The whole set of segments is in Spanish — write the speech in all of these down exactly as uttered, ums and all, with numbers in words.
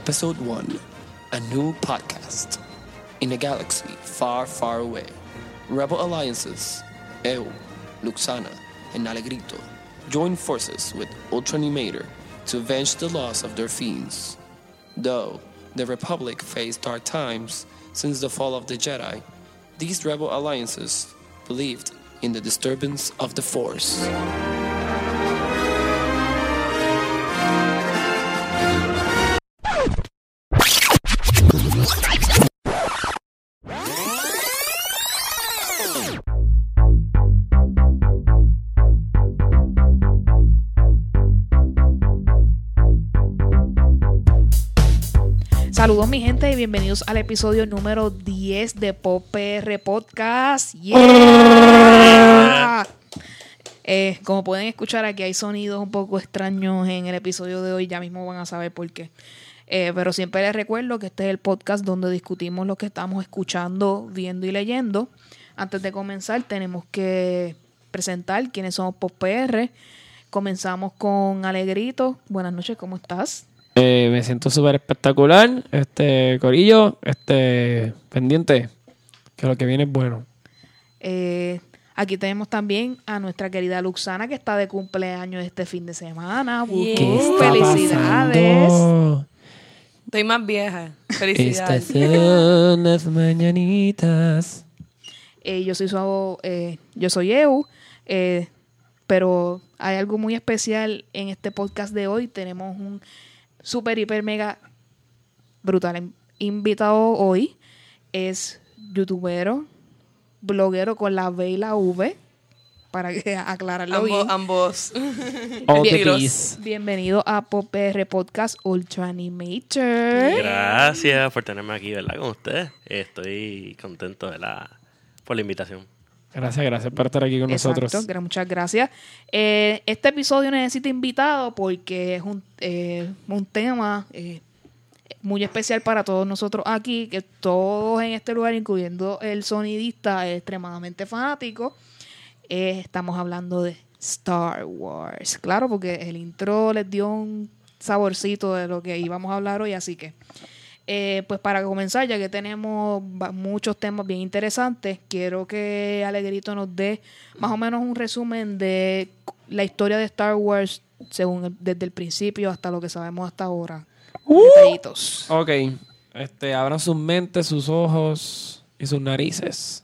Episode one, a new podcast. In a galaxy far, far away, rebel alliances, Eu, Luxana, and Alegrito join forces with Ultra Animator to avenge the loss of their fiends. Though the Republic faced dark times since the fall of the Jedi, these rebel alliances believed in the disturbance of the Force. Saludos mi gente y bienvenidos al episodio número diez de Pop P R Podcast. Yeah. Eh, como pueden escuchar, aquí hay sonidos un poco extraños en el episodio de hoy, ya mismo van a saber por qué. Eh, pero siempre les recuerdo que este es el podcast donde discutimos lo que estamos escuchando, viendo y leyendo. Antes de comenzar tenemos que presentar quiénes somos Pop P R. Comenzamos con Alegrito. Buenas noches, ¿cómo estás? Eh, me siento súper espectacular, este corillo, este pendiente, que lo que viene es bueno. Eh, aquí tenemos también a nuestra querida Luxana, que está de cumpleaños este fin de semana. ¿Qué Uh, está ¡Felicidades! pasando? Estoy más vieja. Felicidades. Estas son las mañanitas. Eh, yo soy su, eh, yo soy Eu, eh, pero hay algo muy especial en este podcast de hoy. Tenemos un super, hiper, mega brutal invitado hoy. Es youtubero, bloguero con la B y la V, para que aclararlo Ambos, bien. ambos. All the Bien. peace. Bienvenido a Pop P R Podcast Ultra Animator. Gracias por tenerme aquí, ¿verdad? Con ustedes. Estoy contento, ¿verdad? Por la invitación. Gracias, gracias por estar aquí con Exacto, nosotros. gra- muchas gracias. Eh, este episodio necesita invitado porque es un, eh, un tema eh, muy especial para todos nosotros aquí, que todos en este lugar, incluyendo el sonidista, es extremadamente fanático. Eh, estamos hablando de Star Wars. Claro, porque el intro les dio un saborcito de lo que íbamos a hablar hoy, así que Eh, pues para comenzar, ya que tenemos va- muchos temas bien interesantes, quiero que Alegrito nos dé más o menos un resumen de la historia de Star Wars según el- desde el principio hasta lo que sabemos hasta ahora. Detallitos. Ok, este, abran sus mentes, sus ojos y sus narices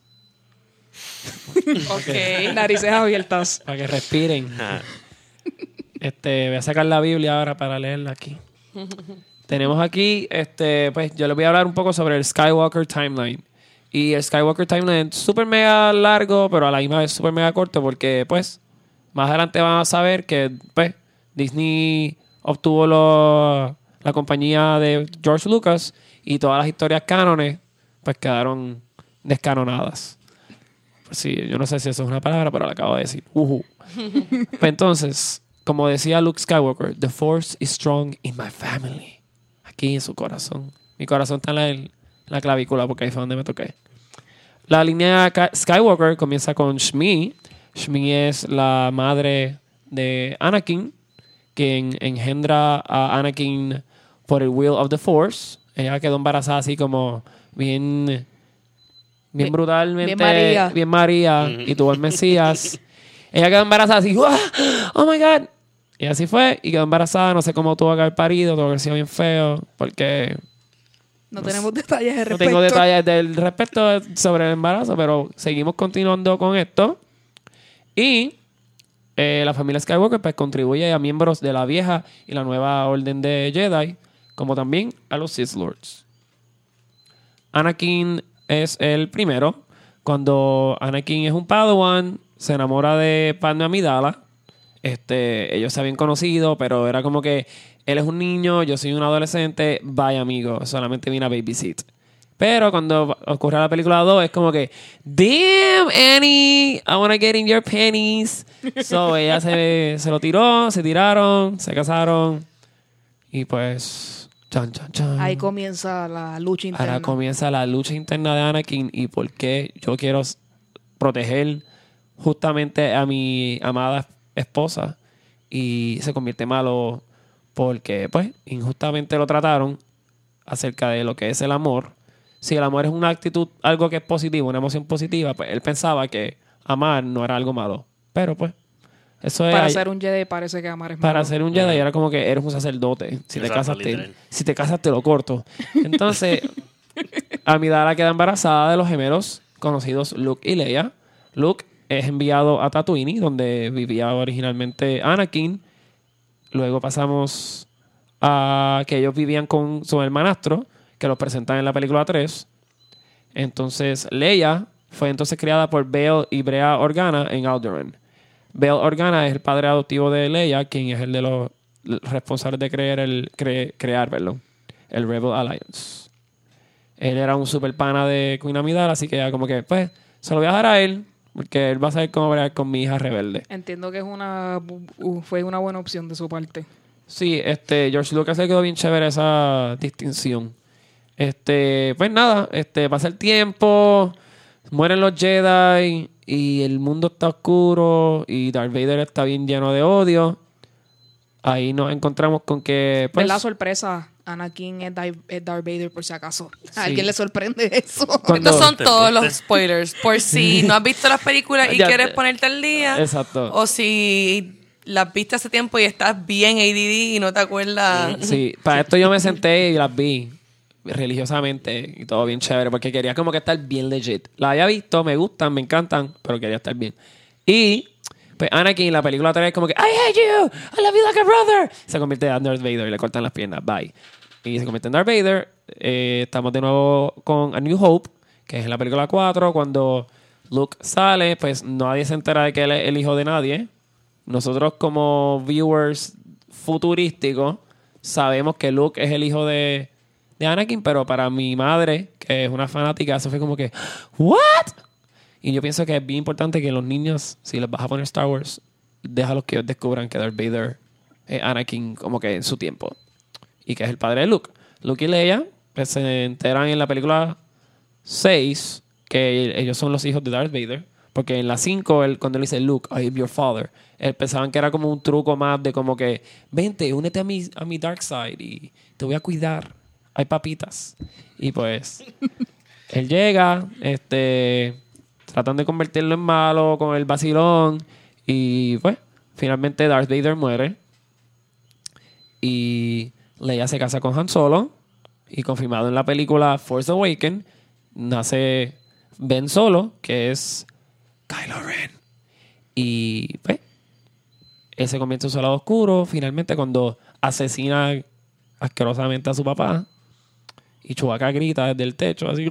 Ok. Narices abiertas. para que respiren. Ajá. Este, voy a sacar la Biblia ahora para leerla aquí. Tenemos aquí, este, pues yo les voy a hablar un poco sobre el Skywalker Timeline. Y el Skywalker Timeline es súper mega largo, pero a la misma vez súper mega corto porque, pues, más adelante van a saber que, pues, Disney obtuvo lo- la compañía de George Lucas y todas las historias cánones, pues, quedaron descanonadas. Pues sí, yo no sé si eso es una palabra, pero la acabo de decir. Ujú. Pues entonces, como decía Luke Skywalker, the force is strong in my family. Aquí en su corazón. Mi corazón está en la, en la clavícula porque ahí fue donde me toqué. La línea Ka- Skywalker comienza con Shmi. Shmi es la madre de Anakin, quien engendra a Anakin por el will of the Force. Ella quedó embarazada así como bien, bien Bien- brutalmente. bien María. Bien María. Y tuvo el Mesías. Ella quedó embarazada así. ¡Uah! ¡Oh, my God! Y así fue. Y quedó embarazada. No sé cómo tuvo que haber parido. Tuvo que haber sido bien feo. Porque No no tenemos detalles al no respecto. tengo detalles del respecto sobre el embarazo. Pero seguimos continuando con esto. Y eh, la familia Skywalker pues contribuye a miembros de la vieja y la nueva orden de Jedi. Como también a los Sith Lords. Anakin es el primero. Cuando Anakin es un Padawan, se enamora de Padme Amidala. Este, ellos se habían conocido, pero era como que él es un niño, yo soy un adolescente, vaya amigo, solamente vine a babysit. Pero cuando ocurre la película dos, es como que, damn, Annie, I wanna get in your panties. So ella se, se lo tiró, se tiraron, se casaron. Y pues, chan, chan, chan. Ahí comienza la lucha interna. Ahora comienza la lucha interna de Anakin y por qué yo quiero s- proteger justamente a mi amada esposa y se convierte malo porque, pues, injustamente lo trataron acerca de lo que es el amor. Si el amor es una actitud, algo que es positivo, una emoción positiva, pues él pensaba que amar no era algo malo. Pero pues, eso es... Para ser un Jedi parece que amar es malo. Para ser un Jedi era como que eres un sacerdote. Si te Exacto, casas, literal. te, si te casas te lo corto. Entonces, Amidala queda embarazada de los gemelos conocidos Luke y Leia. Luke es enviado a Tatooine, donde vivía originalmente Anakin. Luego pasamos a que ellos vivían con su hermanastro, que los presentan en la película tres. Entonces, Leia fue entonces criada por Bail y Brea Organa en Alderaan. Bail Organa es el padre adoptivo de Leia, quien es el de los responsables de crear, el, cre, crear perdón, el Rebel Alliance. Él era un super pana de Queen Amidala, así que ya como que, pues, se lo voy a dejar a él, porque él va a saber cómo bregar con mi hija rebelde. Entiendo que es una uh, fue una buena opción de su parte. Sí, este, George Lucas le quedó bien chévere esa distinción. Este, pues nada, este, pasa el tiempo, mueren los Jedi y el mundo está oscuro y Darth Vader está bien lleno de odio. Ahí nos encontramos con que, pues, de la sorpresa, Anakin es, Di- es Darth Vader por si acaso. Sí. ¿A alguien le sorprende eso? Cuando- Estos son Te todos fuiste. los spoilers. Por si no has visto las películas y Ya quieres te- ponerte al día. Exacto. O si las viste hace tiempo y estás bien A D D y no te acuerdas. Sí, para esto yo me senté y las vi religiosamente y todo bien chévere porque quería como que estar bien legit. Las había visto, me gustan, me encantan, pero quería estar bien. Y pues Anakin en la película tres es como que I hate you, I love you like a brother. Se convierte en Darth Vader y le cortan las piernas, bye. Y se convierte en Darth Vader. Eh, estamos de nuevo con A New Hope, que es en la película cuatro, cuando Luke sale, pues nadie se entera de que él es el hijo de nadie. Nosotros como viewers futurísticos sabemos que Luke es el hijo de, de Anakin, pero para mi madre, que es una fanática, eso fue como que ¿what? Y yo pienso que es bien importante que los niños, si les vas a poner Star Wars, déjalos que ellos descubran que Darth Vader es Anakin como que en su tiempo y que es el padre de Luke. Luke y Leia pues, se enteran en la película seis que ellos son los hijos de Darth Vader. Porque en la cinco, él, cuando él dice, Luke, I am your father, él pensaban que era como un truco más de como que, vente, únete a mi, a mi dark side y te voy a cuidar. Hay papitas. Y pues, él llega, este, tratan de convertirlo en malo con el vacilón. Y pues, finalmente Darth Vader muere. Y Leia se casa con Han Solo. Y confirmado en la película Force Awakens, nace Ben Solo, que es Kylo Ren. Y pues, él se convierte en su lado oscuro. Finalmente, cuando asesina asquerosamente a su papá. Y Chewbacca grita desde el techo, así.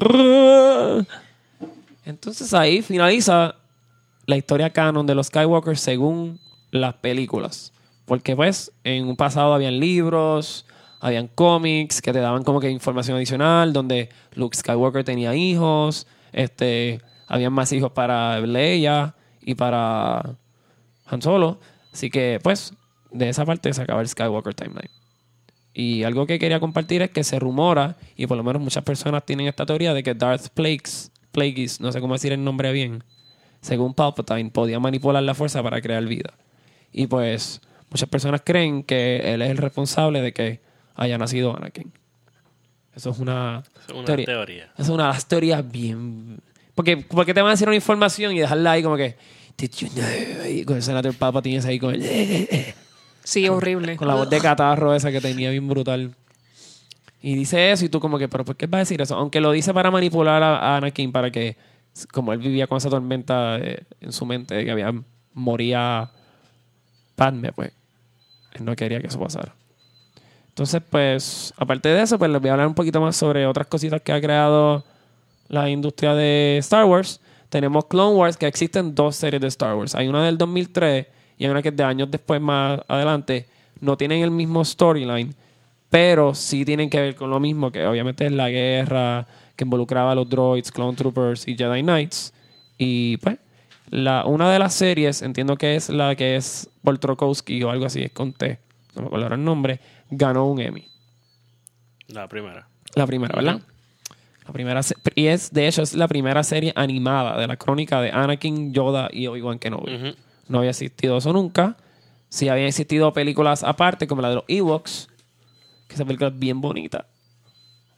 Entonces ahí finaliza la historia canon de los Skywalker según las películas. Porque pues, en un pasado habían libros, habían cómics que te daban como que información adicional, donde Luke Skywalker tenía hijos, este... habían más hijos para Leia y para Han Solo. Así que, pues, de esa parte se acaba el Skywalker Timeline. Y algo que quería compartir es que se rumora, y por lo menos muchas personas tienen esta teoría de que Darth Plagueis, Plagueis, no sé cómo decir el nombre bien, según Palpatine, podía manipular la fuerza para crear vida. Y pues, muchas personas creen que él es el responsable de que haya nacido Anakin. Eso es una, Es una teoría. teoría. Eso es una de las teorías bien... Porque, porque te van a decir una información y dejarla ahí como que Did you know? Y con el senador Palpatine ese ahí con el, Sí, horrible. con la voz de catarro esa que tenía bien brutal. Y dice eso y tú como que, ¿pero por qué va a decir eso? Aunque lo dice para manipular a, a Anakin, para que, como él vivía con esa tormenta eh, en su mente, de que había moría Padme, pues él no quería que eso pasara. Entonces, pues, aparte de eso, pues les voy a hablar un poquito más sobre otras cositas que ha creado la industria de Star Wars. Tenemos Clone Wars, que existen dos series de Star Wars. Hay una del dos mil tres y hay una que es de años después, más adelante. No tienen el mismo storyline, pero sí tienen que ver con lo mismo, que obviamente es la guerra que involucraba a los droids, Clone Troopers y Jedi Knights. Y pues, la, una de las series, entiendo que es la que es por Trokowski o algo así, es con T, no me acuerdo ahora el nombre, ganó un Emmy. La primera. La primera, ¿verdad? La primera se- y es, de hecho, es la primera serie animada de la crónica de Anakin, Yoda y Obi-Wan Kenobi. Ujú. No había existido eso nunca. Sí habían existido películas aparte, como la de los Ewoks, que esa película es bien bonita.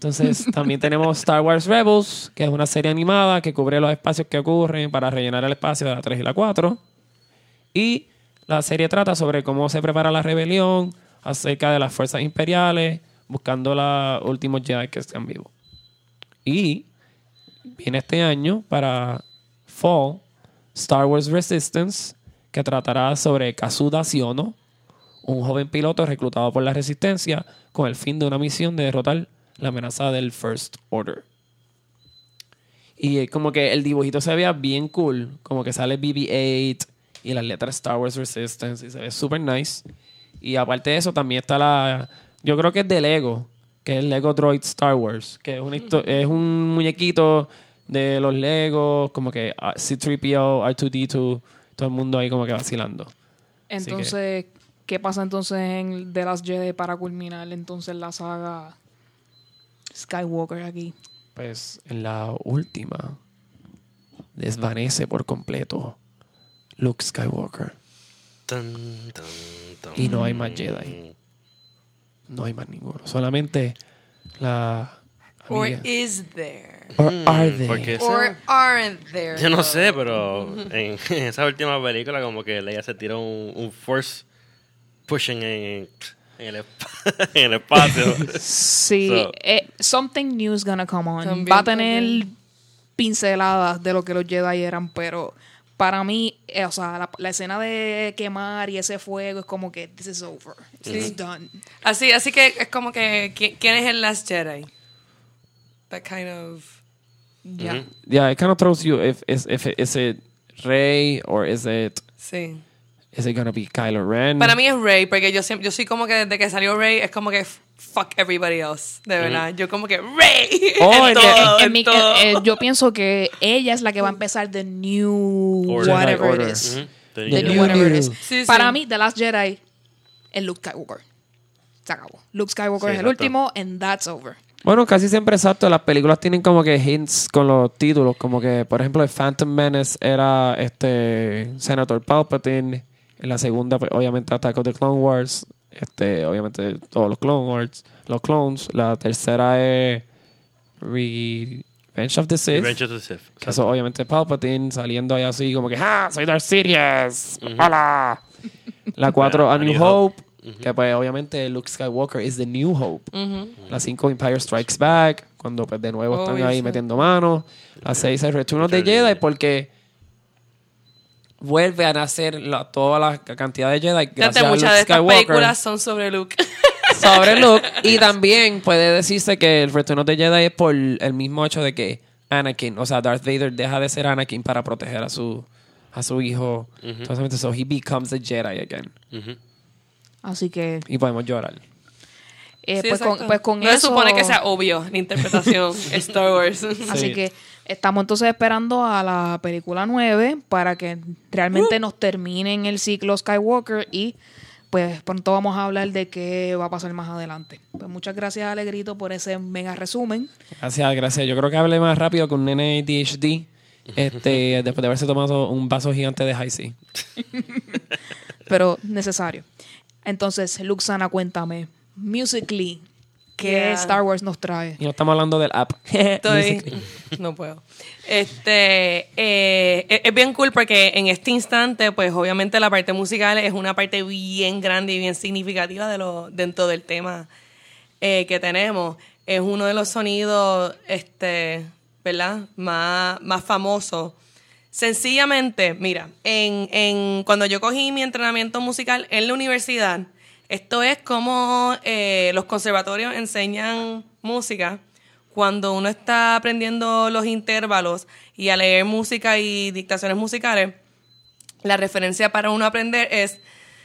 Entonces, también tenemos Star Wars Rebels, que es una serie animada que cubre los espacios que ocurren para rellenar el espacio de la tres y la cuatro. Y la serie trata sobre cómo se prepara la rebelión, acerca de las fuerzas imperiales, buscando los últimos Jedi que están vivos. Y viene este año para Fall, Star Wars Resistance, que tratará sobre Kazuda Siono, un joven piloto reclutado por la Resistencia con el fin de una misión de derrotar la amenaza del First Order. Y es como que el dibujito se veía bien cool, como que sale B B ocho y las letras Star Wars Resistance, y se ve super nice. Y aparte de eso también está la, yo creo que es de Lego, que es el Lego Droid Star Wars, que es, una histo- es un muñequito de los Legos, como que C tres P O, R dos D dos, todo el mundo ahí como que vacilando. Entonces, ¿qué pasa entonces en The Last Jedi para culminar entonces la saga Skywalker aquí? Pues en la última desvanece por completo Luke Skywalker. Tan, tan, tan. Y no hay más Jedi. No hay más ninguno. Solamente la Or amiga. is there? Or are they? Porque esa- Or aren't there? yo no sé, pero en, en esa última película como que Leia se tiró un, un force pushing en, en, el, esp- en el espacio. Sí, So- eh, something new is gonna come on. También, Va a tener también. pinceladas de lo que los Jedi eran, pero para mí, eh, o sea, la, la escena de quemar y ese fuego es como que this is over. It's done. Así, así que es como que ¿qui- ¿quién es el Last Jedi? That kind of Ya. Ujú. Yeah, it kind of throws you if is if it, is it Rey or is it sí. is it gonna be Kylo Ren? Para mí es Rey, porque yo siempre, yo soy como que desde que salió Rey es como que f- fuck everybody else, de verdad. Yo como que Rey. Oh, en en- todo, En en mi- todo. eh, eh, yo pienso que ella es la que va a empezar the new Order. whatever Order. it is. Ujú. The Tenía- new new whatever it new. is. Sí, Para sí. mí, The Last Jedi es Luke Skywalker. Se acabó. Luke Skywalker Sí, es el exacto. último and that's over. Bueno, casi siempre exacto. Las películas tienen como que hints con los títulos. Como que, por ejemplo, el Phantom Menace era este Senator Palpatine. En la segunda, pues, obviamente, Attack of the Clone Wars. Este, obviamente, todos los Clone Wars. Los clones. La tercera es Revenge of the Sith. Revenge of the Sith. Que eso, obviamente, Palpatine saliendo ahí así como que ¡ah! ¡Soy Darth Sidious! ¡Hola! La cuatro, A New Hope. Que pues obviamente Luke Skywalker is the New Hope. La cinco, Empire Strikes Back, cuando pues de nuevo están Obvio, ahí sí. metiendo manos. La seis, el Return of the Jedi, porque vuelve a nacer la- toda la cantidad de Jedi gracias Fíjate, a muchas Luke de estas Skywalker películas son sobre Luke. sobre Luke. Y también puede decirse que el Return of the Jedi es por el mismo hecho de que Anakin, o sea, Darth Vader deja de ser Anakin para proteger a su a su hijo. Entonces, so he becomes a Jedi again. Ujú. Así que, Y podemos llorar. eh, Sí, pues, con, exacto. pues con no eso... se supone que sea obvio la interpretación Star Wars. Así Sí. que estamos entonces esperando a la película nueve para que realmente nos terminen el ciclo Skywalker y pues pronto vamos a hablar de qué va a pasar más adelante. Pues muchas gracias, Alegrito, por ese mega resumen. Gracias, gracias. Yo creo que hablé más rápido que un nene A D H D. Este, después de haberse tomado un vaso gigante de High C. Pero necesario. Entonces, Luxana, cuéntame, musically, ¿qué Yeah. Star Wars nos trae? Y no estamos hablando del app. Estoy. No puedo. Este. eh, es, es bien cool porque en este instante, pues obviamente la parte musical es una parte bien grande y bien significativa de lo, dentro del tema eh, que tenemos. Es uno de los sonidos, este, ¿verdad? Más, más famosos. Sencillamente, mira, en, en, cuando yo cogí mi entrenamiento musical en la universidad, esto es como eh, los conservatorios enseñan música. Cuando uno está aprendiendo los intervalos y a leer música y dictaciones musicales, la referencia para uno aprender es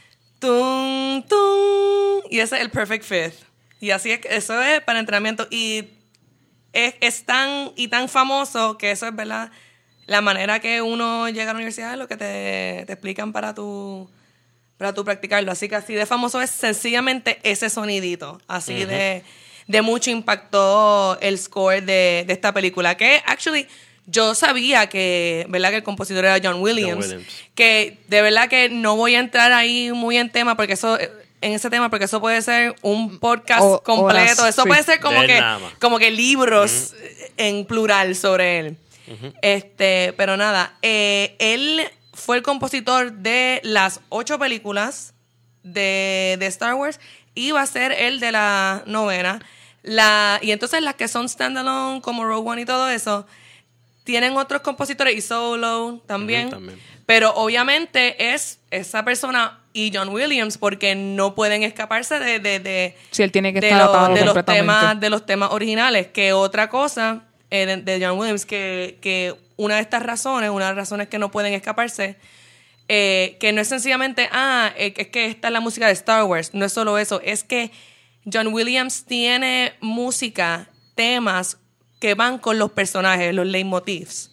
tum, tum, y ese es el perfect fifth. Y así es, eso es para entrenamiento. Y es, es tan y tan famoso que eso es, ¿verdad? La manera que uno llega a la universidad es lo que te, te explican para tu, para tu practicarlo. Así que así de famoso es sencillamente ese sonidito. Así Ujú. de, de mucho impactó el score de, de esta película. Que, actually, yo sabía que, ¿verdad? Que el compositor era John Williams. John Williams. Que de verdad que no voy a entrar ahí muy en tema porque eso, en ese tema porque eso puede ser un podcast O- completo. horas, eso sí. puede ser como De él que, nada más. como que libros en plural sobre él. Este, pero nada, eh, él fue el compositor de las ocho películas de, de Star Wars y va a ser el de la novena. La, y entonces las que son standalone, como Rogue One y todo eso, tienen otros compositores y Solo también. Ujú, también. Pero obviamente es esa persona y John Williams porque no pueden escaparse de, de, de, Sí, él tiene que de, estar lo- atado de los completamente. temas, de los temas originales. Que otra cosa eh, de, de John Williams, que, que una de estas razones, una de las razones que no pueden escaparse, eh, que no es sencillamente, ah, eh, es que esta es la música de Star Wars. No es solo eso, es que John Williams tiene música, temas que van con los personajes, los leitmotifs.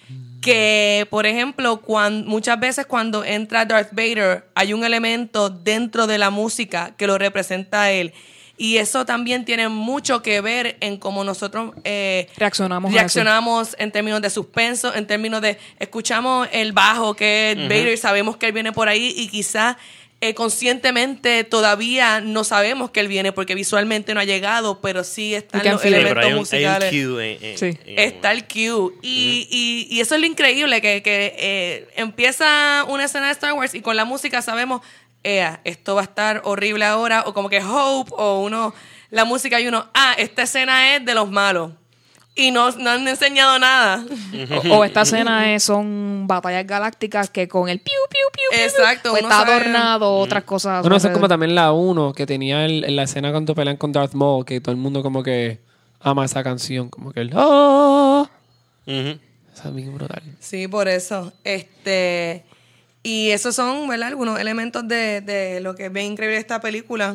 Que, por ejemplo, cuan- muchas veces cuando entra Darth Vader hay un elemento dentro de la música que lo representa a él. Y eso también tiene mucho que ver en cómo nosotros eh, Reaccionamos a reaccionamos en términos de suspenso, en términos de escuchamos el bajo que es Vader, sabemos que él viene por ahí y quizás eh, conscientemente todavía no sabemos que él viene porque visualmente no ha llegado, pero sí están You can los feel it. Sí, pero elementos hay un, hay un musicales. cue en, en- Sí. en- Está el cue. Y, y, y eso es lo increíble, que, que eh, empieza una escena de Star Wars y con la música sabemos, eh, esto va a estar horrible ahora, o como que Hope, o uno, la música y uno, ah, esta escena es de los malos. Y no, no han enseñado nada. O, o esta escena es, son batallas galácticas que con el piu, piu, piu, piu, Exacto, pues uno está sabe- adornado, otras cosas. Bueno, eso es alrededor. como también la uno, que tenía el- en la escena cuando pelean con Darth Maul, que todo el mundo como que ama esa canción, como que el ¡ah! Ujú. Esa es bien brutal. Sí, por eso. Este y esos son, ¿verdad? Algunos elementos de, de lo que es bien increíble esta película.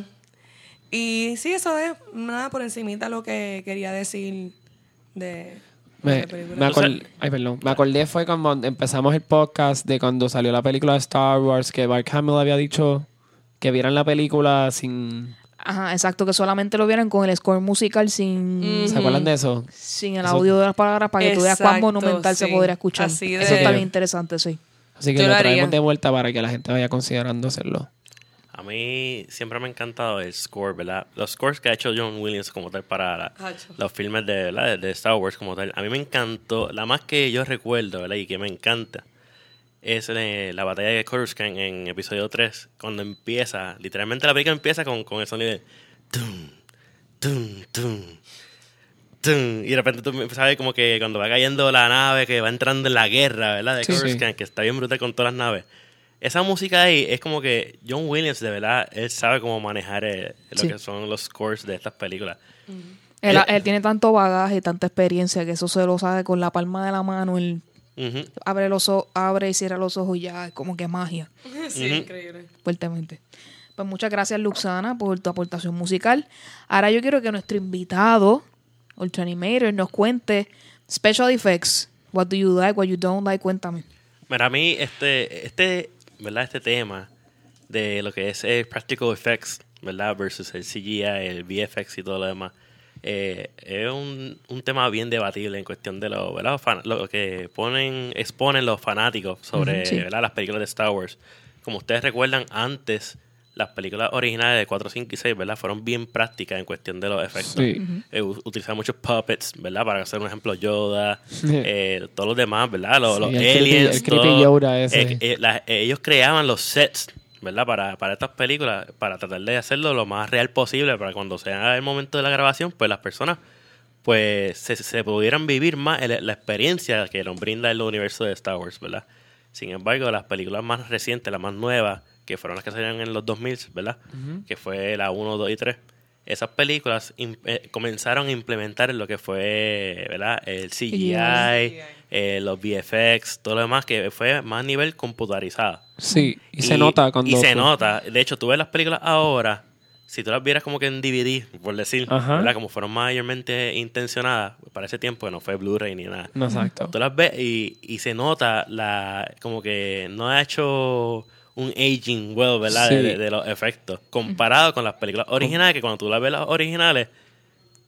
Y sí, eso es nada por encimita lo que quería decir de, de Me, la película. me acordé, ay, perdón. Me acordé fue cuando empezamos el podcast de cuando salió la película de Star Wars, que Mark Hamill había dicho que vieran la película sin... Ajá, exacto, que solamente lo vieran con el score musical sin, ¿Se acuerdan de eso? sin el Eso- audio de las palabras para que tú veas cuán Exacto, monumental se sí. podría escuchar. Así de- Eso está bien interesante, sí. Así que Yo lo lo haría. traemos de vuelta para que la gente vaya considerando hacerlo. A mí siempre me ha encantado el score, ¿verdad? Los scores que ha hecho John Williams como tal para la- Hacho. los filmes de, ¿verdad? de, de Star Wars como tal. A mí me encantó, la más que yo recuerdo, ¿verdad? Y que me encanta, es eh, la batalla de Coruscant en episodio tres. Cuando empieza, literalmente la película empieza con, con el sonido de... Tum, tum, tum, tum. Y de repente tú sabes como que cuando va cayendo la nave, que va entrando en la guerra, ¿verdad? De Sí, Coruscant, que está bien brutal con todas las naves. Esa música ahí es como que John Williams, de verdad, él sabe cómo manejar eh, lo Sí. que son los scores de estas películas. Él, Eh, él tiene tanto bagaje, tanta experiencia que eso se lo sabe con la palma de la mano. Él Ujú. abre los ojos, abre y cierra los ojos y ya es como que magia, Sí, increíble. fuertemente. Pues muchas gracias, Luxana, por tu aportación musical. Ahora yo quiero que nuestro invitado, Ultra Animator, nos cuente special effects. What do you like, what you don't like, cuéntame. Mira, a mí este, este, ¿verdad? Este tema de lo que es el practical effects, ¿verdad? Versus el C G I, el V F X y todo lo demás. Eh, es un, un tema bien debatible en cuestión de lo, ¿verdad? Fan- lo que ponen, exponen los fanáticos sobre, Ujú, sí. ¿verdad? Las películas de Star Wars. Como ustedes recuerdan, antes las películas originales de cuatro, cinco y seis, ¿verdad? Fueron bien prácticas en cuestión de los efectos. Sí. Eh, u- utilizaban muchos puppets, ¿verdad? Para hacer un ejemplo, Yoda, eh, todos los demás, ¿verdad? Los, Sí, los el creepy- aliens. el creepy todo. Yoda ese. Eh, eh, la- eh, ellos creaban los sets, ¿verdad? Para, para estas películas, para tratar de hacerlo lo más real posible, para cuando sea el momento de la grabación, pues las personas pues se, se pudieran vivir más el- la experiencia que nos brinda el universo de Star Wars, ¿verdad? Sin embargo, las películas más recientes, las más nuevas, que fueron las que salieron en los dos mil, ¿verdad? Que fue la uno, dos y tres. Esas películas im- eh, comenzaron a implementar lo que fue, ¿verdad? El C G I, eh, los V F X, todo lo demás, que fue más a nivel computarizado. Sí, y, se nota cuando... Y se nota. De hecho, tú ves las películas ahora, si tú las vieras como que en D V D, por decir, Ajá. ¿verdad? Como fueron mayormente intencionadas, para ese tiempo no fue Blu-ray ni nada. No, exacto. Tú las ves y, y se nota la como que no ha hecho un aging well, ¿verdad? Sí. De, de- de los efectos. Comparado con las películas originales, que cuando tú las ves las originales,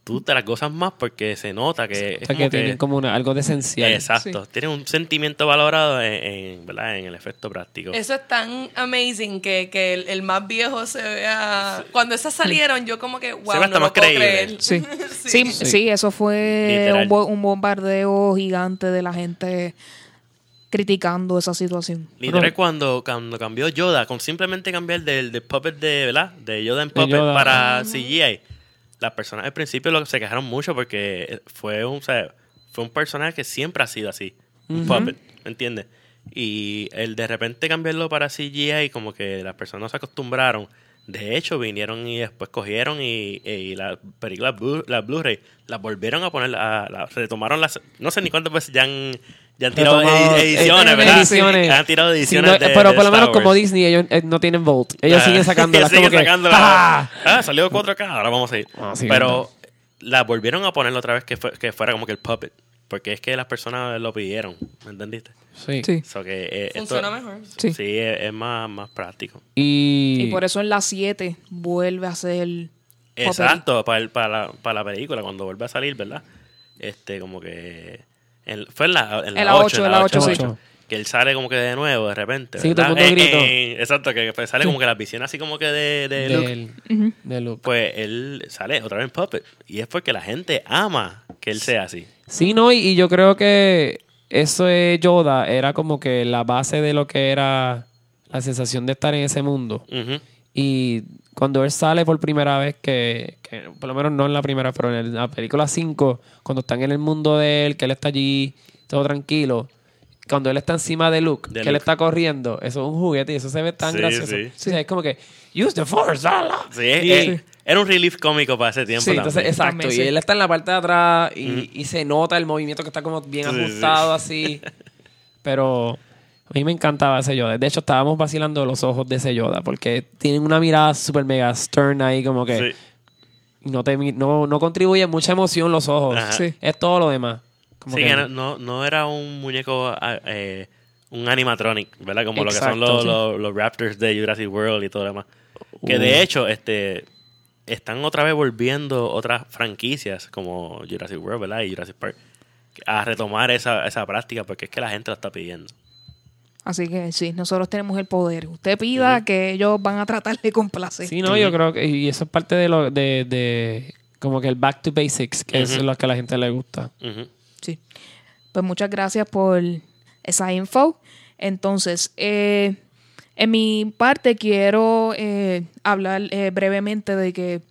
tú te las gozas más porque se nota que O es sea, como que tienen como una, algo de esencial. exacto, tienen un sentimiento valorado en, en, ¿verdad? En el efecto práctico. Eso es tan amazing que, que el, el más viejo se vea... Cuando esas salieron, yo como que, wow, ve no hasta lo más puedo creíble. creer. Sí. Sí, Sí. sí, eso fue Literal. un, bo- un bombardeo gigante de la gente criticando esa situación. Literal, Pero- cuando, cuando cambió Yoda, con simplemente cambiar del, del puppet de, ¿verdad? De Yoda en De puppet Yoda. para C G I, las personas al principio lo, se quejaron mucho porque fue un, o sea, fue un personaje que siempre ha sido así, un puppet, ¿me entiendes? Y el de repente cambiarlo para C G I, como que las personas se acostumbraron. De hecho, vinieron y después cogieron y, y las películas, Blu- las Blu-ray, las volvieron a poner, a, las retomaron las, no sé ni cuántas veces ya han, ya han tirado Retomado, edi- ediciones, eh, ¿verdad? ediciones. Han tirado Sí, ediciones no, de, pero de por lo menos Star como Wars. Disney, ellos eh, no tienen Volt. Ellos Ah, siguen sacándolas. siguen como que, sacándolas. ¡ah! Ah, salió cuatro K, ahora vamos a ir. Vamos a ir. Pero la volvieron a poner otra vez que, fue- que fuera como que el puppet. Porque es que las personas lo pidieron, ¿me entendiste? Sí. Sí. So que, eh, esto- Funciona mejor. Sí. Sí, es, es más, más práctico. Y, Y por eso en las siete vuelve a ser Exacto, para, el- para, la, para la película, cuando vuelve a salir, ¿verdad? Este, como que... en- fue en la, en la En la ocho, ocho, en la ocho, sí. Que él sale como que de nuevo, de repente. Sí, todo el ¿verdad? mundo En- gritó. en- exacto, que pues sale como que la visión así como que de, de Luke. del, de Luke. Pues él sale otra vez en Puppet. Y es porque la gente ama que él sea así. Sí, no, y, y yo creo que eso de Yoda era como que la base de lo que era la sensación de estar en ese mundo. Ujú. Y cuando él sale por primera vez, que, que por lo menos no en la primera, pero en el- la película cinco, cuando están en el mundo de él, que él está allí todo tranquilo, cuando él está encima de Luke, De que él Luke. está corriendo, eso es un juguete y eso se ve tan Sí, gracioso. sí. Sí, es como que, use the force, ala. Sí, es- Y- es- era un relief cómico para ese tiempo Sí, también. entonces, exacto. También, Y sí. él está en la parte de atrás y, y se nota el movimiento que está como bien Sí, sí. ajustado así. Pero a mí me encantaba ese Yoda. De hecho, estábamos vacilando los ojos de ese Yoda porque tienen una mirada súper mega stern ahí, como que Sí. no, te, mi- no, no contribuye mucha emoción los ojos. Ajá. Sí. Es todo lo demás. Como Sí, que- que no, no, no era un muñeco, ah, eh, un animatronic, ¿verdad? Como lo que son Exacto, los, sí. los, los Raptors de Jurassic World y todo lo demás. Que Uh. de hecho, este están otra vez volviendo otras franquicias como Jurassic World, ¿verdad? Y Jurassic Park a retomar esa, esa práctica porque es que la gente lo está pidiendo. Así que sí, nosotros tenemos el poder. Usted pida que ellos van a tratar de complacer. Sí, no, yo creo que y eso es parte de lo de, de como que el back to basics, que es Ujú. lo que a la gente le gusta. Ujú. Sí. Pues muchas gracias por esa info. Entonces, eh, en mi parte quiero eh, hablar eh, brevemente de que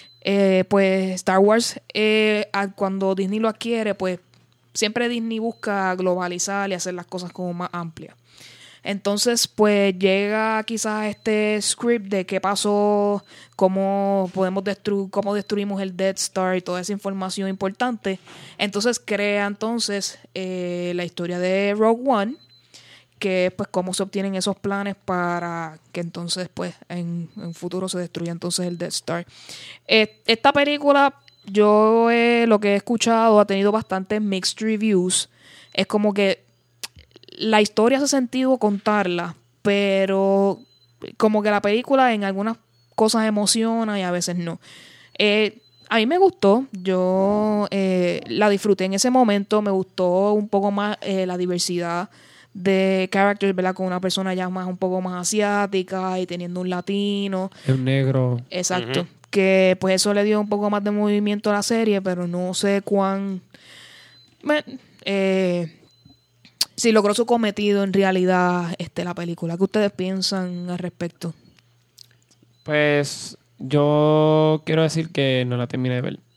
eh, pues Star Wars, eh, a- cuando Disney lo adquiere, pues siempre Disney busca globalizar y hacer las cosas como más amplias. Entonces, pues llega quizás este script de qué pasó, cómo podemos destruir, cómo destruimos el Death Star y toda esa información importante. Entonces crea entonces eh, la historia de Rogue One, que es pues cómo se obtienen esos planes para que entonces pues en, en futuro se destruya entonces el Death Star. Eh, esta película, yo eh, lo que he escuchado ha tenido bastantes mixed reviews. Es como que la historia hace sentido contarla, pero como que la película en algunas cosas emociona y a veces no. Eh, a mí me gustó, yo eh, la disfruté en ese momento, me gustó un poco más eh, la diversidad de characters, ¿verdad? Con una persona ya más un poco más asiática y teniendo un latino. Es un negro. Exacto. Ujú. Que pues eso le dio un poco más de movimiento a la serie, pero no sé cuán... me- eh, si logró su cometido en realidad este, la película. ¿Qué ustedes piensan al respecto? Pues yo quiero decir que no la terminé de ver.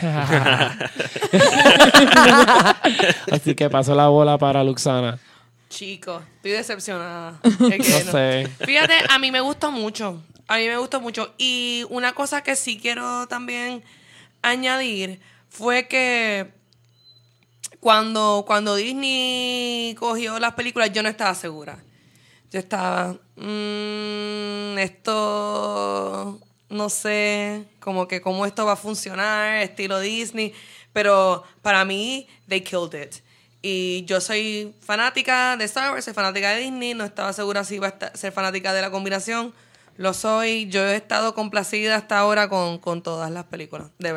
Así que paso la bola para Luxana. Chico, estoy decepcionada. Es que No no. sé. Fíjate, a mí me gustó mucho. A mí me gustó mucho. Y una cosa que sí quiero también añadir fue que cuando, cuando Disney cogió las películas, yo no estaba segura. Yo estaba, mmm, esto, no sé, como que cómo esto va a funcionar, estilo Disney. Pero para mí, they killed it. Y yo soy fanática de Star Wars, soy fanática de Disney, no estaba segura si iba a esta- ser fanática de la combinación. Lo soy, yo he estado complacida hasta ahora con, con todas las películas, de verdad.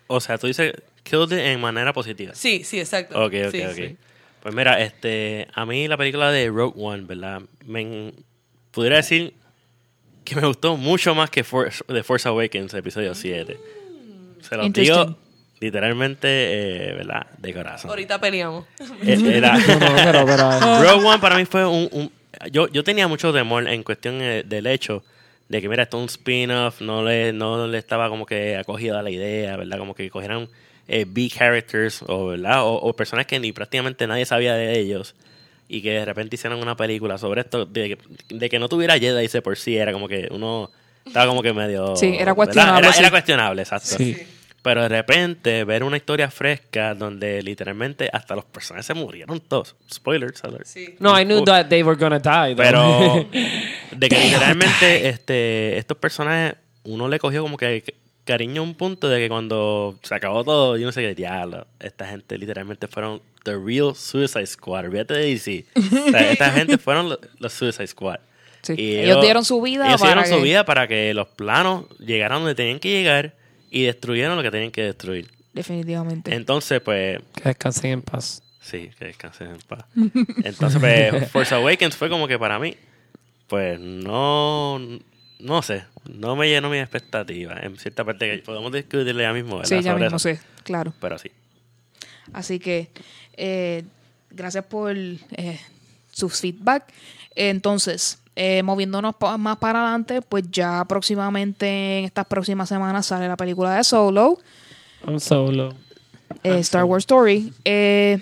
O sea, tú dices killed it en manera positiva. Sí, sí, exacto. Ok, ok, Sí, ok. sí. Pues mira, este, a mí la película de Rogue One, ¿verdad? Me pudiera decir que me gustó mucho más que Force, The Force Awakens, episodio siete. Se los digo Interesting. literalmente, eh, ¿verdad? De corazón. Ahorita peleamos. Eh, Era, No, no, pero, pero, Rogue One para mí fue un... un- yo, yo tenía mucho temor en cuestión eh, del hecho de que, mira, esto es un spin-off, no le, no le estaba como que acogida la idea, ¿verdad? Como que cogieran eh, B-characters o, ¿verdad? O, o personas que ni prácticamente nadie sabía de ellos y que de repente hicieran una película sobre esto, de, de que no tuviera Jedi de por sí, era como que uno estaba como que medio... Sí, era ¿verdad? cuestionable, Era, sí. era cuestionable, exacto. sí. Pero de repente ver una historia fresca donde literalmente hasta los personajes se murieron todos. Spoilers alert. Sí. No, I knew that they were gonna die. though. Pero de que literalmente este, estos personajes uno le cogió como que cariño a un punto de que cuando se acabó todo, yo no sé qué diablo, esta gente literalmente fueron the real Suicide Squad. Olvídate de D C. O sea, esta gente fueron los, los Suicide Squad. Sí. Y Ellos dieron su vida ellos para dieron su que- vida para que los planos llegaran donde tenían que llegar y destruyeron lo que tenían que destruir. Definitivamente. Entonces, pues, Que descansen en paz. sí, que descansen en paz. Entonces, pues, Force Awakens fue como que para mí, pues, no, no sé, no me llenó mis expectativas. En cierta parte que podemos discutirle ya mismo, ¿verdad? Sí, ya Sobre mismo eso. sé, claro. Pero sí. Así que eh, gracias por eh, su feedback. Entonces, eh, moviéndonos pa- más para adelante, pues ya próximamente, en estas próximas semanas, sale la película de Solo, I'm solo. eh, Star Wars Story. Eh,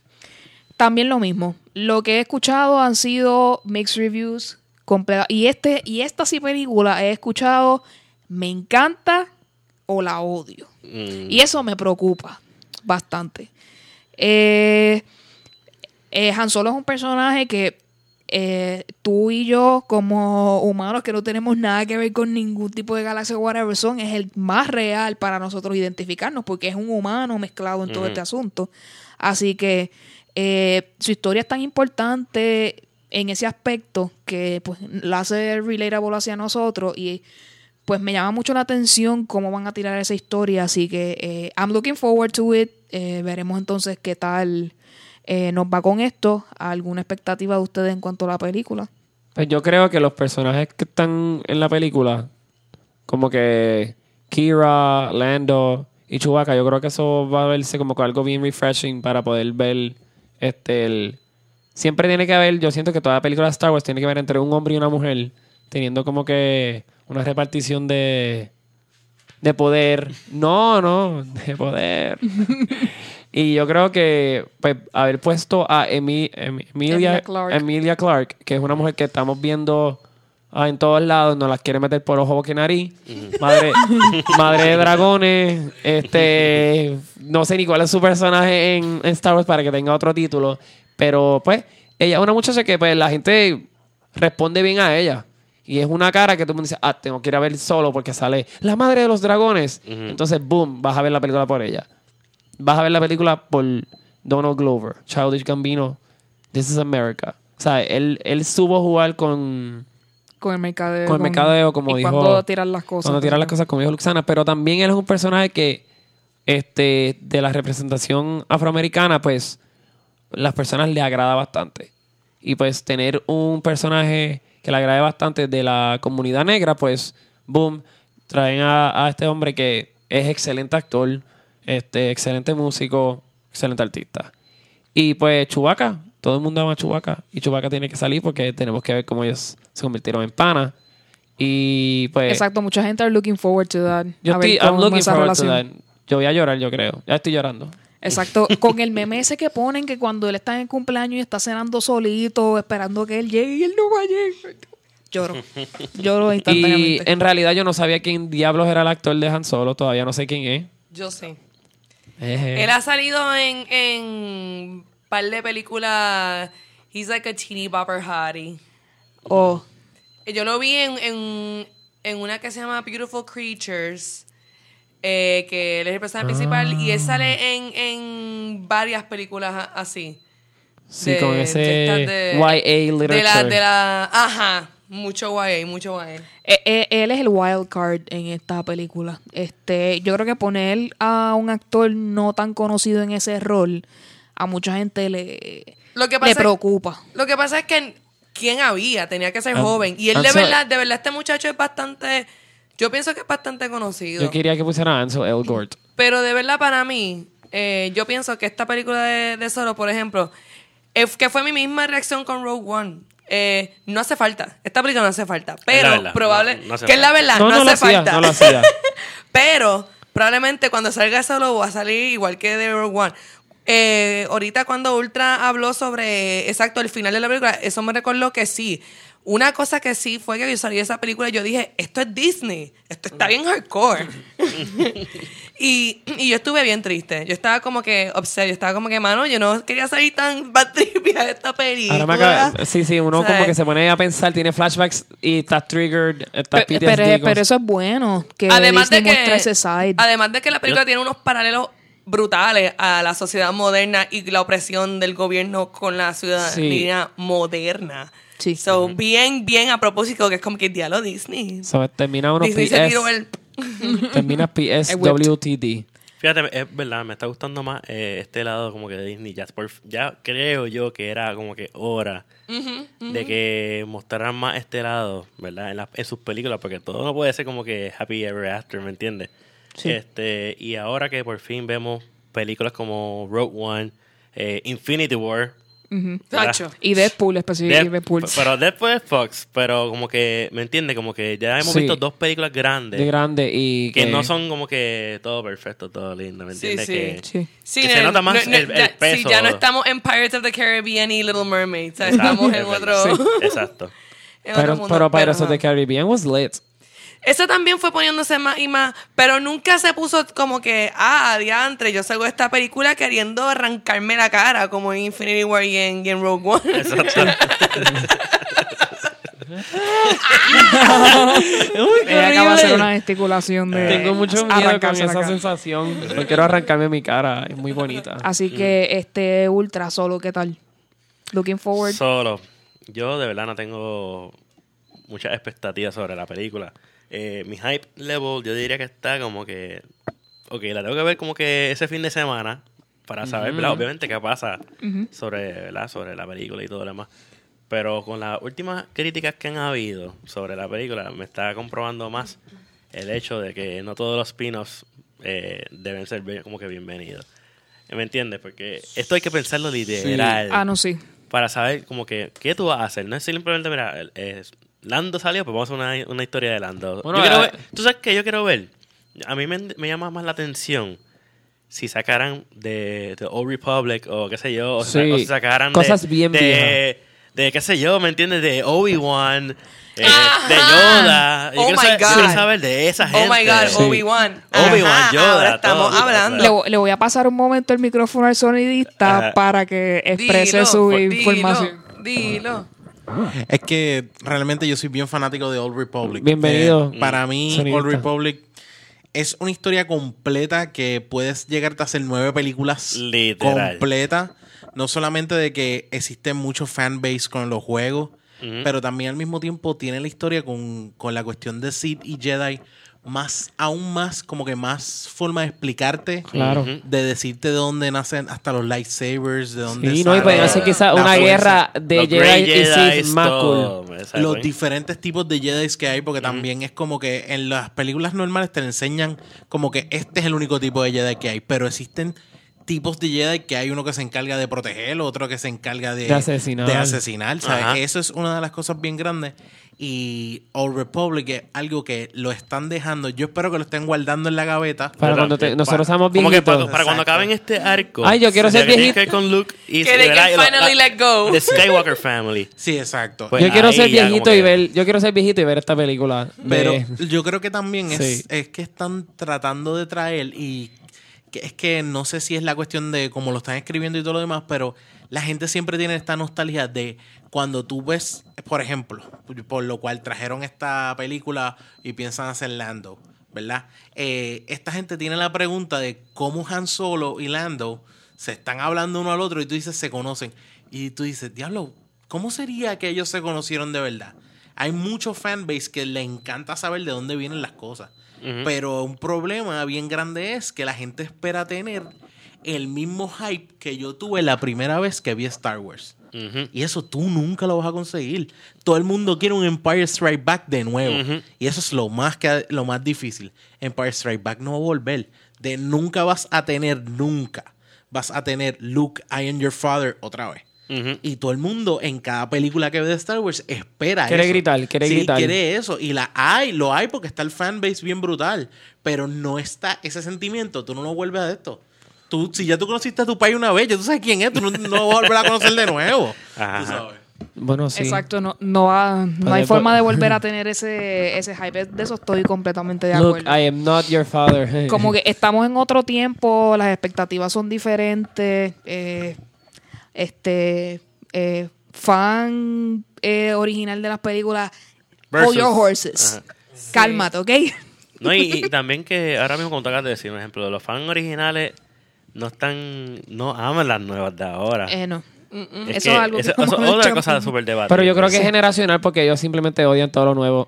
también lo mismo. Lo que he escuchado han sido mixed reviews completa- y este y esta sí película he escuchado me encanta o la odio. Mm, Y eso me preocupa bastante. Eh, eh, Han Solo es un personaje que eh, tú y yo, como humanos que no tenemos nada que ver con ningún tipo de galaxia o whatever son, es el más real para nosotros identificarnos, porque es un humano mezclado en todo Ujú. este asunto. Así que eh, su historia es tan importante en ese aspecto que pues la hace relatable hacia nosotros y pues me llama mucho la atención cómo van a tirar esa historia, así que eh, I'm looking forward to it. Eh, veremos entonces qué tal eh, nos va con esto. ¿Alguna expectativa de ustedes en cuanto a la película? Pues yo creo que los personajes que están en la película, como que Kira, Lando y Chewbacca, yo creo que eso va a verse como que algo bien refreshing para poder ver este el... Siempre tiene que haber, yo siento que toda película de Star Wars tiene que haber entre un hombre y una mujer, teniendo como que una repartición de de poder. No, no, de poder. Y yo creo que pues haber puesto a Emi- Emi- Emilia, Emilia Clarke. Emilia Clarke, que es una mujer que estamos viendo ah, en todos lados, nos las quiere meter por ojo, boca y nariz. Madre, madre de dragones. Este, no sé ni cuál es su personaje en, en Star Wars para que tenga otro título. Pero pues, ella es una muchacha que pues la gente responde bien a ella. Y es una cara que todo el mundo dice, ah, tengo que ir a ver Solo porque sale la madre de los dragones. Ujú. Entonces, boom, vas a ver la película por ella. Vas a ver la película por Donald Glover, Childish Gambino, This is America. O sea, él, él supo jugar con, Con el mercadeo. con el mercadeo, como y dijo. cuando tirar las cosas. Cuando tirar las cosas, como dijo Luxana. Pero también él es un personaje que, este, de la representación afroamericana, pues, las personas le agrada bastante. Y pues tener un personaje que le agrade bastante de la comunidad negra, pues, boom, traen a, a este hombre que es excelente actor, este, excelente músico, excelente artista. Y pues Chewbacca, todo el mundo ama a Chewbacca. Y Chewbacca tiene que salir porque tenemos que ver cómo ellos se convirtieron en pana. Y pues... Exacto, mucha gente are looking forward to that. Yo A ver estoy, I'm cómo looking esa forward to relación. that. Yo voy a llorar, yo creo. Ya estoy llorando. Exacto, con el meme ese que ponen que cuando él está en el cumpleaños y está cenando solito, esperando que él llegue y él no va a llegar. Lloro. Lloro Y instantáneamente. en realidad yo no sabía quién diablos era el actor de Han Solo. Todavía no sé quién es. Yo sé. Eje. Él ha salido en, en un par de películas. He's like a teeny bopper hottie. Oh, Yo lo vi en, en, en una que se llama Beautiful Creatures, eh, que él es el personaje principal y él sale en, en varias películas a- así. Sí, De- con de ese estas de- Y A literature. De la, de la, ajá, Mucho Y A, mucho Y A. Eh, eh, él es el wild card en esta película. Este, yo creo que poner a un actor no tan conocido en ese rol a mucha gente le, Lo que le pasa preocupa. Es, lo que pasa es que quién había, tenía que ser Ah, joven. Y él ah, de so- verdad, de verdad, este muchacho es bastante, yo pienso que es bastante conocido. Yo quería que pusieran a Ansel Elgort. Pero de verdad para mí, eh, yo pienso que esta película de, de Solo, por ejemplo, eh, que fue mi misma reacción con Rogue One. Eh, no hace falta. Esta película no hace falta. Pero verdad, probable, no- no hace que es la falta. verdad, No, no, no lo hace hacía, falta. no lo hacía. Pero probablemente cuando salga Solo va a salir igual que de Rogue One. Eh, ahorita cuando Ultra habló sobre, exacto, el final de la película, eso me recordó que sí. Una cosa que sí fue que yo salí de esa película y yo dije, esto es Disney, esto está bien hardcore. y, y yo estuve bien triste. Yo estaba como que upset, yo estaba como que, mano, yo no quería salir tan bad trippy de esta película. Ahora me acaba- sí, sí, uno O sea, como que se pone a pensar, tiene flashbacks y estás triggered, estás Pe- P T S D. pero, con- pero eso es bueno, que además Disney de que muestre ese side. además de que la película Yo- tiene unos paralelos brutales a la sociedad moderna y la opresión del gobierno con la ciudadanía moderna. Sí. So, bien, bien a propósito, que es como que diálogo Disney. So, termina uno Disney se P S, tiró el... termina P S W T D. Fíjate, es verdad, me está gustando más eh, este lado como que de Disney. Ya, por- ya creo yo que era como que hora de que mostraran más este lado, ¿verdad? En, la- en sus películas, porque todo no puede ser como que Happy Ever After, ¿me entiendes? Sí. Este, y ahora que por fin vemos películas como Rogue One, eh, Infinity War, Ujú. Tacho. Y Deadpool específicamente. Dead- Deadpool. pero después es Fox, pero como que, ¿me entiendes? Como que ya hemos Sí. visto dos películas grandes De grande y que no son como que todo perfecto, todo lindo, ¿me Sí, entiendes? sí. Que, Sí. Sí, que no, se nota más no, no, el, el ya, peso. sí, ya no estamos en Pirates of the Caribbean y Little Mermaid. O sea, estamos en Es otro, verdad. Sí, exacto. en otro Pero, mundo. pero Pirates of ajá. the Caribbean was lit. Eso también fue poniéndose más y más, pero nunca se puso como que, ah, adiantre, yo salgo de esta película queriendo arrancarme la cara, como en Infinity War y en, y en Rogue One. Exacto. Ella acaba de hacer una gesticulación de Tengo mucho miedo con arrancarse la esa cara. sensación. No quiero arrancarme mi cara. Es muy bonita. Así que este Ultra Solo, ¿qué tal? Looking forward. Solo. Yo de verdad no tengo muchas expectativas sobre la película. Eh, mi hype level yo diría que está como que... Ok, la tengo que ver como que ese fin de semana para saber, ¿verdad? Obviamente, qué pasa sobre, ¿verdad? Sobre la película y todo lo demás. Pero con las últimas críticas que han habido sobre la película, me está comprobando más el hecho de que no todos los spin-offs eh, deben ser bien- como que bienvenidos. ¿Me entiendes? Porque esto hay que pensarlo literal. Ah, no, sí. Para saber como que qué tú vas a hacer. No es simplemente, mira, eh, Lando salió, pues vamos a hacer una, una historia de Lando. Bueno, Yo quiero eh, ver- ¿tú sabes qué yo quiero ver? A mí me, me llama más la atención si sacaran de, de Old Republic o qué sé yo, o, Sí, sa- o si sacaran cosas de, bien de, de, qué sé yo, ¿me entiendes? De Obi-Wan, eh, de Yoda. Yo Oh quiero, my saber, God. quiero saber de esa gente. Oh my God, Sí. Obi-Wan. Obi-Wan, Ajá, Yoda, ahora estamos todo. hablando. Le, vo- le voy a pasar un momento el micrófono al sonidista Ajá. para que exprese Dilo, su dilo, información. Dilo. Es que realmente yo soy bien fanático de Old Republic. Bienvenido, Eh, para mí, sonidista. Old Republic es una historia completa que puedes llegarte a hacer nueve películas Literal. completa. No solamente de que existe mucho fanbase con los juegos, Ujú. pero también al mismo tiempo tiene la historia con, con la cuestión de Sith y Jedi más, aún más, como que más forma de explicarte. Claro. Ujú. De decirte de dónde nacen hasta los lightsabers, de dónde Sí, no, y sale pueden hacer quizás la una fuerza. guerra de Los Jedi Grey y Jedis, Sith más cool. todo, ¿sabes? Los Pues, diferentes tipos de Jedi que hay, porque también es como que en las películas normales te enseñan como que este es el único tipo de Jedi que hay, pero existen tipos de Jedi que hay uno que se encarga de proteger, otro que se encarga de, De asesinar. de asesinar, ¿sabes? Ajá. Eso es una de las cosas bien grandes. Y Old Republic es algo que lo están dejando. Yo espero que lo estén guardando en la gaveta. Para cuando te- nosotros seamos Como que para, viejitos. para cuando Exacto. acaben este arco. Ay, yo quiero de ser que tiene viejito. que ver con Luke y Que they ¿verdad? can Y lo- finally la- let go. The Skywalker Family. Sí, exacto. Pues Yo quiero ahí ser ya viejito como y que- ver, yo quiero ser viejito y ver esta película. Pero de- yo creo que también es, Sí. es que están tratando de traer y que es que no sé si es la cuestión de cómo lo están escribiendo y todo lo demás, pero la gente siempre tiene esta nostalgia de cuando tú ves, por ejemplo, por lo cual trajeron esta película y piensan hacer Lando, ¿verdad? Eh, esta gente tiene la pregunta de cómo Han Solo y Lando se están hablando uno al otro y tú dices se conocen y tú dices, diablo, ¿cómo sería que ellos se conocieron de verdad? hay mucho fanbase que le encanta saber de dónde vienen las cosas. Uh-huh. Pero un problema bien grande es que la gente espera tener el mismo hype que yo tuve la primera vez que vi Star Wars. Uh-huh. Y eso tú nunca lo vas a conseguir. Todo el mundo quiere un Empire Strike Back de nuevo. Uh-huh. Y eso es lo más, que, lo más difícil. Empire Strike Back no va a volver. De nunca vas a tener, nunca vas a tener Luke, I am your father otra vez. Uh-huh. Y todo el mundo en cada película que ve de Star Wars espera quiere eso. gritar, quiere sí, gritar. quiere eso. Y la hay, lo hay porque está el fanbase bien brutal. Pero no está ese sentimiento. Tú no lo vuelves a esto. Tú, si ya tú conociste a tu país una vez, ya tú sabes quién es. Tú no, no lo vas a volver a conocer de nuevo. Ajá. Tú sabes. Bueno, sí. Exacto, no, no, va, no hay Pues, forma pues, de volver a tener ese, ese hype. De eso estoy completamente de Look, acuerdo. I am not your father. Como que estamos en otro tiempo, las expectativas son diferentes. Eh, este eh, fan eh, original de las películas, Versus. hold your horses. Ajá. Cálmate, ¿ok? No, y, y también que ahora mismo, como te acabas de decir, un ejemplo, los fans originales no están, no aman las nuevas de ahora. Eh, no. Es Eso que es algo que eso- vamos eso a es otra echar- cosa súper debatible. Pero yo creo que es generacional porque ellos simplemente odian todo lo nuevo.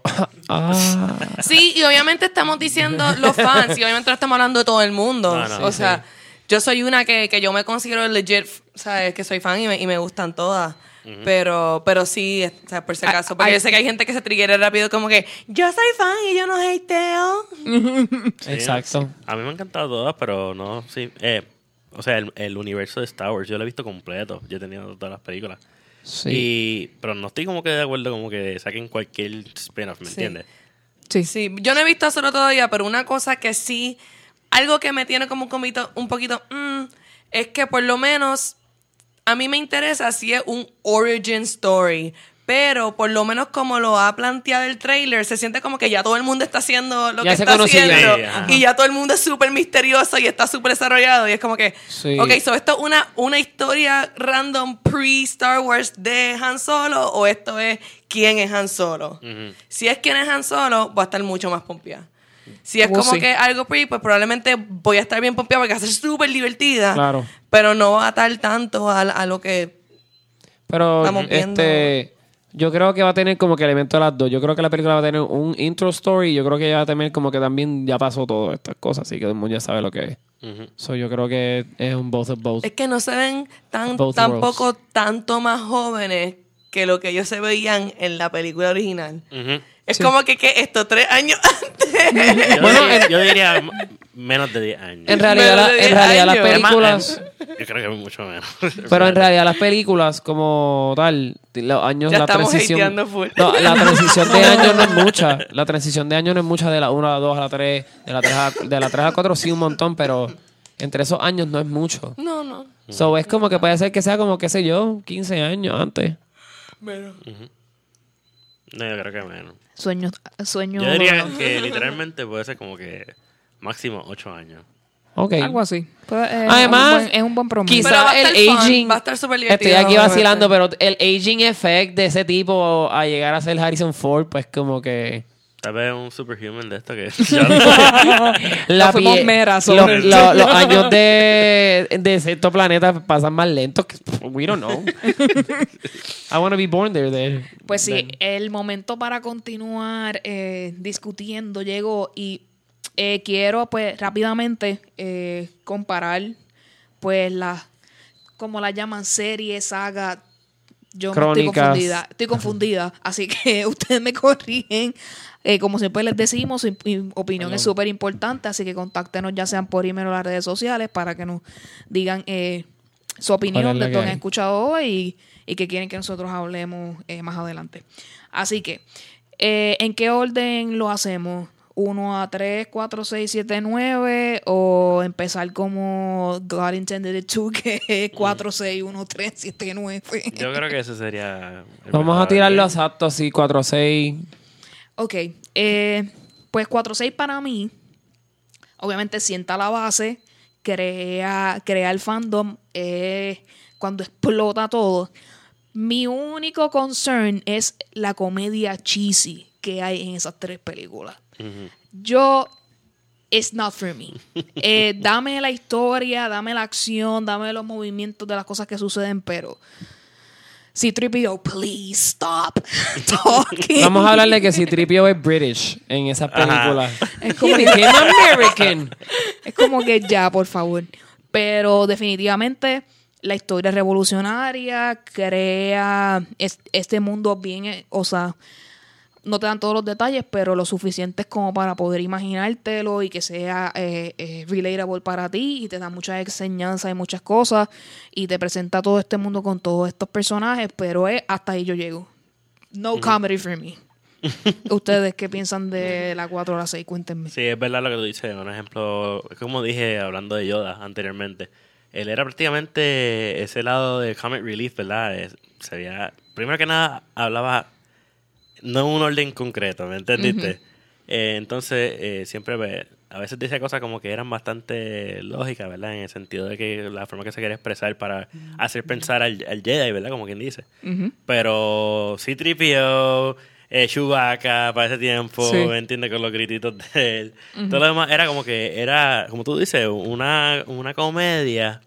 ah. Sí, y obviamente estamos diciendo los fans, y obviamente no estamos hablando de todo el mundo. No, no, o sí, sea, yo soy una que, que yo me considero legit, ¿sabes? Que soy fan y me, y me gustan todas. Uh-huh. Pero pero sí, o sea, por si acaso. Porque Ay, yo sé que hay gente que se triggera rápido como que yo soy fan y yo no hateo. Sí, Exacto. A mí me han encantado todas, pero no, sí. Eh, o sea, el, el universo de Star Wars yo lo he visto completo. Yo he tenido todas las películas. Sí. Y, pero no estoy como que de acuerdo como que saquen cualquier spin-off, ¿me Sí. entiendes? Sí. Sí, yo no he visto solo todavía, pero una cosa que sí, algo que me tiene como un poquito, un poquito mm, es que por lo menos a mí me interesa si es un origin story, pero por lo menos como lo ha planteado el trailer, se siente como que ya todo el mundo está haciendo lo Ya que se está conocía. haciendo Sí, ajá. y ya todo el mundo es súper misterioso y está súper desarrollado y es como que, Sí. ok, so esto es una, una historia random pre-Star Wars de Han Solo o esto es quién es Han Solo. Ujú. Si es quién es Han Solo, va a estar mucho más pompeada. Si es Oh, como sí. que algo pre, pues probablemente voy a estar bien pompeada porque va a ser súper divertida. Claro. Pero no va a atar tanto a, a lo que... Pero Estamos viendo- este yo creo que va a tener como que elemento de las dos. Yo creo que la película va a tener un intro story y yo creo que ya va a tener como que también ya pasó todas estas cosas, así que todo el mundo ya sabe lo que es. Ujú. So, yo creo que es un both of both. Es que no se ven tan, Both tampoco roles. tanto más jóvenes que lo que ellos se veían en la película original. Ujú. Es Sí. como que, que esto tres años antes. Yo, Bueno, diría, en- yo diría m- menos de diez años. En realidad, Menos la- de en diez realidad las años. Es más, películas, eh, yo creo que es mucho menos. pero en realidad las películas como tal, los años, Ya la estamos transición, hateando full. no, la transición de años no es mucha, la transición de años no es mucha de la uno a la dos a la tres, de la tres a, de la tres a cuatro sí un montón, pero entre esos años no es mucho. No, no. So, es como que puede ser que sea como, qué sé yo, quince años antes. Pero... No, yo creo que menos. Sueños, sueños. Yo diría que literalmente puede ser como que máximo ocho años. Ok. Algo así. Pues, eh, Además, es un buen- es un buen promedio. quizá Pero va a el estar fun, aging, va a estar súper divertido, estoy aquí obviamente. vacilando, pero el aging effect de ese tipo a llegar a ser Harrison Ford, pues como que Tal vez un superhuman de esto que... la fuimos pie- meras los, sobre el- los- los años de, de cierto planeta pasan más lentos que we don't know. I want to be born there then. Pues sí, Then. el momento para continuar eh, discutiendo llegó y eh, quiero pues rápidamente eh, comparar pues las, como la llaman, serie, saga. Yo me estoy Crónicas. confundida, estoy confundida, así que ustedes me corrigen. Eh, como siempre les decimos, su im- opinión es súper importante, así que contáctenos ya sean por email o las redes sociales para que nos digan eh, su ¿Cuál opinión es de la lo que que han hay? escuchado hoy y, y que quieren que nosotros hablemos eh, más adelante. Así que, eh, ¿en qué orden lo hacemos? uno a tres, cuatro, seis, siete, nueve o empezar como God Intended It To, que es cuatro, seis, uno, tres, siete, nueve. Yo creo que ese sería... el Vamos mejor a tirarlo orden. exacto así, cuatro seis. Ok, eh, pues cuatro seis para mí, obviamente sienta la base, crea, crea el fandom, eh, cuando explota todo. Mi único concern es la comedia cheesy que hay en esas tres películas. Ujú. Yo, it's not for me. Eh, dame la historia, dame la acción, dame los movimientos de las cosas que suceden, pero C tres P O, please stop talking. Vamos a hablarle que si Tripio es British en esa película. Es como He que- became American. Es como que ya, por favor. Pero definitivamente la historia revolucionaria crea es- este mundo bien, eh, o sea, no te dan todos los detalles, pero lo suficientes como para poder imaginártelo y que sea eh, eh, relatable para ti, y te da muchas enseñanzas y muchas cosas, y te presenta todo este mundo con todos estos personajes, pero es hasta ahí yo llego. No comedy for me. ¿Ustedes qué piensan de la cuatro a la seis? Cuéntenme. Sí, es verdad lo que tú dices. Un ejemplo, como dije hablando de Yoda anteriormente, él era prácticamente ese lado de comic relief, ¿verdad? Es- se veía- primero que nada, hablaba no en un orden concreto, ¿me entendiste? Eh, entonces, eh, siempre ve- a veces dice cosas como que eran bastante lógicas, ¿verdad? En el sentido de que la forma que se quería expresar para hacer pensar al, al Jedi, ¿verdad? Como quien dice. Ujú. Pero C tres P O, eh, Chewbacca para ese tiempo, Sí. ¿me entiendes? Con los grititos de él. Todo lo demás era como que era, como tú dices, una, una comedia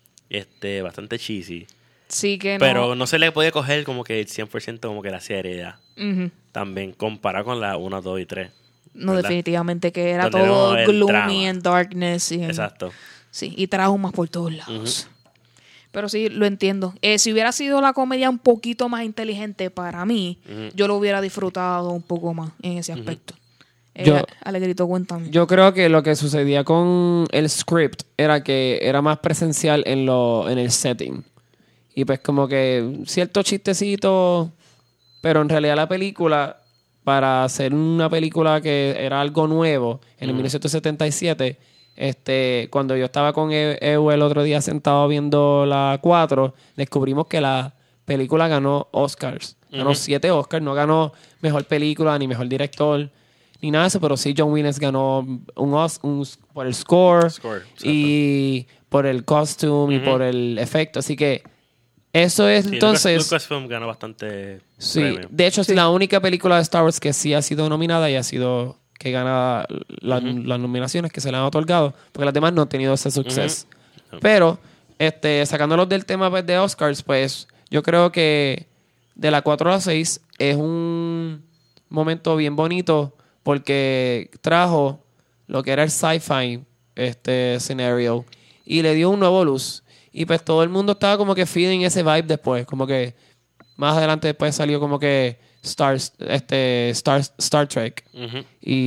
este bastante cheesy. Sí que no. Pero no se le puede coger como que el cien por ciento como que la seriedad. Ujú. También comparado con la uno, dos y tres. No, ¿verdad? definitivamente que era Donde todo no el gloomy drama. and darkness. Y, Exacto. Sí, y traumas por todos lados. Pero sí, lo entiendo. Eh, si hubiera sido la comedia un poquito más inteligente para mí, Ujú. yo lo hubiera disfrutado un poco más en ese aspecto. Eh, Yo- Alegrito, cuéntame. Yo creo que lo que sucedía con el script era que era más presencial en lo en el setting. Y pues como que ciertos chistecitos, pero en realidad la película, para hacer una película que era algo nuevo en el mil novecientos setenta y siete, este, cuando yo estaba con E- Ew el otro día sentado viendo la cuatro, descubrimos que la película ganó Oscars. Ganó Ujú. siete Oscars, no ganó mejor película ni mejor director ni nada de eso, pero sí John Williams ganó un, Os- un por el score, Score, exacto. y por el costume y Ujú. por el efecto. Así que eso es Sí, entonces... Lucas, Lucasfilm ganó bastante Sí, premio. de hecho es la única película de Star Wars que sí ha sido nominada y ha sido que gana la- las nominaciones que se le han otorgado, porque las demás no han tenido ese suceso. Ujú. Pero, este, sacándolos del tema pues, de Oscars, pues yo creo que de la cuatro a la seis es un momento bien bonito porque trajo lo que era el sci-fi este scenario y le dio un nuevo luz. Y pues todo el mundo estaba como que feeling ese vibe después, como que más adelante después salió como que Star, este, Star, Star Trek. Ujú,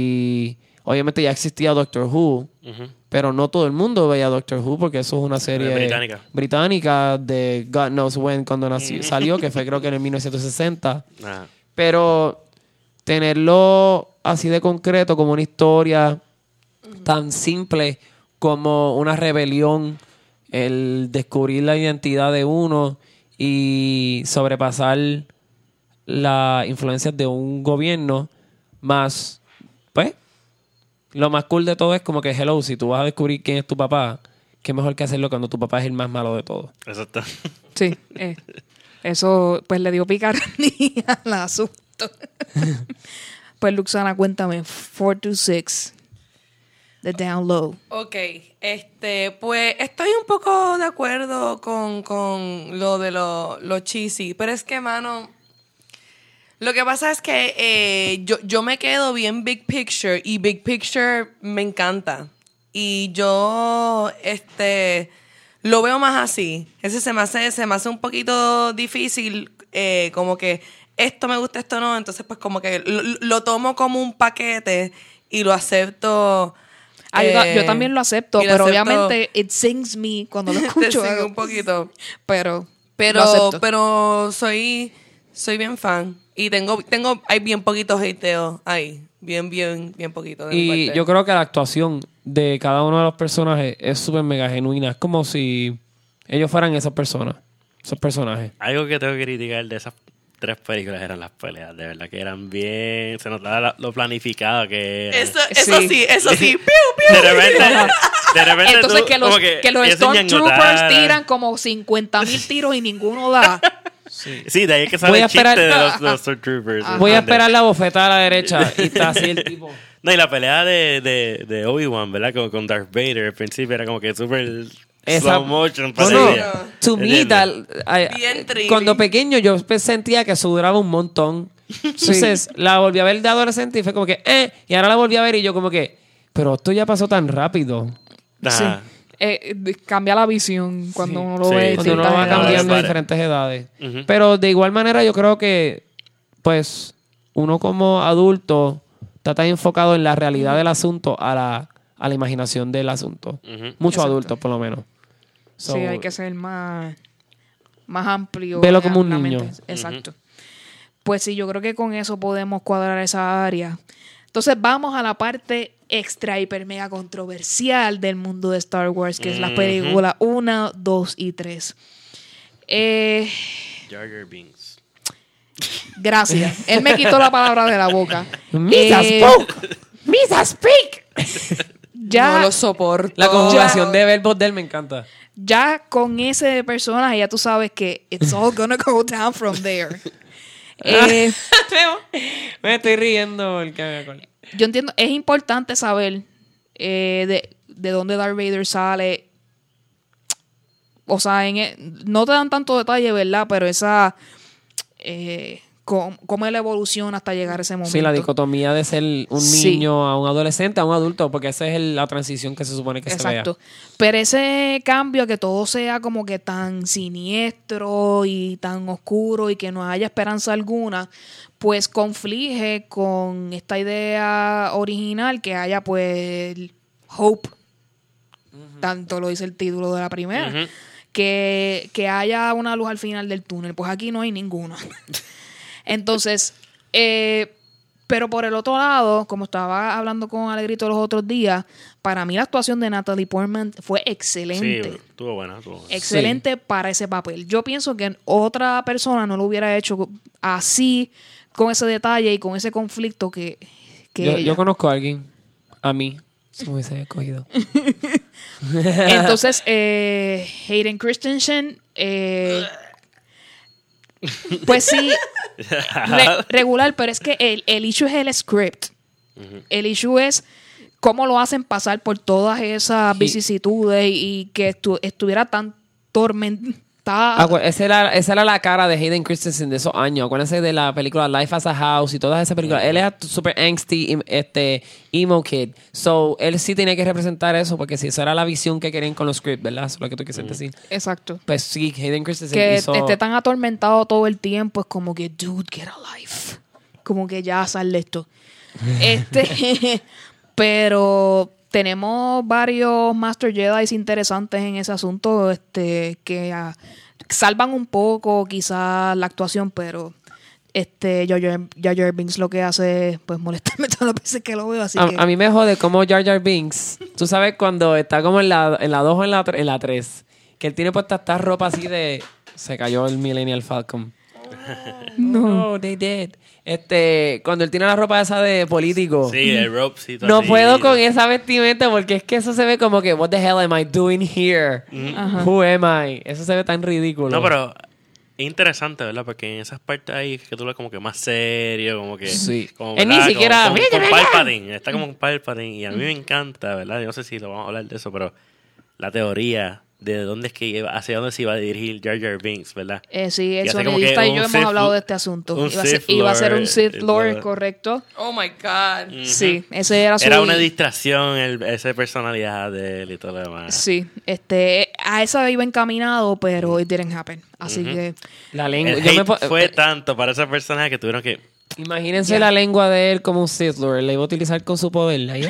Y obviamente ya existía Doctor Who, ujú. pero no todo el mundo veía Doctor Who porque eso es una serie británica. británica de God knows when cuando nació, salió, que fue creo que en el mil novecientos sesenta. Ajá. Pero tenerlo así de concreto como una historia tan simple como una rebelión, el descubrir la identidad de uno y sobrepasar las influencias de un gobierno, más, pues, lo más cool de todo es como que, hello, si tú vas a descubrir quién es tu papá, qué mejor que hacerlo cuando tu papá es el más malo de todos. Exacto. Sí, eh, eso pues le dio picardía al asunto. Pues Luxana, cuéntame, four to six, The Down Low. Ok, este, pues estoy un poco de acuerdo con, con lo de lo, lo cheesy, pero es que, mano, lo que pasa es que eh, yo, yo me quedo bien Big Picture y Big Picture me encanta. Y yo, este, lo veo más así. Ese se me hace, se me hace un poquito difícil, eh, como que esto me gusta, esto no. Entonces, pues como que lo, lo tomo como un paquete y lo acepto. Ah, yo, ta- eh, yo también lo acepto, y lo pero acepto- obviamente it sings me cuando lo Te escucho. sigo hago- un poquito. Pero, Pero, lo acepto. pero soy, soy bien fan. Y tengo, tengo, hay bien poquitos hateos ahí. Bien, bien, bien poquito. de mi Y parte. yo creo que la actuación de cada uno de los personajes es súper mega genuina. Es como si ellos fueran esas personas, esos personajes. Algo que tengo que criticar de esas tres películas eran las peleas. De verdad que eran bien... Se notaba la- lo planificado que eran. Eso, eso Sí. sí, eso sí. ¡Piu, piu! De repente... De repente Entonces tú, que los, como que, los ellos se Stormtroopers ñangotaban. tiran como cincuenta mil tiros y ninguno da. Sí, de ahí es que Voy sale a el chiste esperar- de los, de los Stormtroopers. Voy a ¿entiendes? esperar la bofetada a la derecha y está así el tipo. No, y la pelea de, de, de Obi-Wan, ¿verdad? Con, con Darth Vader al principio era como que súper Esa- Slow motion No, no. parecía. To me, ¿Entiendes? that- I- Bien trippy. cuando pequeño yo pues, sentía que eso duraba un montón. Entonces la volví a ver de adolescente y fue como que, eh, y ahora la volví a ver y yo como que, pero esto ya pasó tan rápido. Ajá. Eh, eh, cambia la visión cuando Sí. uno lo Sí, ve. sí. Cuando uno distintas va Claro, cambiando edades. de vale. diferentes edades. Ujú. Pero de igual manera yo creo que, pues, uno como adulto está tan enfocado en la realidad del asunto a la, a la imaginación del asunto. Ujú. Muchos Exacto. adultos, por lo menos. So, Sí, hay que ser más, más amplio. Velo en como un la niño. mente. Exacto. Pues sí, yo creo que con eso podemos cuadrar esa área. Entonces vamos a la parte extra, hiper, mega controversial del mundo de Star Wars, que es la Ujú. película uno, dos y tres. Eh, Jar Jar Binks. gracias. Él me quitó la palabra de la boca. Misa Eh, spoke. Misa speak. Ya, No lo soporto. La conjugación Ya. de verbos de él me encanta. ya con ese personaje ya tú sabes que it's all gonna go down from there. Eh, Me estoy riendo porque me acuerdo. yo entiendo, es importante saber eh, de, de dónde Darth Vader sale. O sea, en e- no te dan tanto detalle, ¿verdad? Pero esa... Eh, cómo, cómo él evoluciona hasta llegar a ese momento. Sí, la dicotomía de ser un Sí. niño a un adolescente a un adulto, porque esa es el- la transición que se supone que Exacto. Pero ese cambio, que todo sea como que tan siniestro y tan oscuro y que no haya esperanza alguna, pues conflige con esta idea original que haya pues hope. Tanto lo dice el título de la primera. Ujú. Que, que haya una luz al final del túnel. Pues aquí no hay ninguna. Entonces, eh, pero por el otro lado, como estaba hablando con Alegrito los otros días, para mí la actuación de Natalie Portman fue Sí, excelente. estuvo buena, estuvo buena. Excelente para ese papel. Yo pienso que otra persona no lo hubiera hecho así, con ese detalle y con ese conflicto que, que Yo, ella. yo conozco a alguien, a mí, si me hubiese escogido. Entonces, eh, Hayden Christensen, eh, pues sí, re- regular, pero es que el, el issue es el script. El issue es cómo lo hacen pasar por todas esas Sí. vicisitudes y, y que estu- estuviera tan tormentada. Acu- esa, era, esa era la cara de Hayden Christensen de esos años. Acuérdense de la película Life as a House y todas esas películas. Él era super angsty, em- este, emo kid. So, él sí tenía que representar eso, porque si esa era la visión que querían con los scripts, ¿verdad? Eso es lo que tú quisiste decir. Exacto. Pues sí, Hayden Christensen Que hizo... esté tan atormentado todo el tiempo es como que, dude, get a life. Como que ya sal de esto. este, pero tenemos varios Master Jedi interesantes en ese asunto, este, que ah, salvan un poco quizás la actuación, pero este Jar Jar Jar Jar Binks lo que hace es pues molestarme todas las veces que lo veo, así A, que a mí me jode como Jar Jar Binks. Tú sabes cuando está como en la en la dos o en la, tre- en la tres, que él tiene puesta esta ropa así de... Se cayó el Millennial Falcon. No, they did. Este, cuando él tiene la ropa esa de político. Sí, el ropecito No así. puedo con esa vestimenta porque es que eso se ve como que what the hell am I doing here? Who am I? Eso se ve tan ridículo. No, pero es interesante, ¿verdad? Porque en esas partes ahí es que tú lo ves como que más serio, como que... Sí. Como, Él ni ¿verdad? siquiera- Como, ¡Mira, con, con mira! Palpatine. Está como un Palpatine. Y a mí me encanta, ¿verdad? Yo no sé si lo vamos a hablar de eso, pero la teoría de dónde es que iba, hacia dónde se iba a dirigir Jar Jar Binks, ¿verdad? eh, sí, el Y hace como sonidista que y yo un hemos Sith hablado Lord- de este asunto. un Iba a, ser, Sith iba a ser un Lord, Sith y Lord, todo. correcto. Oh my God. Sí, ese era su... Era una distracción, el, esa personalidad de él y todo lo demás. Sí, este, a eso iba encaminado, pero it didn't happen. Así que, La lengua. El yo me hate po- fue eh, tanto para ese personaje que tuvieron que... Imagínense Ya. la lengua de él como un Sith Lord. La iba a utilizar con su poder. Ahí.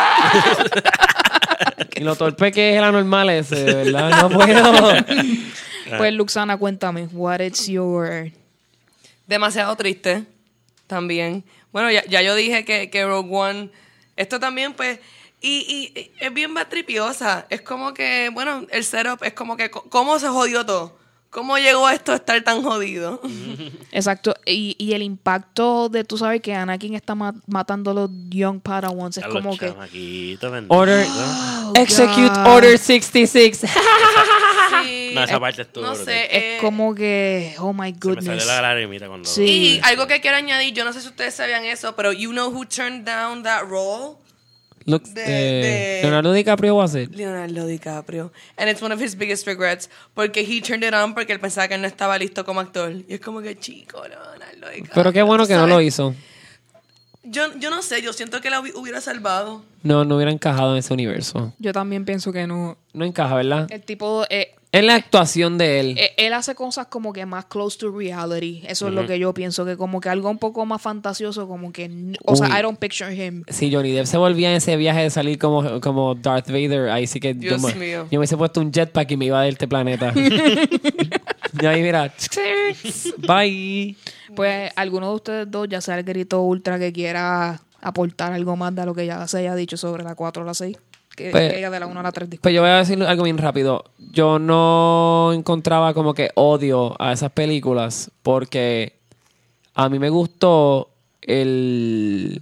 Y lo torpe que es el anormal ese, de verdad. No puedo. pues Luxana, cuéntame, what is your... Demasiado triste también. Bueno, ya, ya yo dije que, que Rogue One, esto también pues, y, y, y es bien batripiosa. Es como que, bueno, el setup es como que, ¿cómo se jodió todo? ¿Cómo llegó esto a estar tan jodido? Exacto, y, y el impacto de, tú sabes que Anakin está ma- matando a los Young Padawans, es a como los que... chamaquitos, bendito. Order. Oh, Execute God. Order sesenta y seis. Sí, No, esa es- parte estuvo no brutal. sé, Es eh, como que, oh my Se me goodness. salió la lagrimita cuando... Sí. Y algo que quiero añadir, yo no sé si ustedes sabían eso, pero you know who turned down that role? Looks, De- eh, de- Leonardo DiCaprio was it? Leonardo DiCaprio. And it's one of his biggest regrets. Porque he turned it on porque él pensaba que él no estaba listo como actor. Y es como que, chico, Leonardo DiCaprio. Pero qué bueno ¿tú que no sabes? lo hizo. Yo, yo no sé, yo siento que la hubi- hubiera salvado. No, no hubiera encajado en ese universo. Yo también pienso que no. No encaja, ¿verdad? El tipo, eh, Es la actuación de él. eh, él hace cosas como que más close to reality. Eso es lo que yo pienso, que como que algo un poco más fantasioso, como que, n- o sea, Uy. I don't picture him. Si Johnny Depp se volvía en ese viaje de salir como, como Darth Vader, ahí sí que Dios yo, me, mío. yo me hubiese puesto un jetpack y me iba de este planeta. Y ahí mira, bye. Pues alguno de ustedes dos, ya sea el grito ultra que quiera aportar algo más de lo que ya se haya dicho sobre la cuatro o la seis, que, Pues- que diga de la uno a la tres. Pues yo voy a decir algo bien rápido. Yo no encontraba como que odio a esas películas porque a mí me gustó el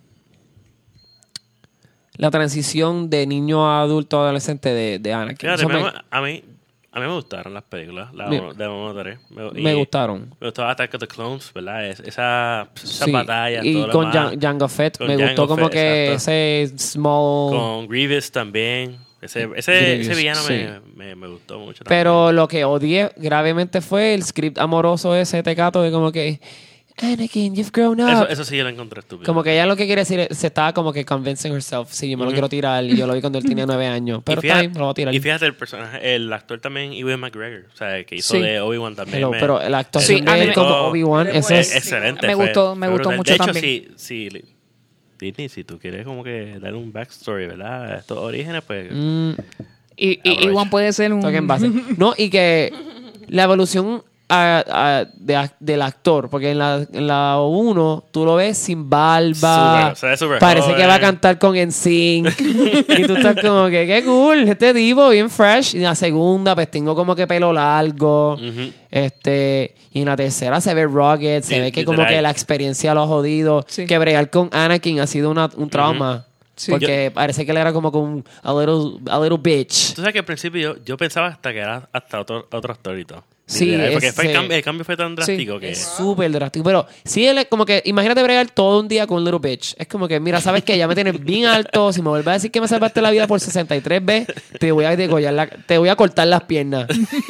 la transición de niño a adulto a adolescente de, de Anakin. Fíjate, Eso me- me, a mí a mí me gustaron las películas, la Me- uno- de uno a tres. Me, me y gustaron. Me gustó Attack of the Clones, ¿verdad? Es- esa, esas Sí, batallas, y todo lo con demás. Jan- Jango Fett Con me Jango gustó como Fett, que exacto. ese small. Con Grievous también. Ese, ese, Grievous, ese villano sí. me, me, me gustó mucho también. Pero lo que odié gravemente fue el script amoroso ese tecato de como que Anakin, you've grown up. Eso, eso sí yo lo encontré estúpido. Como que ella lo que quiere decir es- se estaba como que convincing herself. Sí, yo me lo quiero tirar. Y yo lo vi cuando él tenía nueve años. Pero y fíjate, está bien, me lo voy a tirar. y fíjate el personaje, el actor también, Ewan McGregor, o sea, el que hizo Sí. de Obi-Wan también. Hello, me- pero la actuación Sí, de a mí él me- como Oh, Obi-Wan, pero eso pues, es... excelente. Me fue- gustó- me fue gustó brutal. mucho de hecho, también. Si, si, Disney, si tú quieres como que darle un backstory, ¿verdad? A estos orígenes, pues... Mm, Y, y Aprovecha. Iwan puede ser un... toque en base. No, y que la evolución a- a- de ac- del actor, porque en la, en la uno tú lo ves sin barba, Súper, se ve súper parece joven. que va a cantar con N Sync y tú estás como que qué cool, este tipo bien fresh. Y en la segunda pues tengo como que pelo largo, Ujú. este y en la tercera se ve rugged, se Li- ve que como literal. que la experiencia lo ha jodido, Sí. que bregar con Anakin ha sido una- un trauma. Sí. Porque parece que él era como que un a little, a little bitch. Tú sabes que al principio yo, yo pensaba hasta que era hasta otro, otro actor y todo. Sí, Literal, porque fue el, ese- cambio, el cambio fue tan drástico que... Es súper drástico. Pero sí, él es como que, imagínate bregar todo un día con un little bitch. Es como que, mira, sabes que ya me tienes bien alto. Si me vuelves a decir que me salvaste la vida por sesenta y tres veces, te voy a degollar la, te voy a cortar las piernas.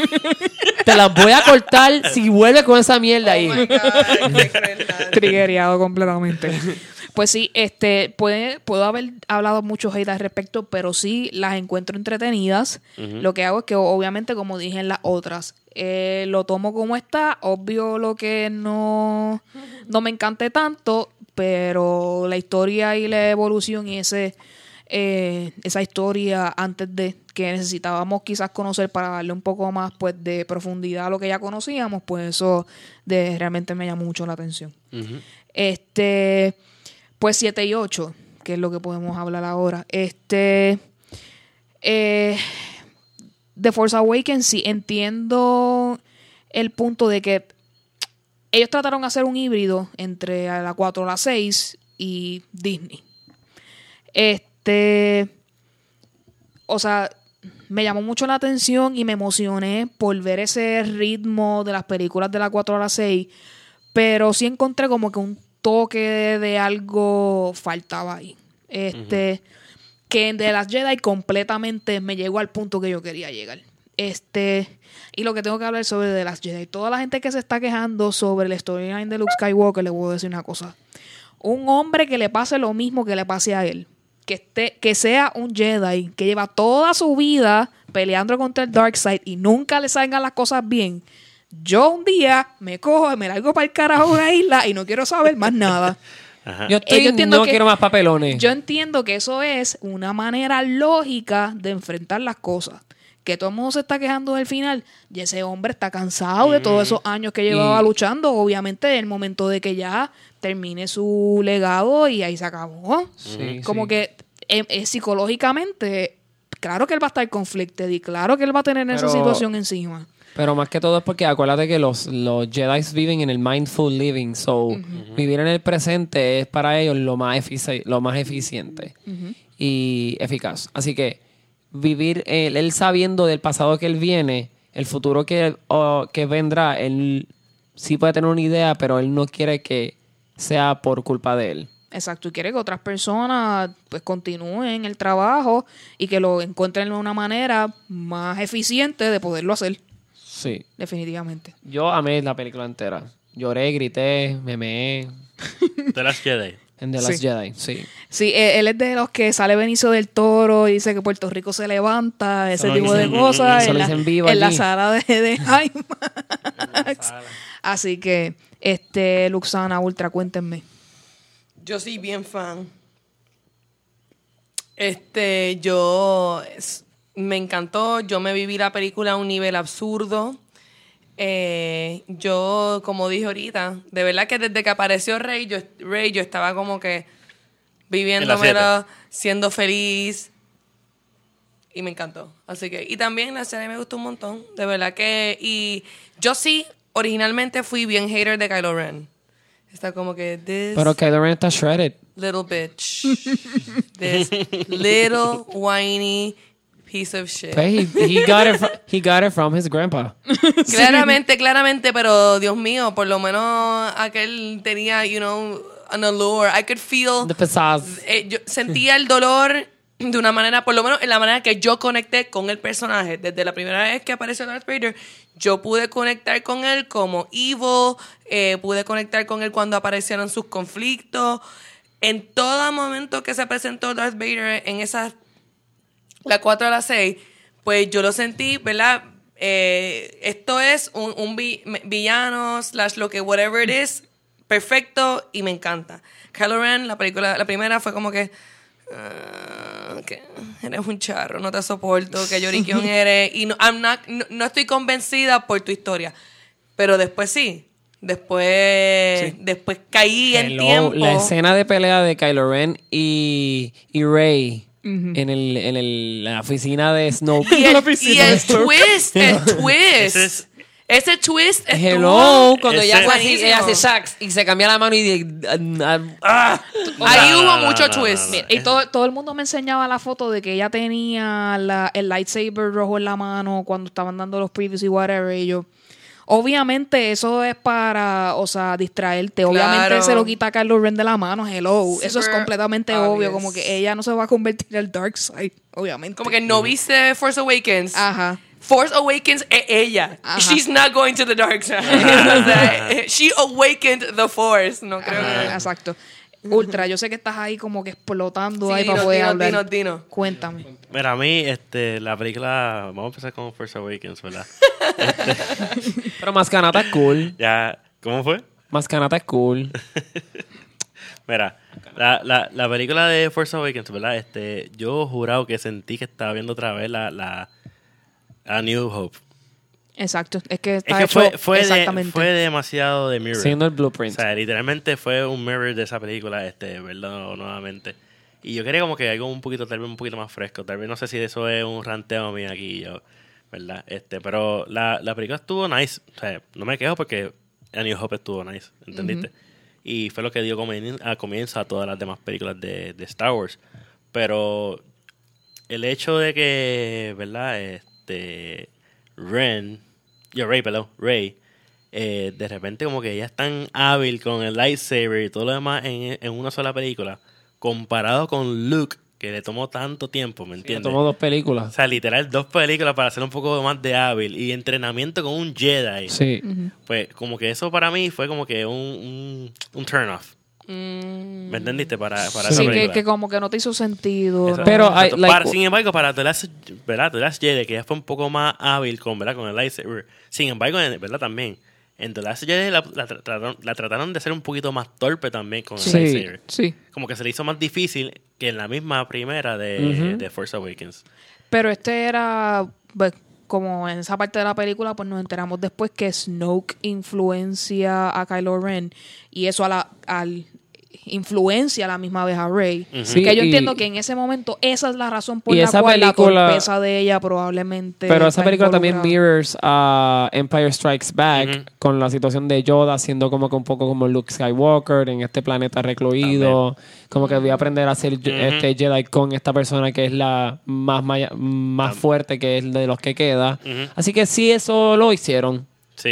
Te las voy a cortar si vuelves con esa mierda ahí. Oh my God, qué crueldad. Triggereado completamente. Pues sí, este, puede, puedo haber hablado mucho hate al respecto, pero sí las encuentro entretenidas. Lo que hago es que, obviamente, como dije en las otras, eh, lo tomo como está. Obvio lo que no, no me encante tanto, pero la historia y la evolución y ese eh, esa historia antes de que necesitábamos quizás conocer para darle un poco más pues de profundidad a lo que ya conocíamos, pues eso de, realmente me llamó mucho la atención. Ujú. Este, pues siete y ocho, que es lo que podemos hablar ahora. Este, eh, The Force Awakens, sí, entiendo el punto de que ellos trataron de hacer un híbrido entre la cuatro, la seis y Disney. Este, o sea, me llamó mucho la atención y me emocioné por ver ese ritmo de las películas de la cuatro a la seis, pero sí encontré como que un toque de, de algo faltaba ahí. Este, que de las Jedi completamente me llegó al punto que yo quería llegar. Este, y lo que tengo que hablar sobre de las Jedi, toda la gente que se está quejando sobre la storyline de Luke Skywalker, le voy a decir una cosa. Un hombre que le pase lo mismo que le pase a él, que esté, que sea un Jedi que lleva toda su vida peleando contra el Darkseid y nunca le salgan las cosas bien. Yo un día me cojo y me largo para el carajo de una isla y no quiero saber más nada. Ajá. Yo estoy, Eh, yo entiendo no que- quiero más papelones. Yo entiendo que eso es una manera lógica de enfrentar las cosas. Que todo el mundo se está quejando del final. Y ese hombre está cansado de todos esos años que llevaba Y- luchando. Obviamente, es el momento de que ya termine su legado y ahí se acabó. Sí, Como sí. que eh, eh, psicológicamente, claro que él va a estar conflicted y claro que él va a tener esa Pero- situación encima. Pero más que todo es porque acuérdate que los, los Jedi viven en el mindful living. So, vivir en el presente es para ellos lo más, efici- lo más eficiente y eficaz. Así que vivir, él, él sabiendo del pasado que él viene, el futuro que, o, que vendrá, él sí puede tener una idea, pero él no quiere que sea por culpa de él. Exacto, y quiere que otras personas pues continúen el trabajo y que lo encuentren de una manera más eficiente de poderlo hacer, Sí. definitivamente. Yo amé la película entera. Lloré, grité, me meé. The Last Jedi. En The Last Sí. Jedi, sí. Sí, eh, él es de los que sale Benicio del Toro y dice que Puerto Rico se levanta, ese Eso lo tipo de dicen- cosas, eso en lo la, dicen vivo en la allí. sala de, de IMAX. Así que, este, Luxana, Ultra, cuéntenme. Yo soy bien fan. Este, yo es- me encantó. Yo me viví la película a un nivel absurdo. Eh, yo, como dije ahorita, de verdad que desde que apareció Rey, yo, Rey, yo estaba como que viviéndomela, siendo feliz. Y me encantó. Así que, y también la serie me gustó un montón. De verdad que, y yo sí, originalmente fui bien hater de Kylo Ren. Está como que, this Pero Kylo Ren está shredded. little bitch. This little whiny piece of shit. Pues, he, he, got it from, he got it from his grandpa. Claramente, claramente, pero Dios mío, por lo menos aquel tenía, you know, an allure. I could feel... The pizzazz. eh, yo sentía el dolor de una manera, por lo menos en la manera que yo conecté con el personaje. Desde la primera vez que apareció Darth Vader, yo pude conectar con él como evil, eh, pude conectar con él cuando aparecieron sus conflictos. En todo momento que se presentó Darth Vader en esas, la cuatro a las seis, pues yo lo sentí, ¿verdad? Eh, esto es un, un vi- villano, slash lo que, whatever it is, perfecto y me encanta. Kylo Ren, la película, la primera fue como que, ah, que eres un charro, no te soporto, que lloriquión eres, y no, I'm not- no, no estoy convencida por tu historia, pero después sí. Después, después caí en Hello, tiempo. La escena de pelea de Kylo Ren y, y Rey en, el, en el, la oficina de Snoke. Y el, La y oficina de el Snoke. twist, el twist. Ese es- Ese twist estuvo... Hello, cuando Ese- ella hace, así, Buenísimo. ella hace sax y se cambia la mano y de, ah, ah, Ahí No, hubo no, no, mucho no, no, twist. no. Mira, y todo, todo el mundo me enseñaba la foto de que ella tenía la, el lightsaber rojo en la mano cuando estaban dando los previews y whatever. Y yo, obviamente eso es para, o sea, distraerte. Obviamente Claro. se lo quita a Kylo Ren de la mano. Hello. Eso es Super completamente obvious. obvio. Como que ella no se va a convertir al dark side, obviamente. Como que no viste Force Awakens. Ajá. Force Awakens es ella. Ajá. She's not going to the dark side. O sea, she awakened the Force. No creo Ajá, que... exacto. Ultra, yo sé que estás ahí como que explotando Sí, ahí para dinos, poder dinos, hablar. dinos, dinos. Cuéntame. Mira, a mí, este, la película... Vamos a empezar con Force Awakens, ¿verdad? pero Mascanata es cool. Ya... ¿Cómo fue? Mascanata es cool. Mira, la, la, la película de Force Awakens, ¿verdad? Este, yo jurado que sentí que estaba viendo otra vez la, la A New Hope. Exacto. Es que Es está que hecho fue, fue, de- exactamente. fue demasiado de mirror. Siendo el O blueprint. sea, literalmente fue un mirror de esa película, este, verlo nuevamente. Y yo quería como que algo un poquito, tal vez un poquito más fresco. Tal vez no sé si eso es un ranteo mío aquí, yo, ¿verdad? Este, pero la, la película estuvo nice. O sea, no me quejo porque A New Hope estuvo nice, ¿entendiste? Y fue lo que dio comien- a comienzo a todas las demás películas de, de Star Wars. Pero el hecho de que, ¿verdad? Este, Ren, yo, Rey, perdón, Rey, eh, de repente como que ella es tan hábil con el lightsaber y todo lo demás en, en una sola película, comparado con Luke, que le tomó tanto tiempo, ¿me Sí, entiendes? tomó dos O películas. sea, literal, dos películas para ser un poco más de hábil y entrenamiento con un Jedi. Sí. Pues como que eso para mí fue como que un, un, un turn off. ¿Me entendiste? Para, para esa Sí, que, película. que como que no te hizo sentido. Exacto. Pero hay- Exacto. like- Para- sin embargo, para The Last, ¿verdad? The Last Jedi, que ya fue un poco más hábil con, ¿verdad? Con el lightsaber. Sin embargo, en- ¿verdad? También. En The Last Jedi la, la trataron, la trataron de ser un poquito más torpe también con el Sí. lightsaber. Sí. Como que se le hizo más difícil que en la misma primera de, Ujú. de Force Awakens. Pero este era, pues, como en esa parte de la película, pues nos enteramos después que Snoke influencia a Kylo Ren y eso a la, al influencia a la misma vez a Rey. Sí, que yo y- entiendo que en ese momento esa es la razón por y la esa cual película- la torpeza de ella probablemente Pero esa está película también involucrada. mirrors a Empire Strikes Back Ujú. con la situación de Yoda siendo como que un poco como Luke Skywalker en este planeta recluido. Como que voy a aprender a ser este Jedi con esta persona que es la más, maya- más fuerte que es de los que queda. Ujú. Así que sí, eso lo hicieron. Sí.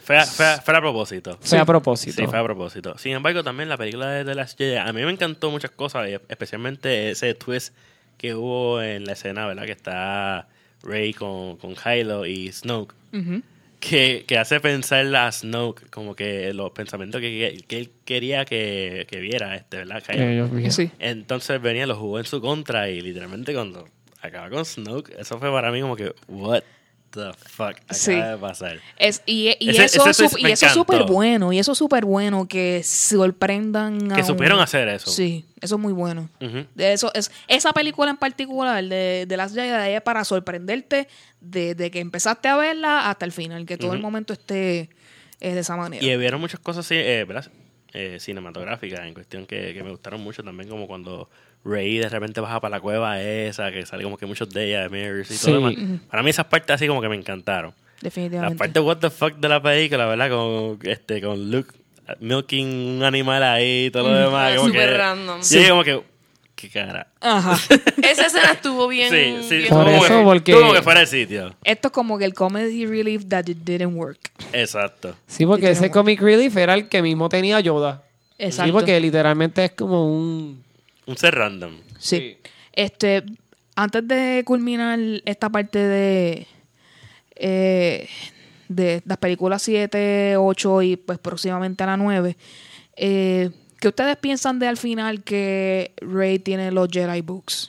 Fue a, fue, a, fue a propósito. Fue a propósito. Sí, fue a propósito. Sin embargo, también la película de The Last Jedi, a mí me encantó muchas cosas, especialmente ese twist que hubo en la escena, ¿verdad? Que está Rey con, con Kylo y Snoke. Ujú. Que, que hace pensar a Snoke como que los pensamientos que, que él quería que, que viera, este, ¿verdad? Kylo. Que ellos vieron. Sí. Entonces venía, lo jugó en su contra y literalmente cuando acaba con Snoke, eso fue para mí como que, what the fuck acaba Sí. de pasar. Es, y, y Ese- eso, ese es twist sup- me y eso es encantó. súper bueno. Y eso es súper bueno que sorprendan a Que uno. supieron hacer eso. Sí, eso es muy bueno. Ujú. De eso es esa película en particular de, de las Jedi es para sorprenderte desde que empezaste a verla hasta el final, que todo Ujú. el momento esté eh, de esa manera. Y vieron muchas cosas así, eh, ¿verdad? Eh, cinematográficas en cuestión que, que me gustaron mucho también, como cuando Rey de repente baja para la cueva esa, que sale como que muchos de ella, de Mirrors y Sí. todo lo demás. Para mí esas partes así como que me encantaron. La Definitivamente. parte what the fuck de la película, ¿verdad? Con, este, con Luke milking un animal ahí y todo lo demás. Ah, como súper que, random. Yo dije como que, qué cara. Ajá. Esa escena estuvo bien. Sí, sí. bien Por como eso, que, porque- como que fuera el sitio. Esto es como que el comedy relief that it didn't work. Exacto. Sí, porque Y ese tenemos- comic relief era el que mismo tenía Yoda. Exacto. Sí, porque literalmente es como un... Un ser random. Sí. Este, antes de culminar esta parte de eh, de las películas siete, ocho y pues próximamente a la nueve, eh, ¿qué ustedes piensan de al final que Rey tiene los Jedi Books?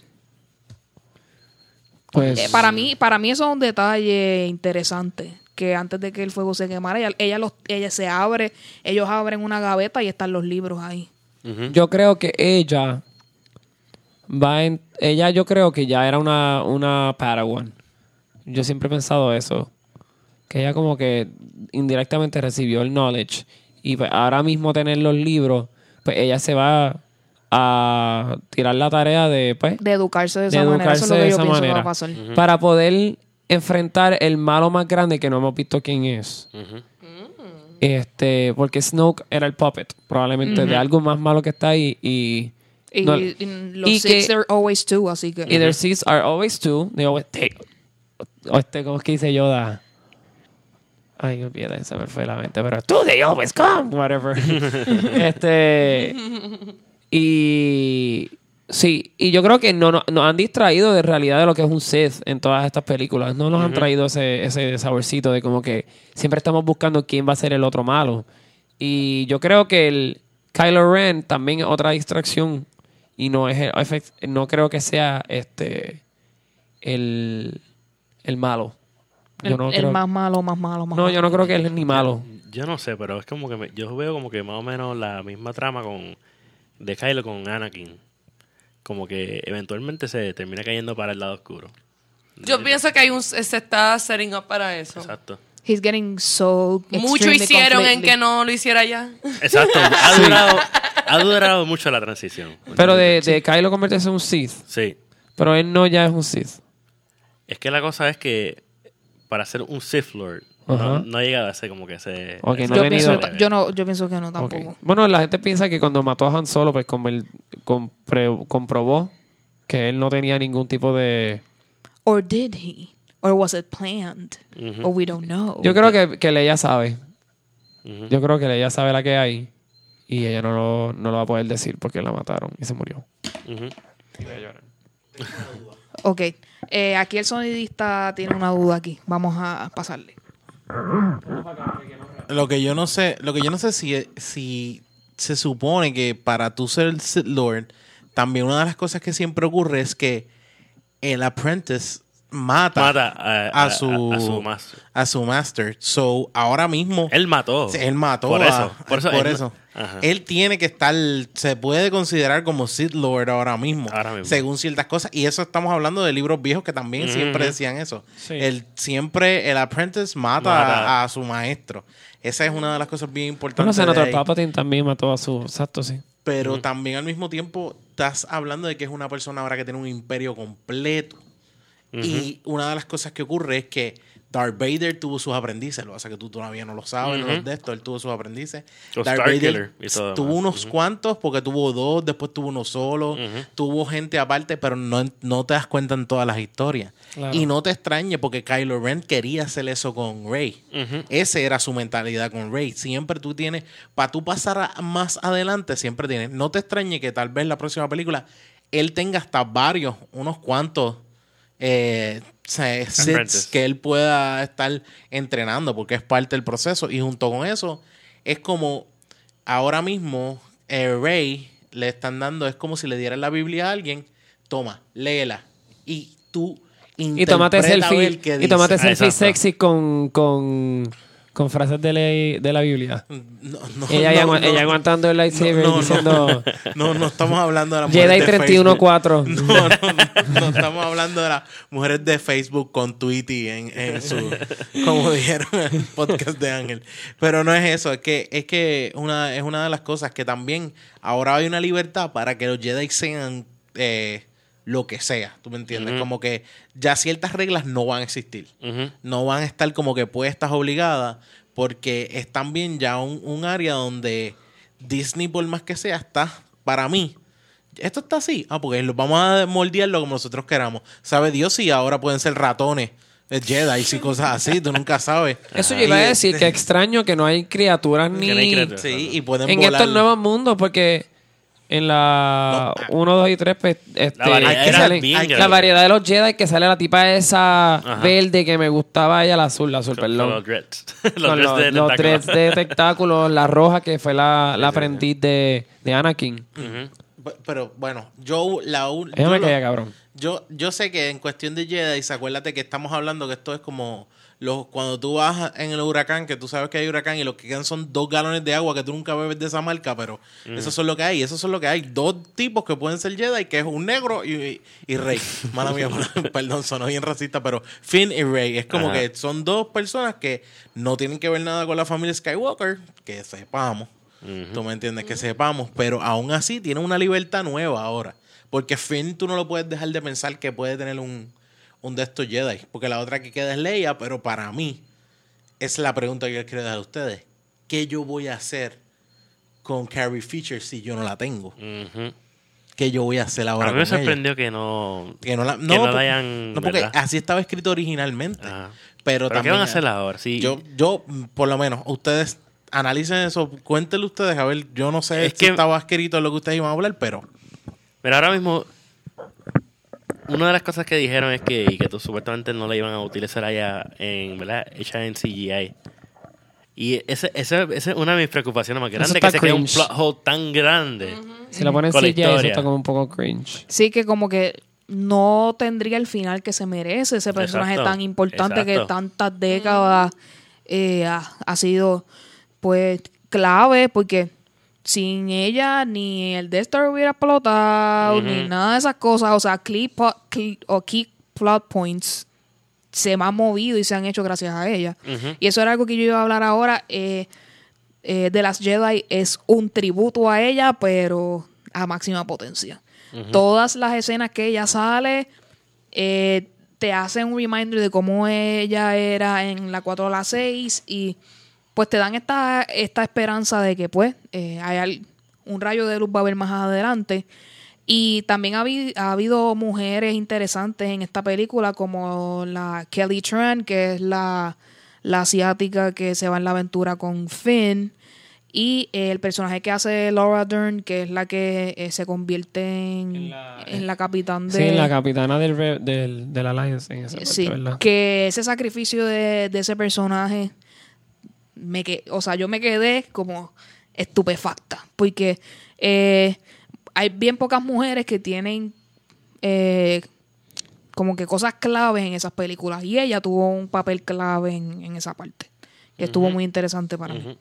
Pues, Eh, para mí, para mí eso es un detalle interesante. Que antes de que el fuego se quemara, ella, ella, los, ella se abre, ellos abren una gaveta y están los libros ahí. Ujú. yo creo que ella va en... Ella yo creo que ya era una, una Padawan. Yo siempre he pensado eso. Que ella como que indirectamente recibió el knowledge. Y pues ahora mismo tener los libros, pues ella se va a tirar la tarea de, pues, De educarse de de esa manera. Eso es educarse lo que de yo esa pienso que va manera. a pasar. para poder enfrentar el malo más grande que no hemos visto quién es. Ujú. Este, porque Snoke era el puppet, probablemente, de algo más malo que está ahí. Y, Y, no- y los y Sith, que- they're always two, así que... y their seeds are always two. They always take. O este, ¿cómo es que dice Yoda? Ay, olvídate, se me fue la mente, pero tú, they always come, whatever. este. Y. Sí, y yo creo que no, no- nos han distraído de realidad de lo que es un Sith en todas estas películas. No nos han traído ese, ese saborcito de como que siempre estamos buscando quién va a ser el otro malo. Y yo creo que el Kylo Ren también es otra distracción. Y no es el- efect- no creo que sea este el, el malo. Yo el, no el creo- más malo, más malo, más no, malo. yo no creo que él es ni malo. Yo no sé, pero es como que me- yo veo como que más o menos la misma trama con de Kylo con Anakin. Como que eventualmente se termina cayendo para el lado oscuro. Yo pienso que hay un, se está setting up para eso. Exacto. He's getting so Mucho extremely hicieron en conflicted. que no lo hiciera ya. Exacto. Ha durado, ha durado mucho la transición. Pero de, de Kylo convertirse en un Sith. Sí. Pero él no ya es un Sith. Es que la cosa es que para ser un Sith Lord Ajá. no, no ha llegado a ser como que ese... Ok, ese no Yo, ha pienso, tenido- yo, no, yo pienso que no Ok. tampoco. Bueno, la gente piensa que cuando mató a Han Solo, pues conver- compre- comprobó que él no tenía ningún tipo de... Or did he? Or was it planned? Ujú. Or we don't know. Yo creo que, que Leia sabe. Ujú. Yo creo que Leia sabe la que hay. Y ella no lo, no lo va a poder decir porque la mataron y se murió. Ujú. Ok. Eh, aquí el sonidista tiene una duda aquí. Vamos a pasarle. Lo que yo no sé, lo que yo no sé si, si se supone que para tú ser el Sith Lord, también una de las cosas que siempre ocurre es que el apprentice mata, Mata a, a- a su a- a su master. a su master. So, ahora mismo Él mató. Sí, él mató Por a- eso. Por eso. él- eso. Ajá. Él tiene que estar, se puede considerar como Sith Lord ahora mismo, Ahora mismo. según ciertas cosas. Y eso estamos hablando de libros viejos que también Ujú. siempre decían eso. Sí. El, siempre el apprentice mata, Mata. A, a su maestro. Esa es una de las cosas bien Bueno, importantes. Senator de ahí. Palpatine también mató a su... Exacto, sí. Pero también al mismo tiempo estás hablando de que es una persona ahora que tiene un imperio completo. Y una de las cosas que ocurre es que Darth Vader tuvo sus aprendices, lo que pasa es que tú todavía no lo sabes, Ujú. no los de esto, él tuvo sus aprendices. Los Darth Starkiller y todo tuvo demás. unos Ujú. cuantos, porque tuvo dos, después tuvo uno solo, Ujú. tuvo gente aparte, pero no, no te das cuenta en todas las historias. Claro. Y no te extrañe, porque Kylo Ren quería hacer eso con Rey. Ujú. Esa era su mentalidad con Rey. Siempre tú tienes, para tú pasar a- más adelante, siempre tienes. No te extrañe que tal vez la próxima película él tenga hasta varios, unos cuantos eh, se- sets Apprentice. que él pueda estar entrenando, porque es parte del proceso. Y junto con eso, es como ahora mismo eh, Rey le están dando, es como si le dieran la Biblia a alguien, toma, léela. Y tú Y tómate interpreta a ver selfie, qué y tómate dice. selfie Exacto. sexy con, con, con frases de, ley, de la Biblia. No, no, ella, no, agu- no. ella aguantando el lightsaber No, no, diciendo No, no estamos hablando de las mujeres Jedi de treinta y uno Facebook. cuatro. No, no, no, no estamos hablando de las mujeres de Facebook con Tweety en, en su, como dijeron en el podcast de Ángel. Pero no es eso, es que es que una, es una de las cosas que también ahora hay una libertad para que los Jedi sean eh, lo que sea, ¿tú me entiendes? Ujú. Como que ya ciertas reglas no van a existir. Ujú. No van a estar como que puestas obligadas, porque es también ya un, un área donde Disney, por más que sea, está, para mí, esto está así. Ah, porque lo, vamos a moldearlo como nosotros queramos. Sabe Dios si ahora pueden ser ratones, eh, Jedi y cosas así, tú nunca sabes. Eso yo iba a Y, decir, este, que extraño que no hay criaturas ni no hay criaturas. Sí, y pueden en volar. estos nuevos mundos, porque en la uno, dos y tres, pues, este, La variedad que era salen- bien la grande. variedad de los Jedi, que sale la tipa esa Ajá. verde que me gustaba ella, la azul, la azul, Con- con perdón. los dreads. los Con dreads los, de los tentáculo. dreads de tentáculos, la roja que fue la, la aprendiz de, de Anakin. Ujú. P- Pero bueno, yo la u- Ella yo me lo- caía cabrón. Yo, yo sé que en cuestión de Jedi, acuérdate que estamos hablando que esto es como los, cuando tú vas en el huracán, que tú sabes que hay huracán y lo que quedan son dos galones de agua que tú nunca bebes de esa marca, pero eso son lo que hay. Eso son lo que hay. Dos tipos que pueden ser Jedi, que es un negro y, y, y Rey. Mala mía, perdón, sonó bien racista, pero Finn y Rey. Es como Ajá. que son dos personas que no tienen que ver nada con la familia Skywalker, que sepamos. Ujú. Tú me entiendes, que sepamos, pero aún así tiene una libertad nueva ahora. Porque Finn tú no lo puedes dejar de pensar que puede tener un, un de estos Jedi. Porque la otra que queda es Leia, pero para mí es la pregunta que yo quiero dar a ustedes. ¿Qué yo voy a hacer con Carrie Fisher si yo no la tengo? Ujú. ¿Qué yo voy a hacer ahora A mí me con ella? sorprendió que no... Que no la, que no la por- hayan, no, porque ¿verdad? así estaba escrito originalmente. Ajá. Pero, ¿Pero qué también van a hacer ahora? Sí. Yo, yo, mm, por lo menos, ustedes analicen eso, cuéntenlo ustedes. A ver, yo no sé Es si que- estaba escrito lo que ustedes iban a hablar, pero Pero ahora mismo, una de las cosas que dijeron es que, y que tú, supuestamente no la iban a utilizar allá en, ¿verdad? Hecha en C G I. Y esa ese, ese es una de mis preocupaciones más grandes, que está se crea un cringe. plot hole tan grande. Si la ponen Con la C G I, eso historia. está como un poco cringe. Sí, que como que no tendría el final que se merece ese personaje Exacto, tan importante que exacto. tantas décadas eh, ha, ha sido pues clave, porque sin ella ni el Death Star hubiera explotado, Ujú. ni nada de esas cosas. O sea, key, po- key- o key plot points se me han movido y se han hecho gracias a ella. Ujú. Y eso era algo que yo iba a hablar ahora. Eh, eh, The Last Jedi es un tributo a ella, pero a máxima potencia. Todas las escenas que ella sale eh, te hacen un reminder de cómo ella era en la cuatro o la seis y pues te dan esta, esta esperanza de que pues eh, hay al- un rayo de luz va a haber más adelante. Y también ha, habi- ha habido mujeres interesantes en esta película, como la Kelly Tran, que es la, la asiática que se va en la aventura con Finn, y eh, el personaje que hace Laura Dern, que es la que eh, se convierte en, En la- en la capitán de... Sí, la capitana del, re- del, del Alliance en esa parte, Sí, ¿verdad? que ese sacrificio de, de ese personaje, me que, o sea, yo me quedé como estupefacta, porque eh, hay bien pocas mujeres que tienen eh, como que cosas claves en esas películas, y ella tuvo un papel clave en, en esa parte, que estuvo muy interesante para mí.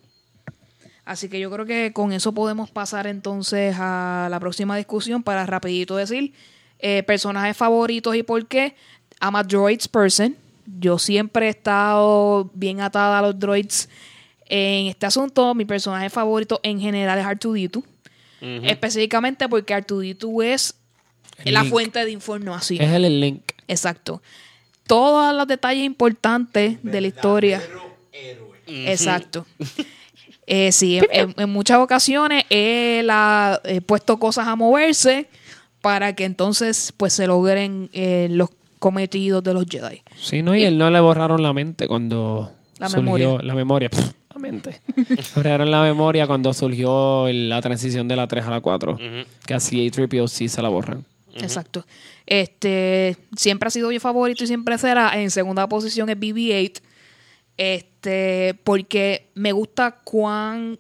Así que yo creo que con eso podemos pasar entonces a la próxima discusión para rapidito decir eh, personajes favoritos y por qué. I'm a droids person. Yo siempre he estado bien atada a los droids. En este asunto, mi personaje favorito en general es R dos D dos. Ujú. Específicamente porque R dos D dos es El la Link. fuente de información. Es el link. Exacto. todos los detalles importantes de la historia. Exacto. Eh, sí, en, en- en muchas ocasiones él ha eh, puesto cosas a moverse para que entonces pues se logren eh, los cometidos de los Jedi. Sí, ¿no? Y él no le borraron la mente cuando La surgió... memoria. La memoria. pf, la mente. Borraron la memoria cuando surgió el- la transición de la tres a la cuatro. Ujú. Que así A tres P O sí se la borran. Exacto. Este siempre ha sido mi favorito y siempre será. En segunda posición es B B ocho. Este, porque me gusta cuán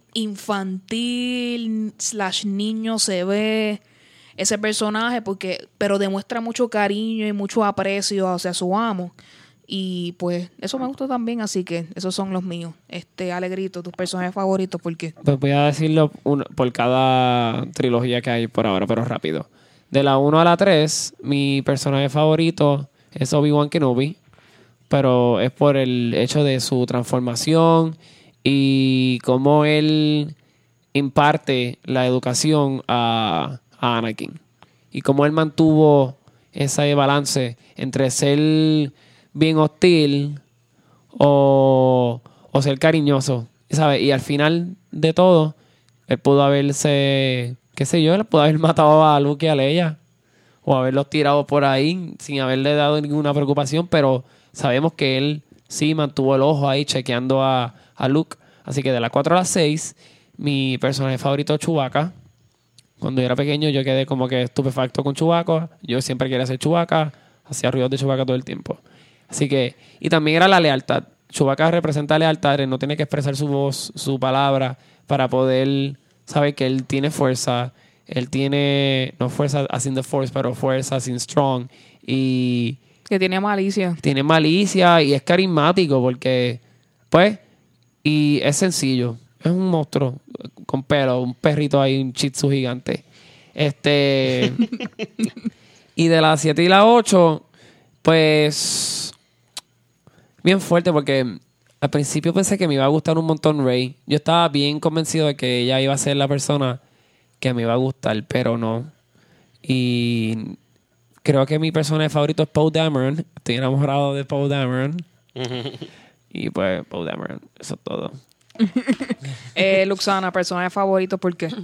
infantil slash niño se ve ese personaje, porque, pero demuestra mucho cariño y mucho aprecio hacia su amo. Y pues eso me gusta también, así que esos son los míos. Este, Alegrito, tus personajes favoritos, ¿por qué? Pues voy a decirlo uno- por cada trilogía que hay por ahora, pero rápido. De la uno a la tres, mi personaje favorito es Obi-Wan Kenobi, pero es por el hecho de su transformación y cómo él imparte la educación a, a Anakin. Y cómo él mantuvo ese balance entre ser bien hostil o, o ser cariñoso, ¿sabes? Y al final de todo, él pudo haberse, qué sé yo, él pudo haber matado a Luke y a Leia o haberlos tirado por ahí sin haberle dado ninguna preocupación, pero sabemos que él sí mantuvo el ojo ahí chequeando a, a Luke. Así que de la cuatro a la seis, mi personaje favorito es Chewbacca. Cuando yo era pequeño yo quedé como que estupefacto con Chewbacca. Yo siempre quería ser Chewbacca, hacía ruidos de Chewbacca todo el tiempo. Así que, y también era la lealtad. Chewbacca representa lealtad, él no tiene que expresar su voz, su palabra, para poder saber que él tiene fuerza. Él tiene, no fuerza as in the force, pero fuerza as in strong. Y Que tiene malicia. tiene malicia y es carismático porque, pues, y es sencillo. Es un monstruo con pelo, un perrito ahí, un shih tzu gigante. Este. Y de las siete y la ocho, pues, bien fuerte porque al principio pensé que me iba a gustar un montón Rey. Yo estaba bien convencido de que ella iba a ser la persona que me iba a gustar, pero no. Y creo que mi personaje favorito es Poe Dameron. Estoy enamorado de Poe Dameron. Y pues, Poe Dameron. Eso es todo. Eh, Luxana, personaje favorito, ¿por qué?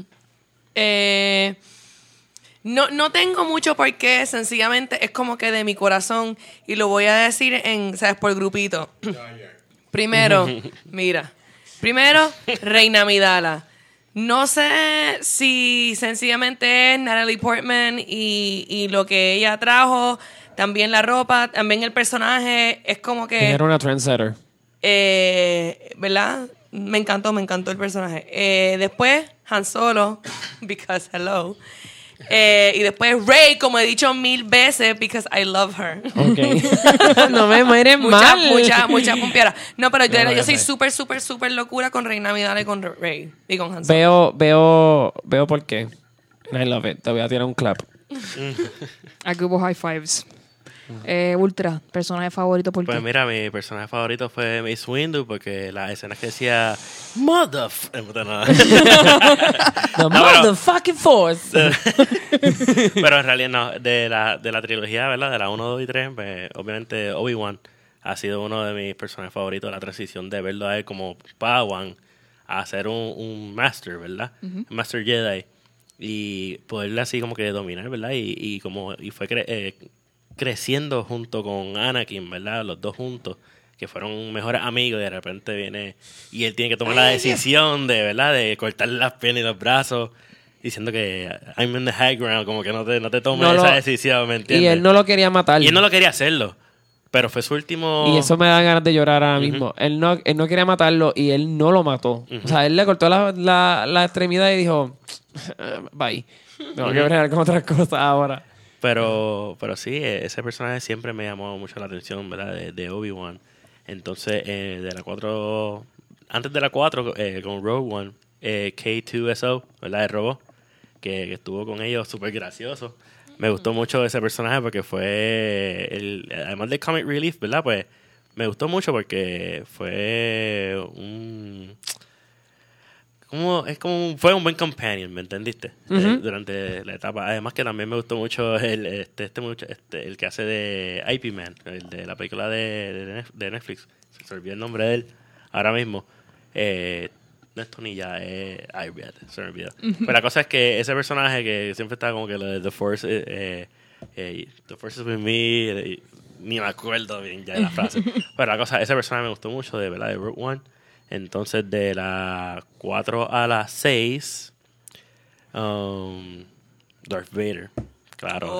Eh, no, no tengo mucho por qué, sencillamente es como que de mi corazón y lo voy a decir en, ¿sabes? Por grupito. Primero, mira, primero, Reina Amidala. No sé si sencillamente es Natalie Portman y, y lo que ella trajo, también la ropa, también el personaje, es como que... Ella era una trendsetter. Eh, ¿verdad? Me encantó, me encantó el personaje. Eh, después, Han Solo, because hello. Eh, y después Rey, como he dicho mil veces, because I love her. Ok. No me mueres Mucha, mal. mucha, mucha pumpiera. No, pero yo, No, yo ya soy sé. súper, súper, súper locura con Reina Amidala y con Rey. Y con Han Solo. Veo, veo, veo por qué. And I love it. Te voy a tirar un clap. Aquí hubo high fives. Eh, Ultra, personaje favorito, ¿por qué? Pues mira, mi personaje favorito fue Mace Windu porque las escenas que decía Motherf... No, no. The pero- motherfucking force. Pero en realidad no, de la, de la trilogía, ¿verdad? De la uno, dos y tres, pues, obviamente Obi-Wan ha sido uno de mis personajes favoritos. La transición de verlo a él como Padawan a ser un, un Master, ¿verdad? Un Master Jedi. Y poderle así como que dominar, ¿verdad? Y, y como y fue cre- eh, creciendo junto con Anakin, ¿verdad? Los dos juntos, que fueron mejores amigos y de repente viene y él tiene que tomar la decisión de, ¿verdad? De cortarle las piernas y los brazos. Diciendo que I'm in the high ground, como que no te, no te tomes No lo- esa decisión, ¿me entiendes? Y él no lo quería matar. Y él no lo quería hacerlo, pero fue su último... Y eso me da ganas de llorar ahora mismo. Él no, él no quería matarlo y él no lo mató. O sea, él le cortó la, la, la extremidad y dijo, bye. Tengo que bregar con otras cosas ahora. Pero, pero sí, eh, ese personaje siempre me llamó mucho la atención, ¿verdad? De, de Obi-Wan. Entonces, eh, de la cuatro... Antes de la cuatro, eh, con Rogue One, eh, K dos S O, ¿verdad? El robot, que, que estuvo con ellos súper gracioso. Me gustó mucho ese personaje porque fue... El, además de Comic Relief, ¿verdad? Pues me gustó mucho porque fue un... como, es como un- fue un buen companion, ¿me entendiste? Ujú. Eh, durante la etapa. Además que también me gustó mucho el este, este, mucho, este el que hace de I P Man, el de la película de, de Nef- de Netflix. Se me olvidó el nombre de él ahora mismo. Eh, no es Tony ya, es Iron, se me olvidó. Pero la cosa es que ese personaje que siempre está como que lo de The Force, eh, eh, eh, The Force is with me, eh, ni me acuerdo bien ya de la frase. Pero la cosa, ese personaje me gustó mucho, de verdad, de Rogue One. Entonces, de las cuatro a las seis, um, Darth Vader. Claro,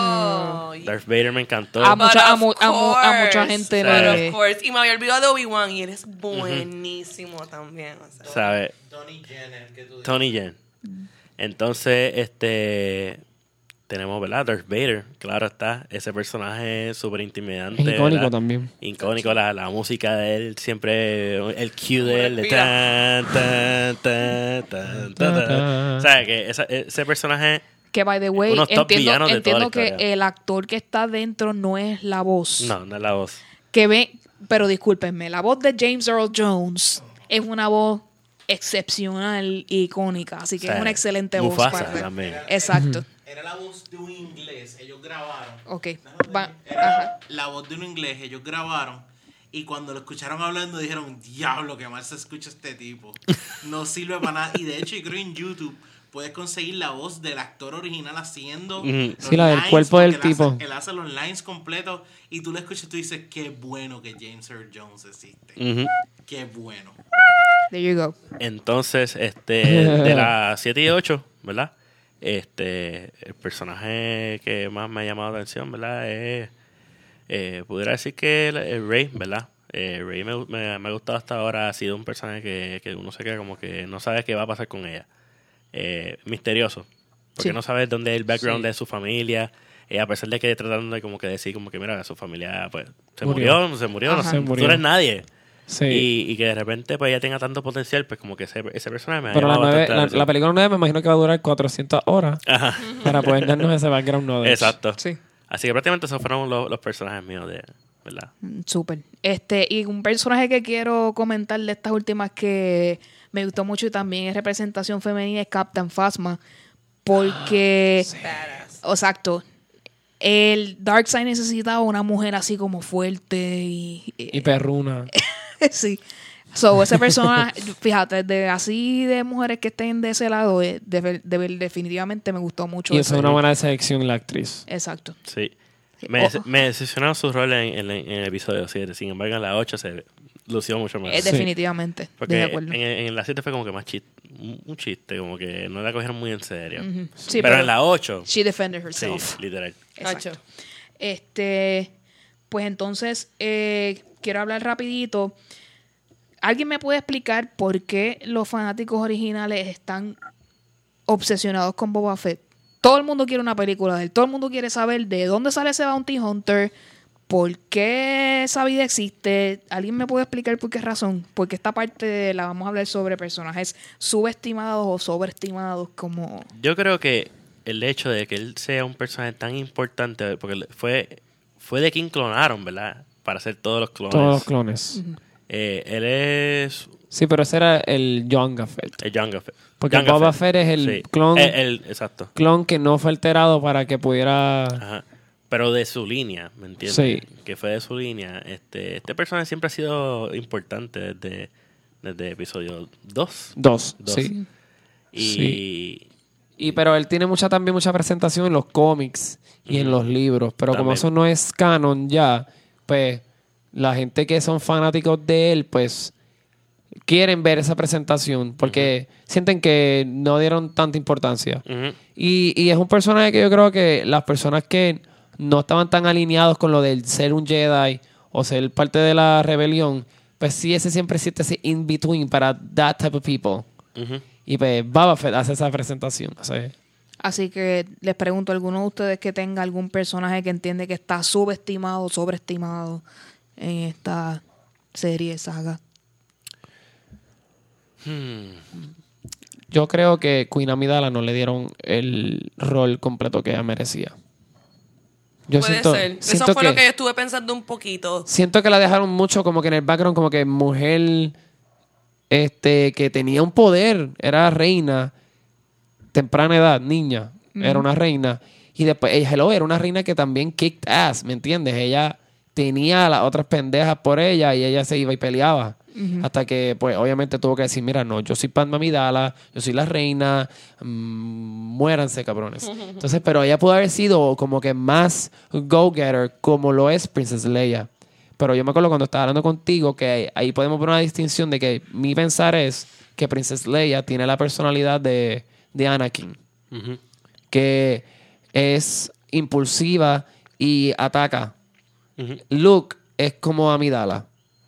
Oh, ese Darth Vader me encantó. A mucha- a But mu- of a mu- a mucha course, gente le- but of course. Y me había olvidado de Obi-Wan y él es buenísimo también. O sea. ¿Sabes? Tony Jenner, que tú dices. Tony Yen. Entonces, este... Tenemos, ¿verdad? Darth Vader. Claro está. Ese personaje es súper intimidante. Es icónico ¿verdad? también. Icónico. La, la música de él siempre... El cue de él. De Respira. tan, tan, tan, tan, tan, tan. O sea, que esa- ese personaje... Que, by the way, Unos top entiendo, villanos de toda la entiendo que historia. el actor que está dentro no es la voz. No, no es la voz. Que ve, pero discúlpenme, la voz de James Earl Jones es una voz excepcional e icónica, así que O sea, es una excelente Mufasa voz. para- también. Exacto. Era la voz de un inglés, ellos grabaron. Ok. Déjame Va- ver. Era ajá. la voz de un inglés, ellos grabaron. Y cuando lo escucharon hablando dijeron, diablo, que mal se escucha este tipo. No sirve para nada. Y de hecho, yo creo en YouTube puedes conseguir la voz del actor original haciendo Ujú. los Sí, la del lines, cuerpo del porque él tipo. hace- él hace los lines completos y tú lo escuchas y tú dices, qué bueno que James Earl Jones existe. Ujú. Qué bueno. There you go. Entonces, este, de las siete y ocho, ¿verdad? Este, el personaje que más me ha llamado la atención, ¿verdad? Es, eh, pudiera decir que el, el Rey, ¿verdad? Eh, Rey me, me, me ha gustado hasta ahora, ha sido un personaje que, que uno se queda como que no sabe qué va a pasar con ella. Eh, misterioso, porque Sí. no sabes dónde es el background Sí. de su familia. Eh, a pesar de que tratando de como que decir como que mira, su familia pues se Murió. murió, se murió, no Ajá. sé, Se tú murió. eres nadie. Sí. Y, y que de repente pues ella tenga tanto potencial, pues como que ese, ese personaje me ha Pero la, llamado nueve, bastante la, atención. la película nueve me imagino que va a durar cuatrocientas horas Ajá. para poder darnos ese background knowledge. Exacto. Sí. Así que prácticamente esos fueron los, los personajes míos de, ¿verdad? Mm, Súper. Este, y un personaje que quiero comentar de estas últimas que me gustó mucho y también es representación femenina es Captain Phasma. Porque, Badass. exacto, el Darkseid necesitaba una mujer así como fuerte y... Y perruna. sí. So, ese personaje, fíjate, de así de mujeres que estén de ese lado, eh, de- de- definitivamente me gustó mucho. Y ese. eso es una buena selección la actriz. Exacto. Sí. Sí. Me, Oh. me decepcionaron sus roles en, en- en el episodio siete. Sin embargo, en la ocho se lució mucho más. Eh, definitivamente. Estoy Porque de acuerdo. en, en la siete fue como que más chiste, un un chiste, como que no la cogieron muy en serio. Ujú. Sí, pero, en la ocho, She defended sí, herself. literal. Exacto. Hacho. Este, pues entonces, eh, quiero hablar rapidito. ¿Alguien me puede explicar por qué los fanáticos originales están obsesionados con Boba Fett? Todo el mundo quiere una película de él. Todo el mundo quiere saber de dónde sale ese Bounty Hunter, por qué esa vida existe. ¿Alguien me puede explicar por qué razón? Porque esta parte la vamos a hablar sobre personajes subestimados o sobreestimados como... Yo creo que el hecho de que él sea un personaje tan importante, porque fue, fue de quien clonaron, ¿verdad? Para hacer todos los clones. Todos los clones. Eh, él es Sí, pero ese era el Jango Fett. el Jango Fett. Porque Jango Boba Fett es el Sí. clon- Eh, el- exacto. Clon que no fue alterado para que pudiera... Ajá. Pero de su línea, ¿me entiendes? Sí. Que fue de su línea. Este, este personaje siempre ha sido importante desde, desde episodio dos. Dos, Dos. sí. Y Sí. Y pero él tiene mucha también mucha presentación en los cómics y en Ujú. los libros. Pero como También. eso no es canon ya, pues la gente que son fanáticos de él, pues quieren ver esa presentación porque sienten que no dieron tanta importancia. Ujú. Y, y es un personaje que yo creo que las personas que no estaban tan alineados con lo del ser un Jedi o ser parte de la rebelión, pues sí, ese siempre existe ese in-between para that type of people. Ujú. Y pues Boba Fett hace esa presentación. O sea, Así que les pregunto a alguno de ustedes que tenga algún personaje que entiende que está subestimado o sobreestimado en esta serie, saga. Hmm. yo creo que Queen Amidala no le dieron el rol completo que ella merecía. Yo Puede siento, ser. Eso siento fue que, lo que yo estuve pensando un poquito. siento que la dejaron mucho como que en el background, como que mujer este, que tenía un poder, era reina, temprana edad, niña, mm. era una reina. Y después, ella, hello, era una reina que también kicked ass, ¿me entiendes? Ella tenía a las otras pendejas por ella y ella se iba y peleaba. Uh-huh. Hasta que, pues, obviamente tuvo que decir, mira, no, yo soy Padmé Amidala, yo soy la reina, mmm, muéranse, cabrones. Uh-huh. Entonces, pero ella pudo haber sido como que más go-getter como lo es Princess Leia. Pero yo me acuerdo cuando estaba hablando contigo que ahí podemos poner una distinción de que mi pensar es que Princess Leia tiene la personalidad de, de Anakin. Uh-huh. Que es impulsiva y ataca. Uh-huh. Luke es como Amidala.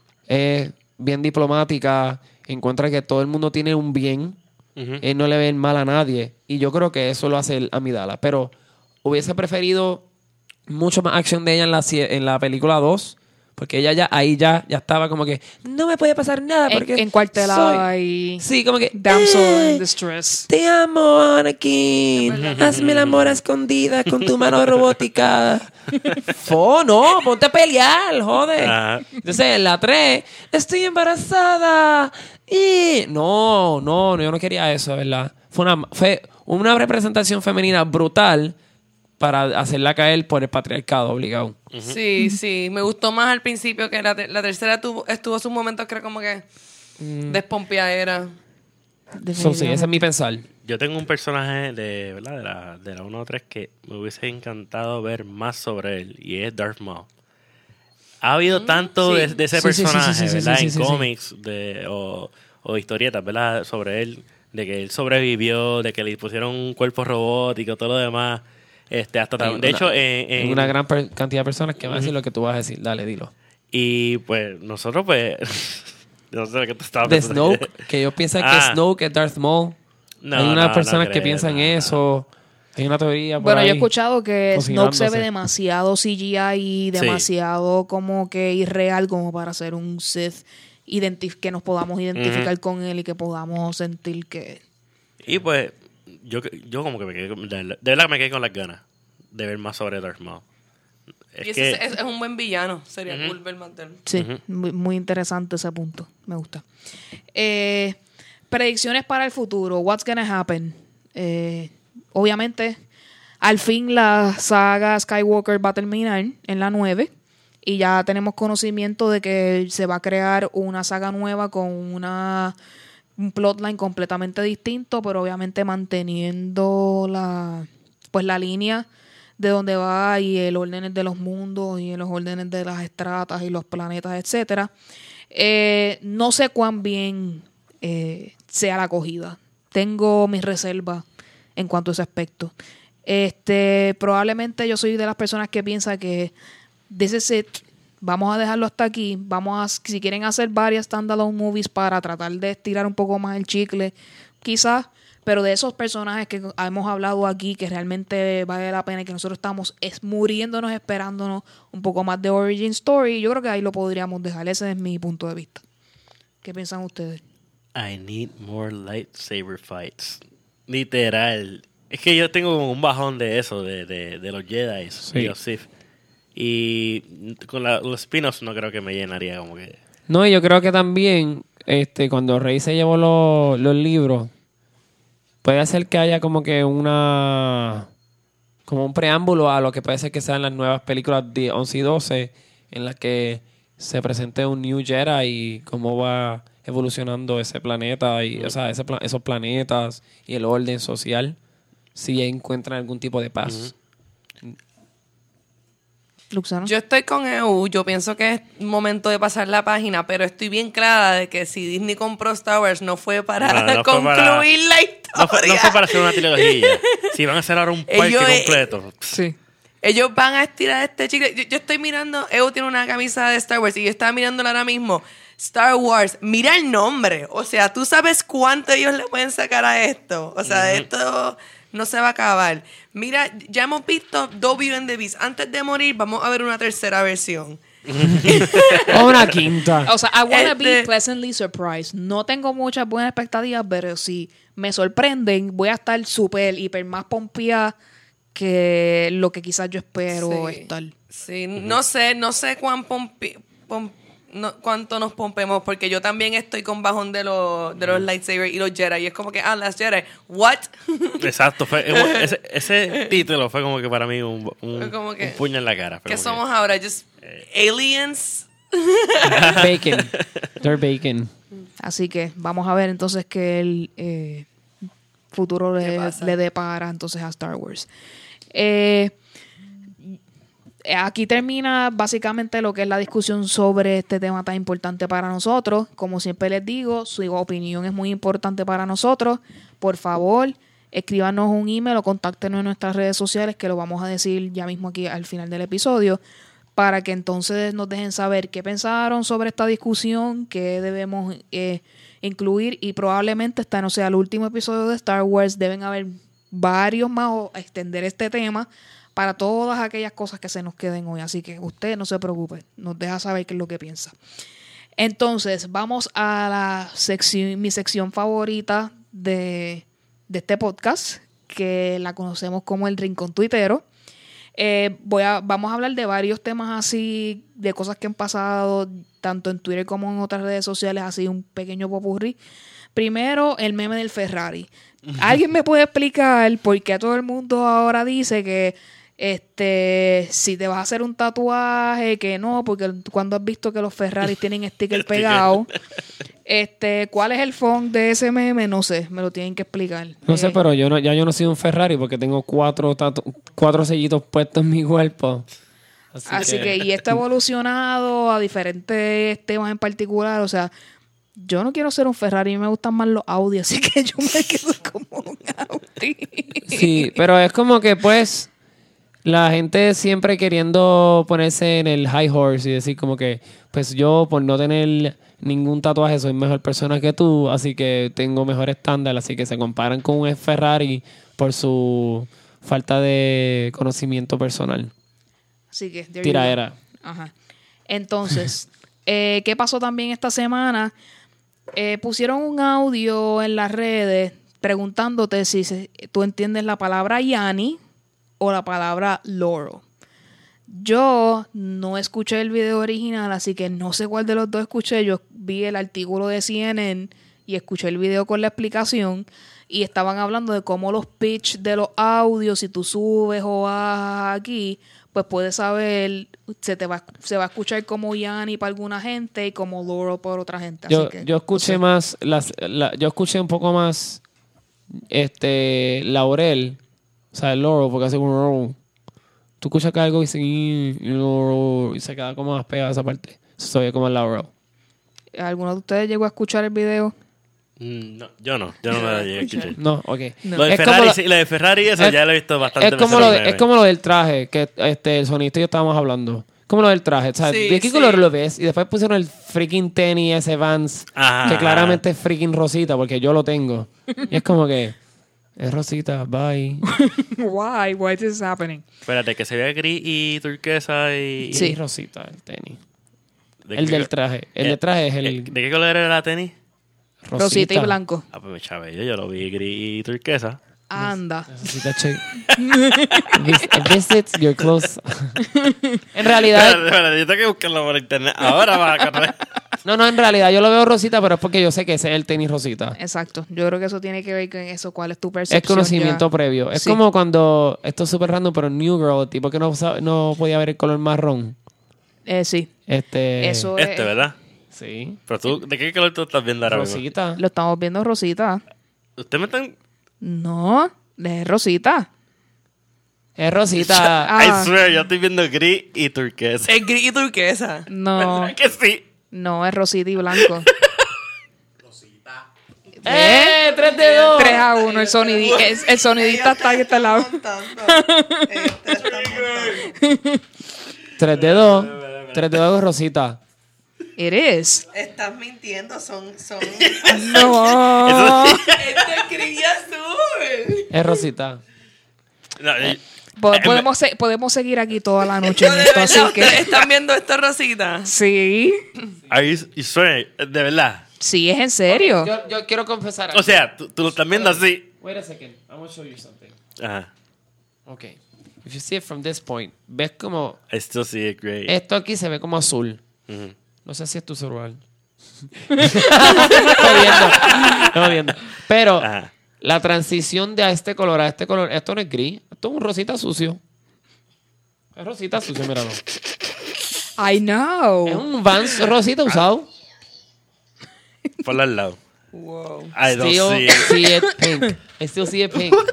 Es bien diplomática, encuentra que todo el mundo tiene un bien. Uh-huh. Él no le ve mal a nadie. Y yo creo que eso lo hace el Amidala. Pero hubiese preferido mucho más acción de ella en la, en la película dos. Porque ella ya ahí ya, ya estaba como que no me puede pasar nada porque en, encuartelada y sí, como que damsel eh, in distress. Te amo, Anakin. Hazme el amor a escondidas con tu mano robótica. Fo, no, ponte a pelear, joder. Uh-huh. Entonces en la tres, estoy embarazada. Y no, no, no, yo no quería eso, ¿verdad? Fue una, fue una representación femenina brutal para hacerla caer por el patriarcado obligado. Uh-huh. Sí, sí. Me gustó más al principio que la, te- la tercera tuvo, estuvo sus momentos que era como que mm. despompeadera. So, sí, ese es mi pensar. Yo tengo un personaje de, ¿verdad? de la de la uno o tres que me hubiese encantado ver más sobre él y es Darth Maul. Ha habido mm. tanto sí. de, de ese sí, personaje, sí, sí, sí, ¿verdad? Sí, sí, en sí, cómics sí. De, o, o historietas, ¿verdad? Sobre él, de que él sobrevivió, de que le pusieron un cuerpo robótico, todo lo demás. Este, hasta de una, hecho, en, en, una gran per- cantidad de personas que van a decir lo que tú vas a decir. Dale, dilo. Y pues nosotros, pues, no sé qué tú estabas de Snoke, que yo pienso ah. que Snoke es Darth Maul. No, Hay unas no, personas no creo, que piensan no, eso. Hay una teoría por Bueno, ahí, yo he escuchado que Snoke se ve demasiado C G I y demasiado sí. como que irreal como para ser un Sith identif- que nos podamos identificar uh-huh. con él y que podamos sentir que... Y pues... Yo, yo como que me quedé, de, de verdad me quedé con las ganas de ver más sobre Darth Maul. Es y que, es, es un buen villano, sería uh-huh. cool ver más de él. Sí, uh-huh. muy, muy interesante ese punto, me gusta. Eh, predicciones para el futuro, what's gonna happen. Eh, obviamente, al fin la saga Skywalker va a terminar en la nueve y ya tenemos conocimiento de que se va a crear una saga nueva con una... un plotline completamente distinto, pero obviamente manteniendo la pues la línea de donde va y el orden de los mundos y los órdenes de las estratas y los planetas, etcétera. Eh, no sé cuán bien eh, sea la acogida. Tengo mis reservas en cuanto a ese aspecto. Este, probablemente yo soy de las personas que piensa que this is it. Vamos a dejarlo hasta aquí. Vamos a, si quieren hacer varias standalone movies para tratar de estirar un poco más el chicle, quizás, pero de esos personajes que hemos hablado aquí, que realmente vale la pena y que nosotros estamos es muriéndonos, esperándonos un poco más de origin story, yo creo que ahí lo podríamos dejar. Ese es mi punto de vista. ¿Qué piensan ustedes? I need more lightsaber fights. Literal. Es que yo tengo como un bajón de eso, de, de, de los Jedi sí. y los Sith. Y con la, los spin-offs no creo que me llenaría como que... No, yo creo que también este cuando Rey se llevó los, los libros, puede ser que haya como que una... como un preámbulo a lo que puede ser que sean las nuevas películas de once y doce, en las que se presente un New Jedi y cómo va evolucionando ese planeta, y, o sea, ese pla- esos planetas y el orden social, si encuentran algún tipo de paz. Uh-huh. Luxana. Yo estoy con E U, yo pienso que es momento de pasar la página, pero estoy bien clara de que si Disney compró Star Wars no fue para no, no concluir fue para, la historia. No fue, no fue para hacer una trilogía. Si van a hacer ahora un parque ellos, completo. Sí. Ellos van a estirar este chicle. Yo, yo estoy mirando, E U tiene una camisa de Star Wars y yo estaba mirándola ahora mismo. Star Wars, mira el nombre. O sea, tú sabes cuánto ellos le pueden sacar a esto. O sea, uh-huh. esto... no se va a acabar. Mira, ya hemos visto dos Beauty and the Beast. Antes de morir, vamos a ver una tercera versión. O una quinta. O sea, I wanna Este- be pleasantly surprised. No tengo muchas buenas expectativas, pero si me sorprenden, voy a estar súper, hiper más pompeada que lo que quizás yo espero Sí. estar. Sí, no sé, no sé cuán pompi... pom- no, cuánto nos pompemos, porque yo también estoy con bajón de los, de los lightsabers y los Jedi. Y es como que, ah, las Jedi, ¿what? Exacto, fue, ese, ese título fue como que para mí un, un, como que, un puño en la cara. Fue ¿qué como somos que, ahora? Just aliens. Bacon. They're bacon. Así que vamos a ver entonces qué el eh, futuro ¿Qué le, pasa? le depara entonces a Star Wars. Eh, aquí termina básicamente lo que es la discusión sobre este tema tan importante para nosotros. Como siempre les digo, su opinión es muy importante para nosotros. Por favor, escríbanos un email o contáctenos en nuestras redes sociales, que lo vamos a decir ya mismo aquí al final del episodio, para que entonces nos dejen saber qué pensaron sobre esta discusión, qué debemos eh, incluir, y probablemente este no sea el último episodio de Star Wars. Deben haber varios más o extender este tema para todas aquellas cosas que se nos queden hoy. Así que usted no se preocupe, nos deja saber qué es lo que piensa. Entonces, vamos a la sección, mi sección favorita de, de este podcast, que la conocemos como el Rincón Tuitero. Eh, voy a, vamos a hablar de varios temas así, de cosas que han pasado tanto en Twitter como en otras redes sociales, así un pequeño popurrí. Primero, el meme del Ferrari. ¿Alguien me puede explicar por qué todo el mundo ahora dice que este si te vas a hacer un tatuaje, que no, porque cuando has visto que los Ferraris tienen sticker pegado? Este, ¿cuál es el font de ese meme? No sé, me lo tienen que explicar. No Eh, sé, pero yo no, ya yo no soy un Ferrari porque tengo cuatro tatu- cuatro sellitos puestos en mi cuerpo. Así, Así que, y esto ha evolucionado a diferentes temas en particular. O sea, yo no quiero ser un Ferrari, a mí me gustan más los Audi, así que yo me quedo como un Audi. Sí, pero es como que pues la gente siempre queriendo ponerse en el high horse y decir como que pues yo por no tener ningún tatuaje soy mejor persona que tú, así que tengo mejor estándar, así que se comparan con un Ferrari por su falta de conocimiento personal. Así que, there you go. Tiraera. Ajá. Entonces, eh, ¿qué pasó también esta semana? Eh, pusieron un audio en las redes preguntándote si se- tú entiendes la palabra Yanni o la palabra loro. Yo no escuché el video original, así que no sé cuál de los dos escuché. Yo vi el artículo de C N N y escuché el video con la explicación, y estaban hablando de cómo los pitch de los audios, si tú subes o bajas aquí, pues puedes saber, se te va, se va a escuchar como Yanni para alguna gente y como loro para otra gente. Así Yo, que, yo escuché no sé. más, las, la- yo escuché un poco más este Laurel, o sea, el loro, porque hace como tú escuchas que algo y se, y, y se queda como más pegada esa parte. Se oye como el Laurel. ¿Alguno de ustedes llegó a escuchar el video? Mm, No, yo no, yo no me la llegué a escuchar. No, ok. Lo de Es como Ferrari, lo- sí, lo de Ferrari, eso es- ya lo he visto bastante Es como, veces lo en de- memes. es como lo del traje, que este el sonista y yo estábamos hablando. Como lo del traje, o sea, Sí, ¿de qué sí. color lo ves? Y después pusieron el freaking tenis ese Vans, Ajá. que claramente es freaking rosita, porque yo lo tengo. Y es como que, es rosita, bye. Why? Why is this happening? Espérate, que se vea gris y turquesa y... Y Sí. es rosita el tenis. ¿De El qué del co- traje. El eh, del traje es eh, el ¿De qué color era la tenis? rosita. Rosita y blanco. Ah, pues chaval, yo lo vi gris y turquesa. Anda. Rosita check. Vis- Visits your clothes. En realidad, Espérate, espérate, yo tengo que buscarlo por internet. Ahora va a correr. no, no, en realidad yo lo veo rosita, pero es porque yo sé que ese es el tenis rosita. Exacto. Yo creo que eso tiene que ver con eso. ¿Cuál es tu percepción? Es conocimiento ya? previo. Es Sí. como cuando, esto es súper random, pero New Girl, tipo que no, sabe- no podía ver el color marrón. Eh, sí. Este. Eso Este, es. ¿verdad? Sí. Pero tú, ¿de qué color tú estás viendo ahora mismo? Rosita. Lo estamos viendo rosita. Ustedes me están... No, es rosita. Es rosita. Ah. I swear, yo estoy viendo gris y turquesa. Es gris y turquesa. No, ¿Verdad que sí? no, es rosita y blanco. ¡Eh! ¡tres de dos! tres a uno. El, sonidi- el, el sonidista está aquí a este lado. tres de dos. tres de dos es rosita. It is. Estás mintiendo, son... son... No. Esto es gris y azul. Es rosita. No, eh, Po- eh, podemos, se- podemos seguir aquí toda la noche en ¿De esto, verdad así ustedes que... están viendo esta rosita? Sí. are you, you swear, de verdad. Sí, es en serio. Yo, yo quiero confesar algo. O sea, tú, tú lo estás viendo así. Wait a second. I'm gonna show you something. Ajá. Okay. If you see it from this point, ves como Esto sí es great. esto aquí se ve como azul. Ujú. No sé si es tu celular. Jodiendo. Jodiendo. Pero Ajá. la transición de a este color a este color, esto no es gris, esto es un rosita sucio. Es rosita sucio, míralo. I know. Es un Vans rosita usado. Por al lado. Wow. I don't Still see it. see it pink. I still see it pink.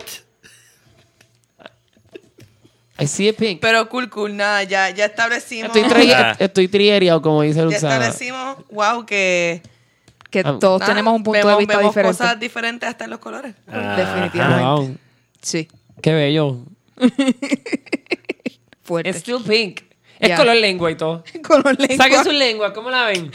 I see it pink. Pero cool, cool, nada, ya, ya establecimos. Estoy, tri Ah. estoy trierriado, como dice ya Luxana. establecimos, wow, que Que Ah, todos nada, tenemos un punto vemos, de vista vemos diferente. cosas diferentes hasta en los colores. Ajá. Definitivamente. Wow, Sí, qué bello. fuerte. It's still pink. Es Ya. color lengua y todo. Color lengua. Saquen su lengua, ¿cómo la ven?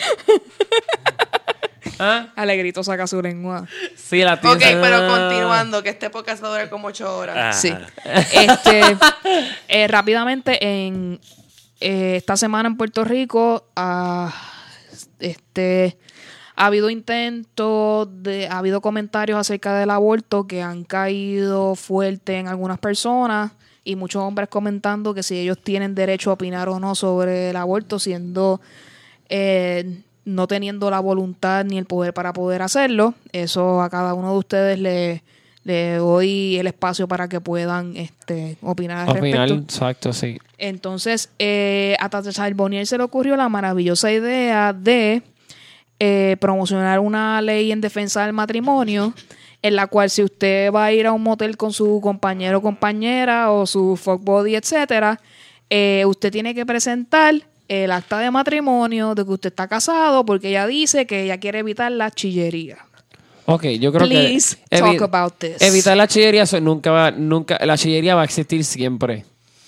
¿Ah? Alegrito saca su lengua. Sí, la Ok, tiene. pero continuando, que este podcast va a durar como ocho horas. Ajá. Sí. Este, eh, rápidamente, en eh, esta semana en Puerto Rico, ah, este, ha habido intentos, de, ha habido comentarios acerca del aborto que han caído fuerte en algunas personas y muchos hombres comentando que si ellos tienen derecho a opinar o no sobre el aborto, siendo eh, no teniendo la voluntad ni el poder para poder hacerlo. Eso a cada uno de ustedes le, le doy el espacio para que puedan este, opinar al Opinar, respecto. exacto, sí. Entonces, eh, a Tata Charbonnier se le ocurrió la maravillosa idea de eh, promocionar una ley en defensa del matrimonio, en la cual si usted va a ir a un motel con su compañero o compañera o su fuck buddy, etcétera, eh, usted tiene que presentar el acta de matrimonio de que usted está casado, porque ella dice que ella quiere evitar la chillería. Ok, yo creo Please que talk evi- about this. evitar la chillería, eso nunca va, nunca, la chillería va a existir siempre.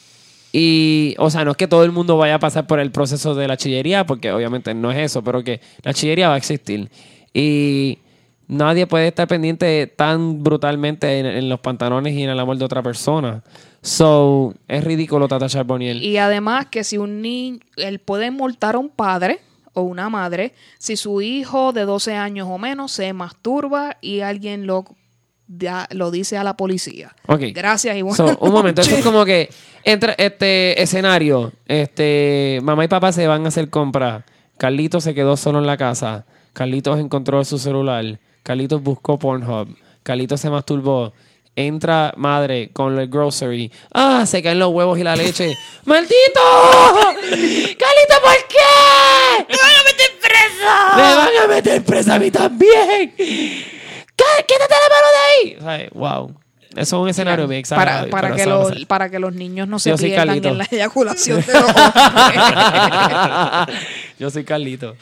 Y, o sea, no es que todo el mundo vaya a pasar por el proceso de la chillería, porque obviamente no es eso, pero que la chillería va a existir. Y nadie puede estar pendiente tan brutalmente en, en los pantalones y en el amor de otra persona. So, es ridículo Tata Charbonnier. Y además que si un niño, él puede multar a un padre o una madre si su hijo de doce años o menos se masturba y alguien lo, ya, lo dice a la policía. Ok. Gracias y bueno. So, un momento, eso es como que entra este escenario, este mamá y papá se van a hacer compras, Carlitos se quedó solo en la casa, Carlitos encontró su celular, Carlitos buscó Pornhub, Carlitos se masturbó, entra madre con el grocery, ah, se caen los huevos y la leche, ¡maldito! ¡Carlitos, ¿por qué? ¡Me van a meter presa! ¡Me van a meter presa a mí también! ¿Qué? ¡Quítate la mano de ahí! O sea, wow. Eso es un escenario bien para, exagerado. para, pero que eso va a los, pasar. para que los niños no se Yo soy pierdan Carlito. en la eyaculación de los hombres. Yo soy Carlito.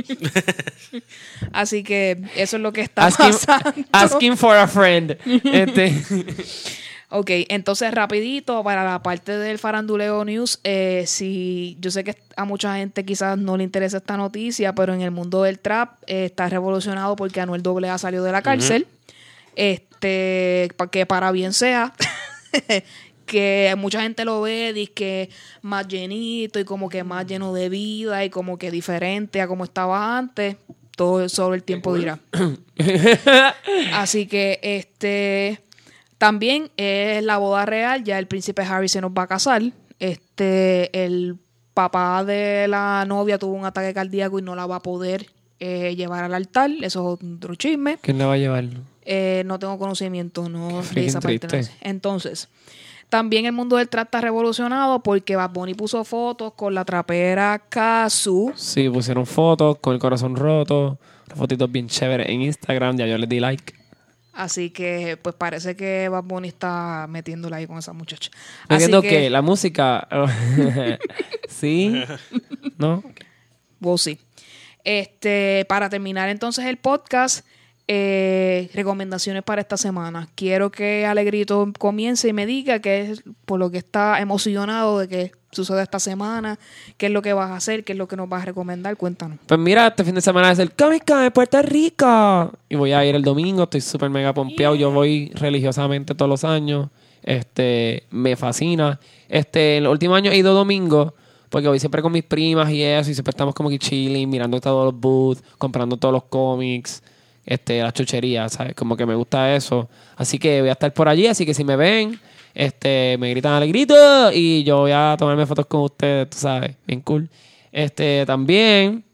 Así que eso es lo que está Asking, pasando. asking for a friend. Este, Ok, entonces rapidito para la parte del Faranduleo News, eh, si yo sé que a mucha gente quizás no le interesa esta noticia, pero en el mundo del trap eh, está revolucionado porque Anuel A A salió de la cárcel, este, pa- que para bien sea, que mucha gente lo ve que más llenito y como que más lleno de vida y como que diferente a como estaba antes, todo sobre el tiempo dirá. Así que este también es la boda real, ya el príncipe Harry se nos va a casar. Este, el papá de la novia tuvo un ataque cardíaco y no la va a poder eh, llevar al altar. Eso es otro chisme. ¿Quién la va a llevar? Eh, no tengo conocimiento, no de Freaking esa parte. no triste. sé. Entonces, también el mundo del trap está revolucionado porque Bad Bunny puso fotos con la trapera Kazu. Sí, pusieron fotos con el corazón roto. Fotitos bien chéveres en Instagram. Ya yo les di like. Así que, pues parece que Bad Bunny está metiéndola ahí con esa muchacha. No Así entiendo que la música... ¿Sí? ¿No? Vos sí. Este, para terminar entonces el podcast, eh, recomendaciones para esta semana. Quiero que Alegrito comience y me diga qué es por lo que está emocionado de que sucede esta semana, qué es lo que vas a hacer, qué es lo que nos vas a recomendar. Cuéntanos. Pues mira, este fin de semana es el Comic Con de Puerto Rico. Y voy a ir el domingo. Estoy súper mega pompeado. Yo voy religiosamente todos los años. Este, me fascina. Este, en los últimos años he ido domingo. Porque voy siempre con mis primas y eso. Y siempre estamos como que chilling, mirando todos los booths, comprando todos los cómics, este, las chucherías, ¿sabes? Como que me gusta eso. Así que voy a estar por allí. Así que si me ven, este, me gritan Alegrito. Y yo voy a tomarme fotos con ustedes, tú sabes. Bien cool. Este, también...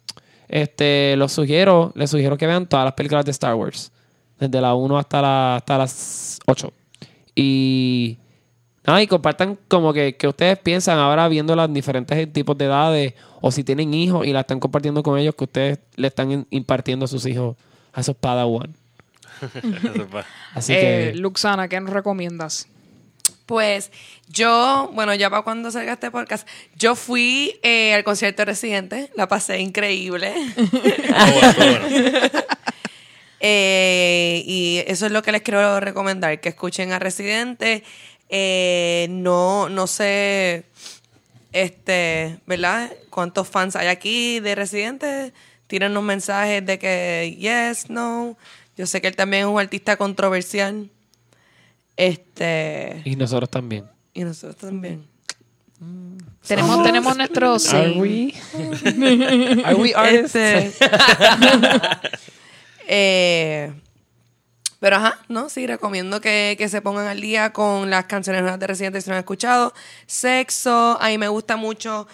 este, los sugiero, les sugiero que vean todas las películas de Star Wars. Desde la uno hasta, la, hasta las ocho. Y... Ah, y compartan como que, que ustedes piensan ahora viendo los diferentes tipos de edades o si tienen hijos y la están compartiendo con ellos, que ustedes le están in- impartiendo a sus hijos, a esos Padawan. Así Eh, que... Luxana, ¿qué nos recomiendas? Pues yo, bueno, ya para cuando salga este podcast, yo fui eh, al concierto de Residente, la pasé increíble. Ah, bueno, bueno. Eh, y eso es lo que les quiero recomendar, que escuchen a Residente. Eh, no, no sé, este, ¿verdad? ¿Cuántos fans hay aquí de Residente? Tiran unos mensajes de que yes, no. Yo sé que él también es un artista controversial. Este, Y nosotros también. y nosotros también. Tenemos, tenemos nuestro Are sí. we? Are we artists? Este, eh, pero ajá, ¿no? Sí, recomiendo que, que se pongan al día con las canciones nuevas de Residente si no han escuchado. Sexo, a mí me gusta mucho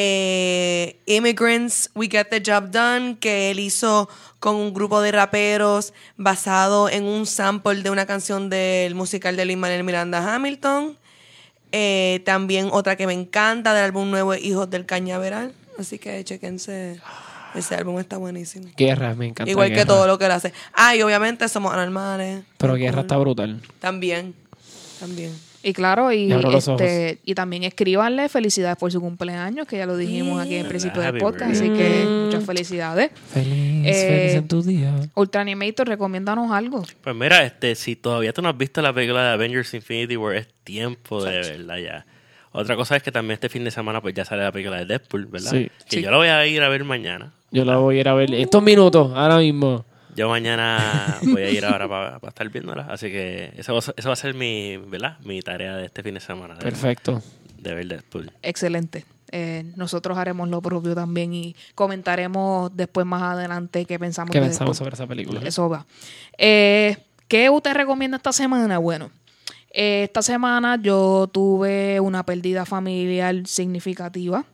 eh, Immigrants, We Get the Job Done, que él hizo con un grupo de raperos basado en un sample de una canción del musical de Lin-Manuel Miranda Hamilton. Eh, también otra que me encanta del álbum nuevo, Hijos del Cañaveral. Así que chequense. Ese álbum está buenísimo. Guerra, me encanta. Igual que Guerra. todo lo que él hace. Ah, y obviamente Somos Anormales. Pero Guerra está brutal. También. También. Y claro, y, Y abro los este, y también escríbanle felicidades por su cumpleaños, que ya lo dijimos aquí en el principio del Happy podcast, así que muchas felicidades. Feliz, Eh, feliz en tu día. Ultra Animator, recomiéndanos algo. Pues mira, este, si todavía tú no has visto la película de Avengers Infinity War, es tiempo de verla ya. Otra cosa es que también este fin de semana pues ya sale la película de Deadpool, ¿verdad? Sí. Que Sí. yo la voy a ir a ver mañana. Yo la voy a ir a ver en estos minutos, ahora mismo. Yo mañana voy a ir ahora para estar viéndola. Así que eso, va a- eso va a ser mi, ¿verdad? Mi tarea de este fin de semana. De, Perfecto. de ver Deadpool. Excelente. Eh, nosotros haremos lo propio también y comentaremos después más adelante qué pensamos ¿Qué de pensamos Deadpool. sobre esa película? Eso va. Eh, ¿Qué usted recomienda esta semana? Bueno, eh, esta semana yo tuve una pérdida familiar significativa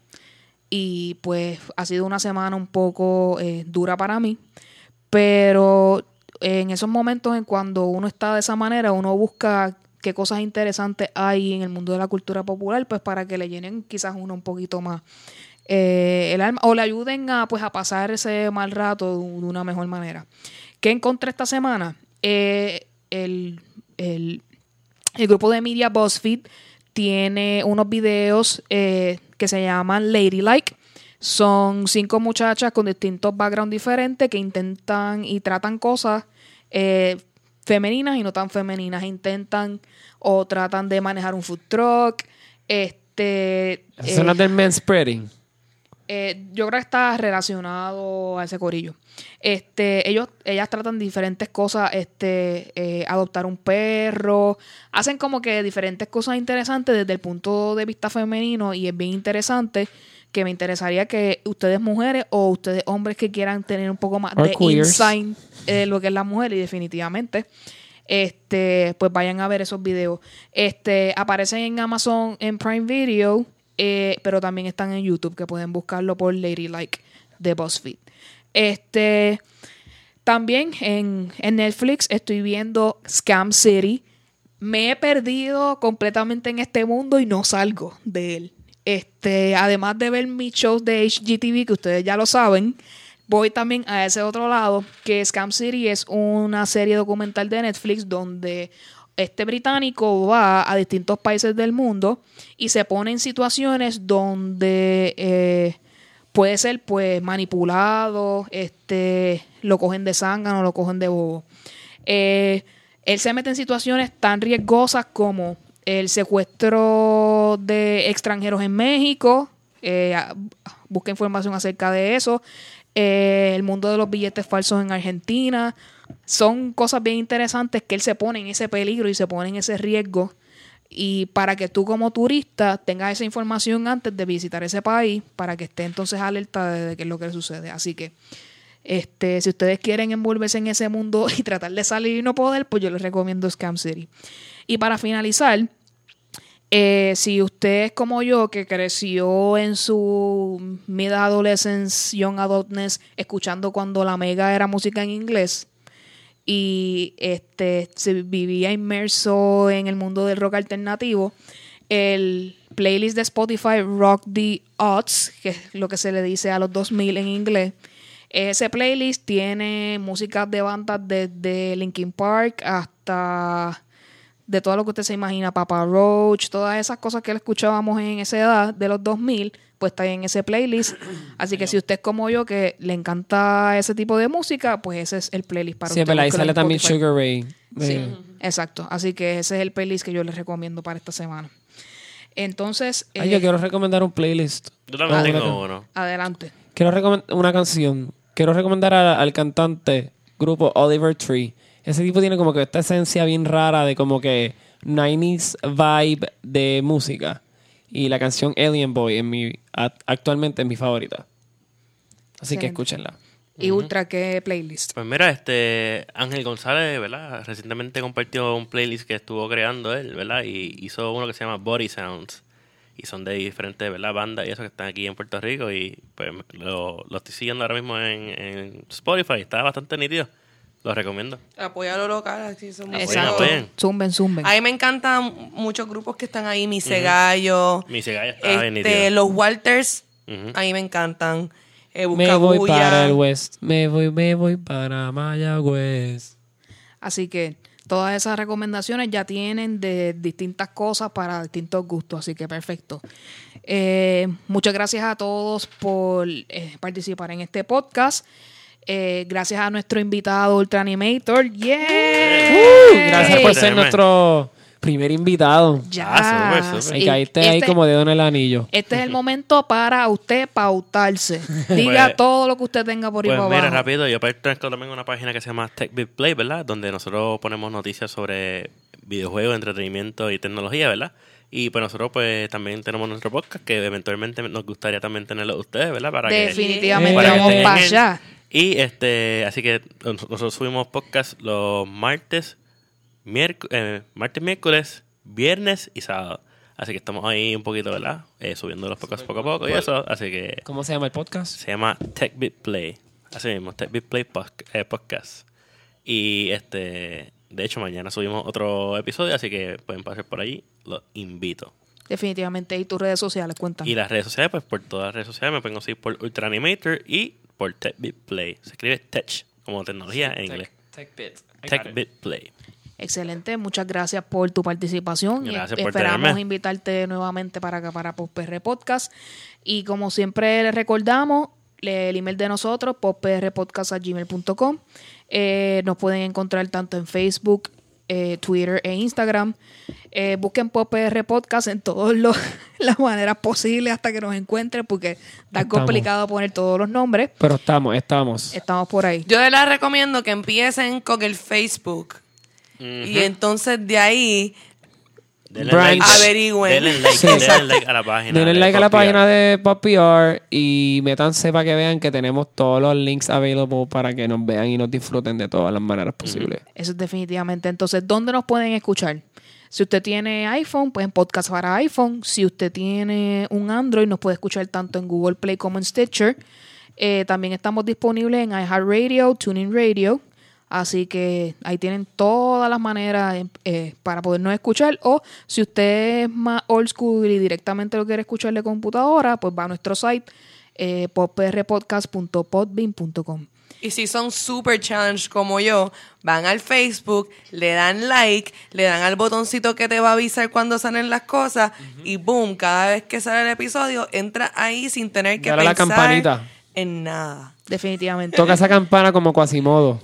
y pues ha sido una semana un poco eh, dura para mí, pero en esos momentos en cuando uno está de esa manera, uno busca qué cosas interesantes hay en el mundo de la cultura popular, pues para que le llenen quizás uno un poquito más eh, el alma o le ayuden a, pues, a pasar ese mal rato de una mejor manera. ¿Qué encontré esta semana? Eh, el, el, el grupo de media BuzzFeed tiene unos videos eh, que se llaman Ladylike. Son cinco muchachas con distintos backgrounds diferentes que intentan y tratan cosas eh, femeninas y no tan femeninas. Intentan o tratan de manejar un food truck. Este, Esas son las eh, del manspreading. eh, yo creo que está relacionado a ese corillo. Este, ellos, ellas tratan diferentes cosas, este, eh, adoptar un perro, hacen como que diferentes cosas interesantes desde el punto de vista femenino y es bien interesante que me interesaría que ustedes mujeres o ustedes hombres que quieran tener un poco más Or de queers. insight de lo que es la mujer y definitivamente este pues vayan a ver esos videos. Este aparecen en Amazon en Prime Video, eh, pero también están en YouTube que pueden buscarlo por Ladylike de BuzzFeed. Este también en, en Netflix estoy viendo Scam City. Me he perdido completamente en este mundo y no salgo de él. Este, además de ver mis shows de H G T V, que ustedes ya lo saben, voy también a ese otro lado, que Scam City es una serie documental de Netflix donde este británico va a distintos países del mundo y se pone en situaciones donde eh, puede ser pues manipulado, este, lo cogen de zángano, lo cogen de bobo. Eh, él se mete en situaciones tan riesgosas como el secuestro de extranjeros en México, eh, busca información acerca de eso, eh, el mundo de los billetes falsos en Argentina. Son cosas bien interesantes que él se pone en ese peligro y se pone en ese riesgo, y para que tú como turista tengas esa información antes de visitar ese país, para que esté entonces alerta de qué es lo que le sucede. Así que este, si ustedes quieren envolverse en ese mundo y tratar de salir y no poder, pues yo les recomiendo Scam City. Y para finalizar, Eh, si usted es como yo, que creció en su mid-adolescence, young adultness, escuchando cuando la mega era música en inglés y este se vivía inmerso en el mundo del rock alternativo, el playlist de Spotify Rock the Aughts, que es lo que se le dice a los dos mil en inglés, ese playlist tiene música de bandas desde Linkin Park hasta de todo lo que usted se imagina, Papa Roach, todas esas cosas que le escuchábamos en esa edad de los dos mil, pues está en ese playlist. Así que si usted es como yo, que le encanta ese tipo de música, pues ese es el playlist para Sí, usted. pero ahí búsquelo sale en también Spotify. Sugar Ray. Sí, Eh, exacto. Así que ese es el playlist que yo les recomiendo para esta semana. Entonces, Ay, eh, yo quiero recomendar un playlist. Yo también Ah, tengo una- uno. adelante. Quiero recomendar una canción. Quiero recomendar a- al cantante grupo Oliver Tree. Ese tipo tiene como que esta esencia bien rara de como que nineties vibe de música. Y la canción Alien Boy en mi, a- actualmente es mi favorita. Así que Excelente. escúchenla. ¿Y Ultra qué playlist? Pues mira, este Ángel González, ¿verdad? Recientemente compartió un playlist que estuvo creando él, ¿verdad? Y hizo uno que se llama Body Sounds. Y son de diferentes, ¿verdad? Bandas y eso que están aquí en Puerto Rico. Y pues lo, lo estoy siguiendo ahora mismo en, en Spotify. Está bastante nítido. Lo recomiendo. Apoya lo local, así somos. Exacto. apoyen. Zumben, zumben. A mí me encantan muchos grupos que están ahí, Mise Gallo, Mi Segalla está bien este, nítido. los Walters, Ujú. a mí me encantan. Eh, Me voy Buscabulla. para el West. Me voy, me voy para Mayagüez. Así que todas esas recomendaciones ya tienen de distintas cosas para distintos gustos, así que perfecto. Eh, muchas gracias a todos por eh, participar en este podcast. Eh, gracias a nuestro invitado Ultra Animator. ¡Yeah! Gracias por ser Créeme. nuestro primer invitado. Ya. Ah, súper, súper. Y caíste ahí Este- como dedo en el anillo. Este es el momento para usted pautarse. Diga Pues- todo lo que usted tenga por ahí Pues para mira, abajo. rápido, yo pertenezco también a una página que se llama Tech Bit Play, ¿verdad? Donde nosotros ponemos noticias sobre videojuegos, entretenimiento y tecnología, ¿verdad? Y pues nosotros pues también tenemos nuestro podcast que eventualmente nos gustaría también tenerlo ustedes, ¿verdad? Para que, Definitivamente para que vamos estén para en- allá. Y este, así que nosotros subimos podcast los martes, miérc- eh, martes, miércoles, viernes y sábado. Así que estamos ahí un poquito, ¿verdad? Eh, subiendo los podcasts poco a poco y eso. Así que ¿Cómo se llama el podcast? se llama Tech Bit Play. Así mismo, Tech Bit Play Pod- eh, Podcast. Y este, de hecho, mañana subimos otro episodio, así que pueden pasar por allí. Los invito. Definitivamente. ¿Y tus redes sociales? Cuéntame. Y las redes sociales, pues por todas las redes sociales me pueden conseguir por Ultra Animator y por Tech Bit Play. Se escribe Tech como tecnología en inglés. TechBit. Tech Bit Play. Excelente, muchas gracias por tu participación. Gracias y por esperamos tenerme. invitarte nuevamente para acá, para PopR Podcast. Y como siempre les recordamos, le- el email de nosotros, poprpodcast arroba gmail punto com. Eh, nos pueden encontrar tanto en Facebook, eh, Twitter e Instagram. Eh, busquen PopR Podcast en todas las maneras posibles hasta que nos encuentren, porque está Estamos. complicado poner todos los nombres. Pero estamos, estamos. Estamos por ahí. Yo les recomiendo que empiecen con el Facebook. Y entonces de ahí Denle Branch. like, Averigüen. denle like, Sí, denle exacto. like a la página. Denle de like a la Pop P R. página de Pop P R y métanse para que vean que tenemos todos los links available para que nos vean y nos disfruten de todas las maneras posibles. Eso es definitivamente. Entonces, ¿dónde nos pueden escuchar? Si usted tiene iPhone, pues en podcast para iPhone. Si usted tiene un Android, nos puede escuchar tanto en Google Play como en Stitcher. Eh, también estamos disponibles en iHeartRadio, TuneIn Radio. Así que ahí tienen todas las maneras eh, para podernos escuchar. O si usted es más old school y directamente lo quiere escuchar de computadora, pues va a nuestro site eh, poprpodcast punto podbean punto com. Y si son super challenge como yo, van al Facebook, le dan like, le dan al botoncito que te va a avisar cuando salen las cosas y boom, cada vez que sale el episodio, entra ahí sin tener que Dale a la pensar campanita. en nada. Definitivamente. Toca esa campana como Quasimodo.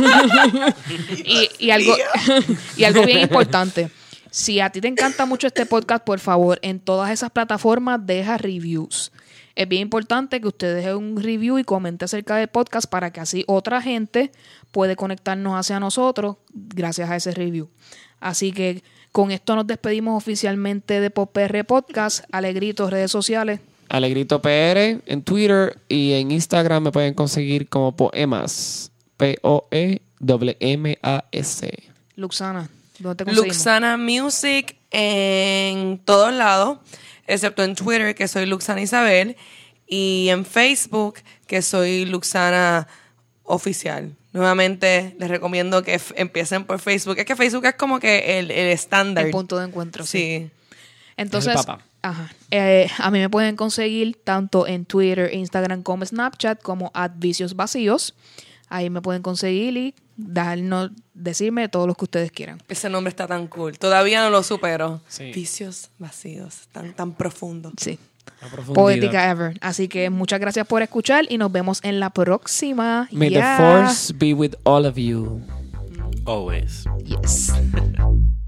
Y, y algo, y algo bien importante. Si a ti te encanta mucho este podcast, por favor, en todas esas plataformas deja reviews. Es bien importante que usted deje un review y comente acerca del podcast para que así otra gente puede conectarnos hacia nosotros gracias a ese review. Así que con esto nos despedimos oficialmente de PopR Podcast. Alegritos, redes sociales. Alegrito P R en Twitter y en Instagram me pueden conseguir como Poemas. P O E M M A S. Luxana. ¿Dónde te conseguimos? Luxana Music en todos lados, excepto en Twitter, que soy Luxana Isabel, y en Facebook, que soy Luxana Oficial. Nuevamente, les recomiendo que f- empiecen por Facebook. Es que Facebook es como que el, el estándar. El punto de encuentro, sí. Sí. Entonces, Es el papá. ajá, eh, a mí me pueden conseguir tanto en Twitter, Instagram como Snapchat como @vicios vacíos. Ahí me pueden conseguir y darnos, decirme todo lo que ustedes quieran. Ese nombre está tan cool. Todavía no lo supero. Sí. Vicios vacíos. Tan, tan profundo. Sí. La profundidad. Poética ever. Así que muchas gracias por escuchar y nos vemos en la próxima. May Yeah. the force be with all of you. Always. Yes.